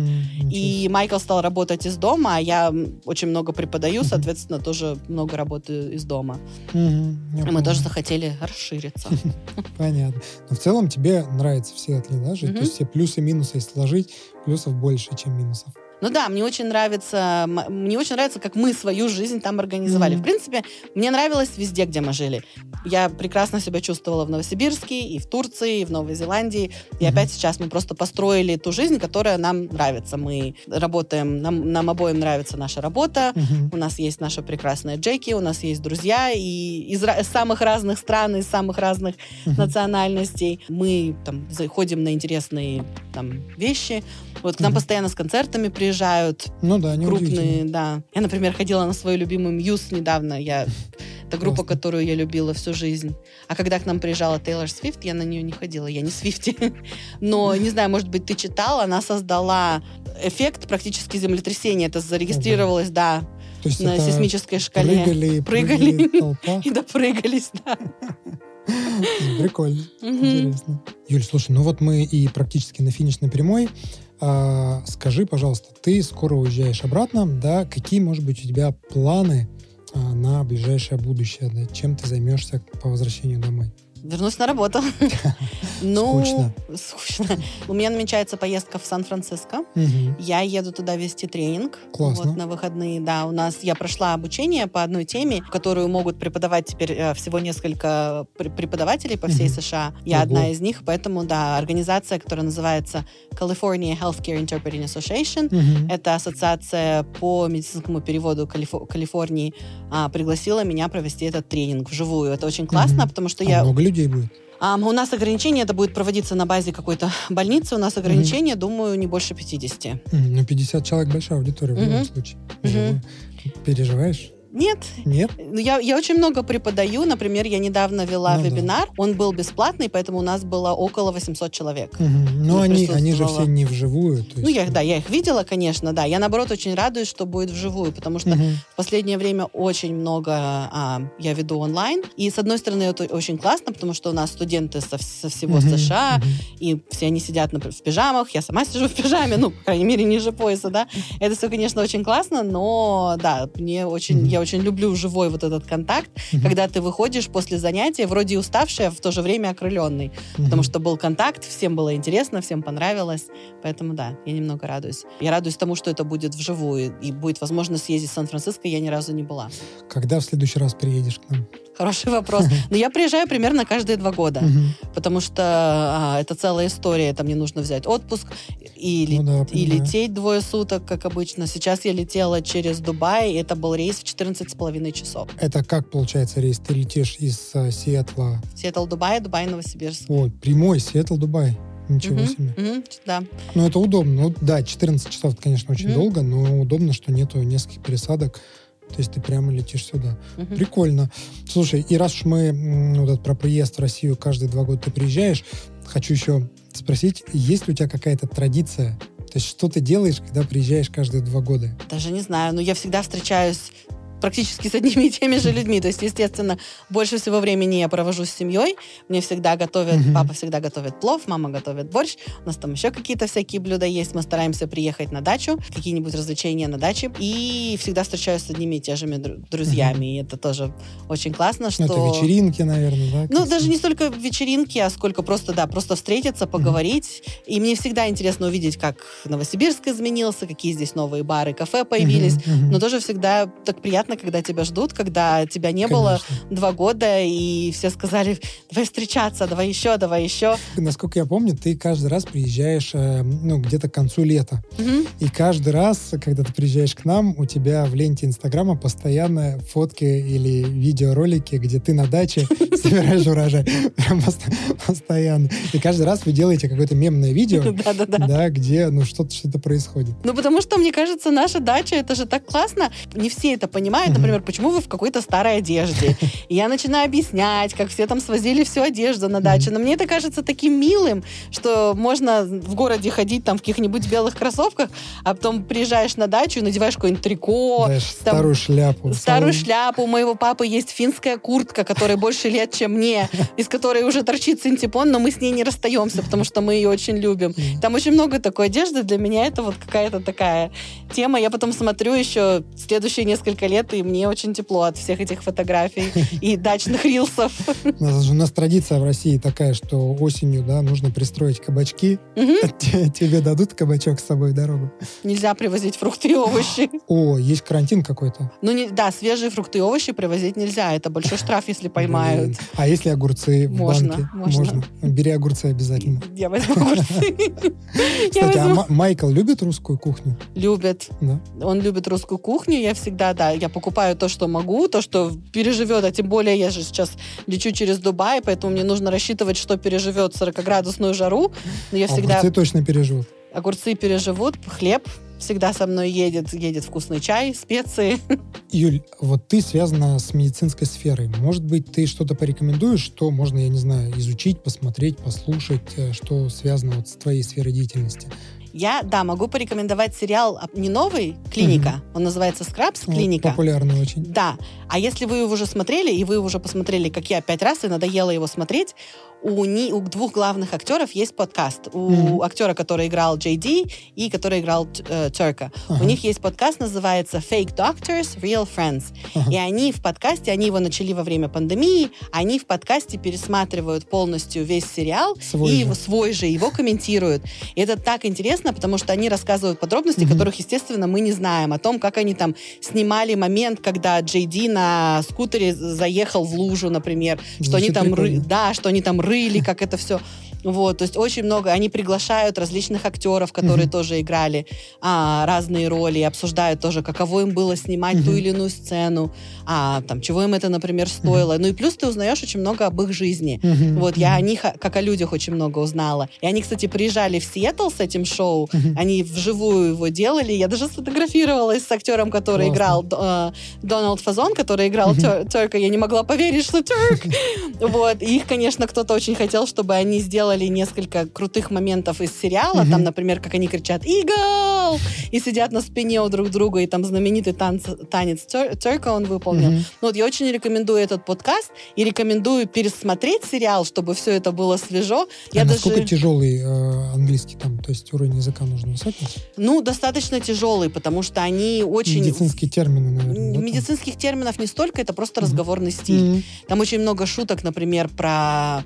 [SPEAKER 2] И Майкл стал работать из дома, а я очень много преподаю, соответственно, тоже много работаю из дома. И мы тоже захотели расшириться.
[SPEAKER 1] Понятно. Но в целом тебе нравится в Сиэтле, да, жить? То есть все плюсы и минусы сложить, плюсов больше, чем минусов.
[SPEAKER 2] Ну да, мне очень нравится, как мы свою жизнь там организовали. В принципе, мне нравилось везде, где мы жили. Я прекрасно себя чувствовала в Новосибирске, и в Турции, и в Новой Зеландии. И опять сейчас мы просто построили ту жизнь, которая нам нравится. Мы работаем, нам обоим нравится наша работа. У нас есть наша прекрасная Джеки, у нас есть друзья и из самых разных стран, из самых разных национальностей. Мы там ходим на интересные вещи. К нам постоянно с концертами приезжают.
[SPEAKER 1] Ну да,
[SPEAKER 2] крупные, да. Я, например, ходила на свою любимую Мьюз недавно. Это группа, которую я любила всю жизнь. А когда к нам приезжала Тейлор Свифт, я на нее не ходила. Я не Свифти. Но, не знаю, может быть, ты читал, она создала эффект практически землетрясения. Это зарегистрировалось, да,
[SPEAKER 1] то есть
[SPEAKER 2] на сейсмической шкале.
[SPEAKER 1] Прыгали толпа.
[SPEAKER 2] И допрыгались, да.
[SPEAKER 1] Прикольно. Интересно. Юль, слушай, мы и практически на финишной прямой. Скажи, пожалуйста, ты скоро уезжаешь обратно, да? Какие, может быть, у тебя планы на ближайшее будущее? Да? Чем ты займешься по возвращению домой?
[SPEAKER 2] Вернусь на работу.
[SPEAKER 1] Скучно.
[SPEAKER 2] У меня намечается поездка в Сан-Франциско. Я еду туда вести тренинг.
[SPEAKER 1] Классно.
[SPEAKER 2] На выходные. Да, я прошла обучение по одной теме, которую могут преподавать теперь всего несколько преподавателей по всей США. Я одна из них, поэтому, да, организация, которая называется California Healthcare Interpreting Association, это ассоциация по медицинскому переводу Калифорнии, пригласила меня провести этот тренинг вживую. Это очень классно, потому что
[SPEAKER 1] много людей будет?
[SPEAKER 2] У нас ограничение, это будет проводиться на базе какой-то больницы. У нас ограничение, думаю, не больше 50.
[SPEAKER 1] 50 человек большая аудитория в любом случае. Переживаешь?
[SPEAKER 2] Нет.
[SPEAKER 1] Нет?
[SPEAKER 2] Я очень много преподаю. Например, я недавно вела вебинар. Он был бесплатный, поэтому у нас было около 800 человек.
[SPEAKER 1] Но они же все не вживую. То есть...
[SPEAKER 2] я их видела, конечно, да. Я, наоборот, очень радуюсь, что будет вживую, потому что в последнее время очень много я веду онлайн. И, с одной стороны, это очень классно, потому что у нас студенты со всего США, и все они сидят, например, в пижамах. Я сама сижу в пижаме, по крайней мере, ниже пояса, да. Это все, конечно, очень классно, но, да, я очень люблю живой этот контакт, когда ты выходишь после занятия, вроде и уставший, а в то же время окрыленный. Потому что был контакт, всем было интересно, всем понравилось. Поэтому, да, я немного радуюсь. Я радуюсь тому, что это будет вживую, и будет возможность съездить в Сан-Франциско, я ни разу не была.
[SPEAKER 1] Когда в следующий раз приедешь к нам?
[SPEAKER 2] Хороший вопрос. Но я приезжаю примерно каждые 2 года, потому что это целая история. Там мне нужно взять отпуск и лететь 2 суток, как обычно. Сейчас я летела через Дубай, и это был рейс в 14,5 часов.
[SPEAKER 1] Это как получается рейс? Ты летишь из Сиэтла?
[SPEAKER 2] Сиэтл-Дубай, Дубай-Новосибирск.
[SPEAKER 1] О, прямой Сиэтл-Дубай. Ничего себе.
[SPEAKER 2] Да.
[SPEAKER 1] Это удобно. 14 часов, это, конечно, очень долго, но удобно, что нету нескольких пересадок. То есть ты прямо летишь сюда. Прикольно. Слушай, и раз уж мы про приезд в Россию каждые 2 года ты приезжаешь, хочу еще спросить, есть ли у тебя какая-то традиция? То есть что ты делаешь, когда приезжаешь каждые 2 года?
[SPEAKER 2] Даже не знаю. Я всегда встречаюсь практически с одними и теми же людьми. То есть, естественно, больше всего времени я провожу с семьей. Мне всегда готовят, папа всегда готовит плов, мама готовит борщ. У нас там еще какие-то всякие блюда есть. Мы стараемся приехать на дачу, какие-нибудь развлечения на даче. И всегда встречаюсь с одними и теми же друзьями. И это тоже очень классно, что...
[SPEAKER 1] Это вечеринки, наверное, да?
[SPEAKER 2] Даже не столько вечеринки, а сколько просто встретиться, поговорить. И мне всегда интересно увидеть, как Новосибирск изменился, какие здесь новые бары, кафе появились. Но тоже всегда так приятно, когда тебя ждут, когда тебя не было 2 года, и все сказали, давай встречаться, давай еще.
[SPEAKER 1] Насколько я помню, ты каждый раз приезжаешь, где-то к концу лета. И каждый раз, когда ты приезжаешь к нам, у тебя в ленте Инстаграма постоянно фотки или видеоролики, где ты на даче собираешь урожай. Прям постоянно. И каждый раз вы делаете какое-то мемное видео, да, где что-то происходит.
[SPEAKER 2] Потому что, мне кажется, наша дача, это же так классно. Не все это понимают. Например, почему вы в какой-то старой одежде? И я начинаю объяснять, как все там свозили всю одежду на дачу. Но мне это кажется таким милым, что можно в городе ходить там в каких-нибудь белых кроссовках, а потом приезжаешь на дачу и надеваешь какое-нибудь трико.
[SPEAKER 1] Знаешь, старую шляпу.
[SPEAKER 2] Старую шляпу. У моего папы есть финская куртка, которая больше лет, чем мне, из которой уже торчит синтепон, но мы с ней не расстаемся, потому что мы ее очень любим. Там очень много такой одежды. Для меня это вот какая-то такая тема. Я потом смотрю еще следующие несколько лет, и мне очень тепло от всех этих фотографий и дачных рилсов.
[SPEAKER 1] У нас традиция в России такая, что осенью, да, нужно пристроить кабачки. Тебе дадут кабачок с собой в дорогу?
[SPEAKER 2] Нельзя привозить фрукты и овощи.
[SPEAKER 1] О, есть карантин какой-то.
[SPEAKER 2] Свежие фрукты и овощи привозить нельзя. Это большой штраф, если поймают.
[SPEAKER 1] Блин. А если огурцы в банке?
[SPEAKER 2] Можно.
[SPEAKER 1] Бери огурцы обязательно.
[SPEAKER 2] Я возьму огурцы.
[SPEAKER 1] Кстати, а Майкл любит русскую кухню?
[SPEAKER 2] Любит.
[SPEAKER 1] Да.
[SPEAKER 2] Он любит русскую кухню. Я всегда, я покупаю то, что могу, то, что переживет. А тем более я же сейчас лечу через Дубай, поэтому мне нужно рассчитывать, что переживет 40-градусную жару. Но я всегда...
[SPEAKER 1] Огурцы точно переживут.
[SPEAKER 2] Огурцы переживут, хлеб всегда со мной едет вкусный чай, специи.
[SPEAKER 1] Юль, вот ты связана с медицинской сферой. Может быть, ты что-то порекомендуешь, что можно, я не знаю, изучить, посмотреть, послушать, что связано вот с твоей сферой деятельности?
[SPEAKER 2] Я, могу порекомендовать сериал не новый, «Клиника». Он называется «Скрабс. Клиника».
[SPEAKER 1] Популярный очень.
[SPEAKER 2] Да. А если вы его уже смотрели, и вы уже посмотрели, как я, 5 раз, и надоело его смотреть, у 2 главных актеров есть подкаст. У актера, который играл Джей Ди, и который играл Терка. У них есть подкаст, называется «Fake Doctors, Real Friends». И они в подкасте, они его начали во время пандемии, они в подкасте пересматривают полностью весь сериал, свой же, его комментируют. И это так интересно, потому что они рассказывают подробности, которых, естественно, мы не знаем. О том, как они там снимали момент, когда Джей Ди на скутере заехал в лужу, например. Что они там рыли, как это все. Вот, то есть очень много. Они приглашают различных актеров, которые тоже играли разные роли, обсуждают тоже, каково им было снимать ту или иную сцену, чего им это, например, стоило. Ну и плюс ты узнаешь очень много об их жизни. Вот, я о них, как о людях, очень много узнала. И они, кстати, приезжали в Сиэтл с этим шоу, они вживую его делали. Я даже сфотографировалась с актером, который играл Дональд Фазон, который играл Терка. Я не могла поверить, что Терк. Вот, и их, конечно, кто-то очень хотел, чтобы они сделали несколько крутых моментов из сериала, там, например, как они кричат «Игл!» и сидят на спине у друг друга, и там знаменитый танец Терка он выполнил. Ну, вот я очень рекомендую этот подкаст и рекомендую пересмотреть сериал, чтобы все это было свежо.
[SPEAKER 1] Насколько тяжелый английский там? То есть уровень языка нужно высокий?
[SPEAKER 2] Ну, достаточно тяжелый, потому что они очень...
[SPEAKER 1] Медицинские термины, наверное.
[SPEAKER 2] Медицинских терминов не столько, это просто разговорный стиль. Там очень много шуток, например, про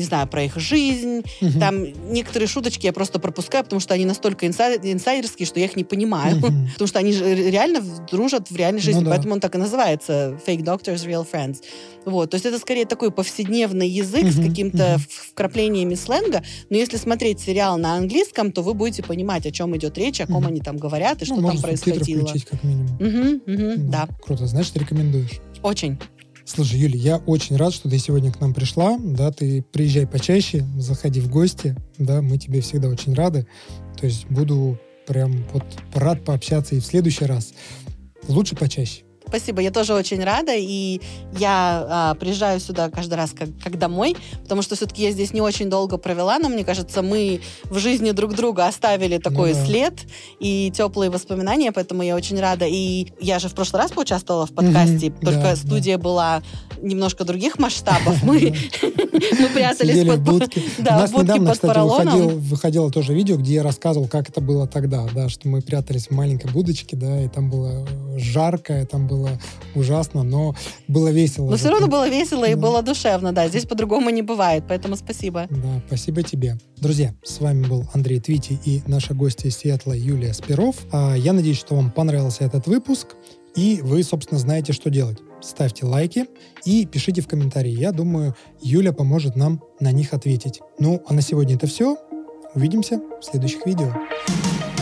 [SPEAKER 2] их жизнь. Там некоторые шуточки я просто пропускаю, потому что они настолько инсайдерские, что я их не понимаю. Потому что они же реально дружат в реальной жизни. Поэтому он так и называется «Fake Doctors, Real Friends». Вот. То есть это скорее такой повседневный язык с какими-то вкраплениями сленга. Но если смотреть сериал на английском, то вы будете понимать, о чем идет речь, о ком они там говорят и что там происходило.
[SPEAKER 1] Включить как минимум.
[SPEAKER 2] Да.
[SPEAKER 1] Круто. Значит, рекомендуешь?
[SPEAKER 2] Очень.
[SPEAKER 1] Слушай, Юля, я очень рад, что ты сегодня к нам пришла. Да, ты приезжай почаще, заходи в гости. Да, мы тебе всегда очень рады. То есть буду прям рад пообщаться и в следующий раз. Лучше почаще.
[SPEAKER 2] Спасибо, я тоже очень рада, и я приезжаю сюда каждый раз как домой, потому что все-таки я здесь не очень долго провела, но мне кажется, мы в жизни друг друга оставили такой след и теплые воспоминания, поэтому я очень рада. И я же в прошлый раз поучаствовала в подкасте, только студия была немножко других масштабов. Мы прятались
[SPEAKER 1] в будке. У нас недавно,
[SPEAKER 2] под поролоном.
[SPEAKER 1] Выходило тоже видео, где я рассказывал, как это было тогда, да, что мы прятались в маленькой будочке, да, и там было жарко, и там было ужасно, но было весело.
[SPEAKER 2] Но все равно было весело и было душевно, да. Здесь по-другому не бывает, поэтому спасибо.
[SPEAKER 1] Да, спасибо тебе. Друзья, с вами был Андрей Твити и наша гостья из Сиэтла Юлия Спиров. Я надеюсь, что вам понравился этот выпуск, и вы, собственно, знаете, что делать. Ставьте лайки и пишите в комментарии. Я думаю, Юля поможет нам на них ответить. Ну, а на сегодня это все. Увидимся в следующих видео.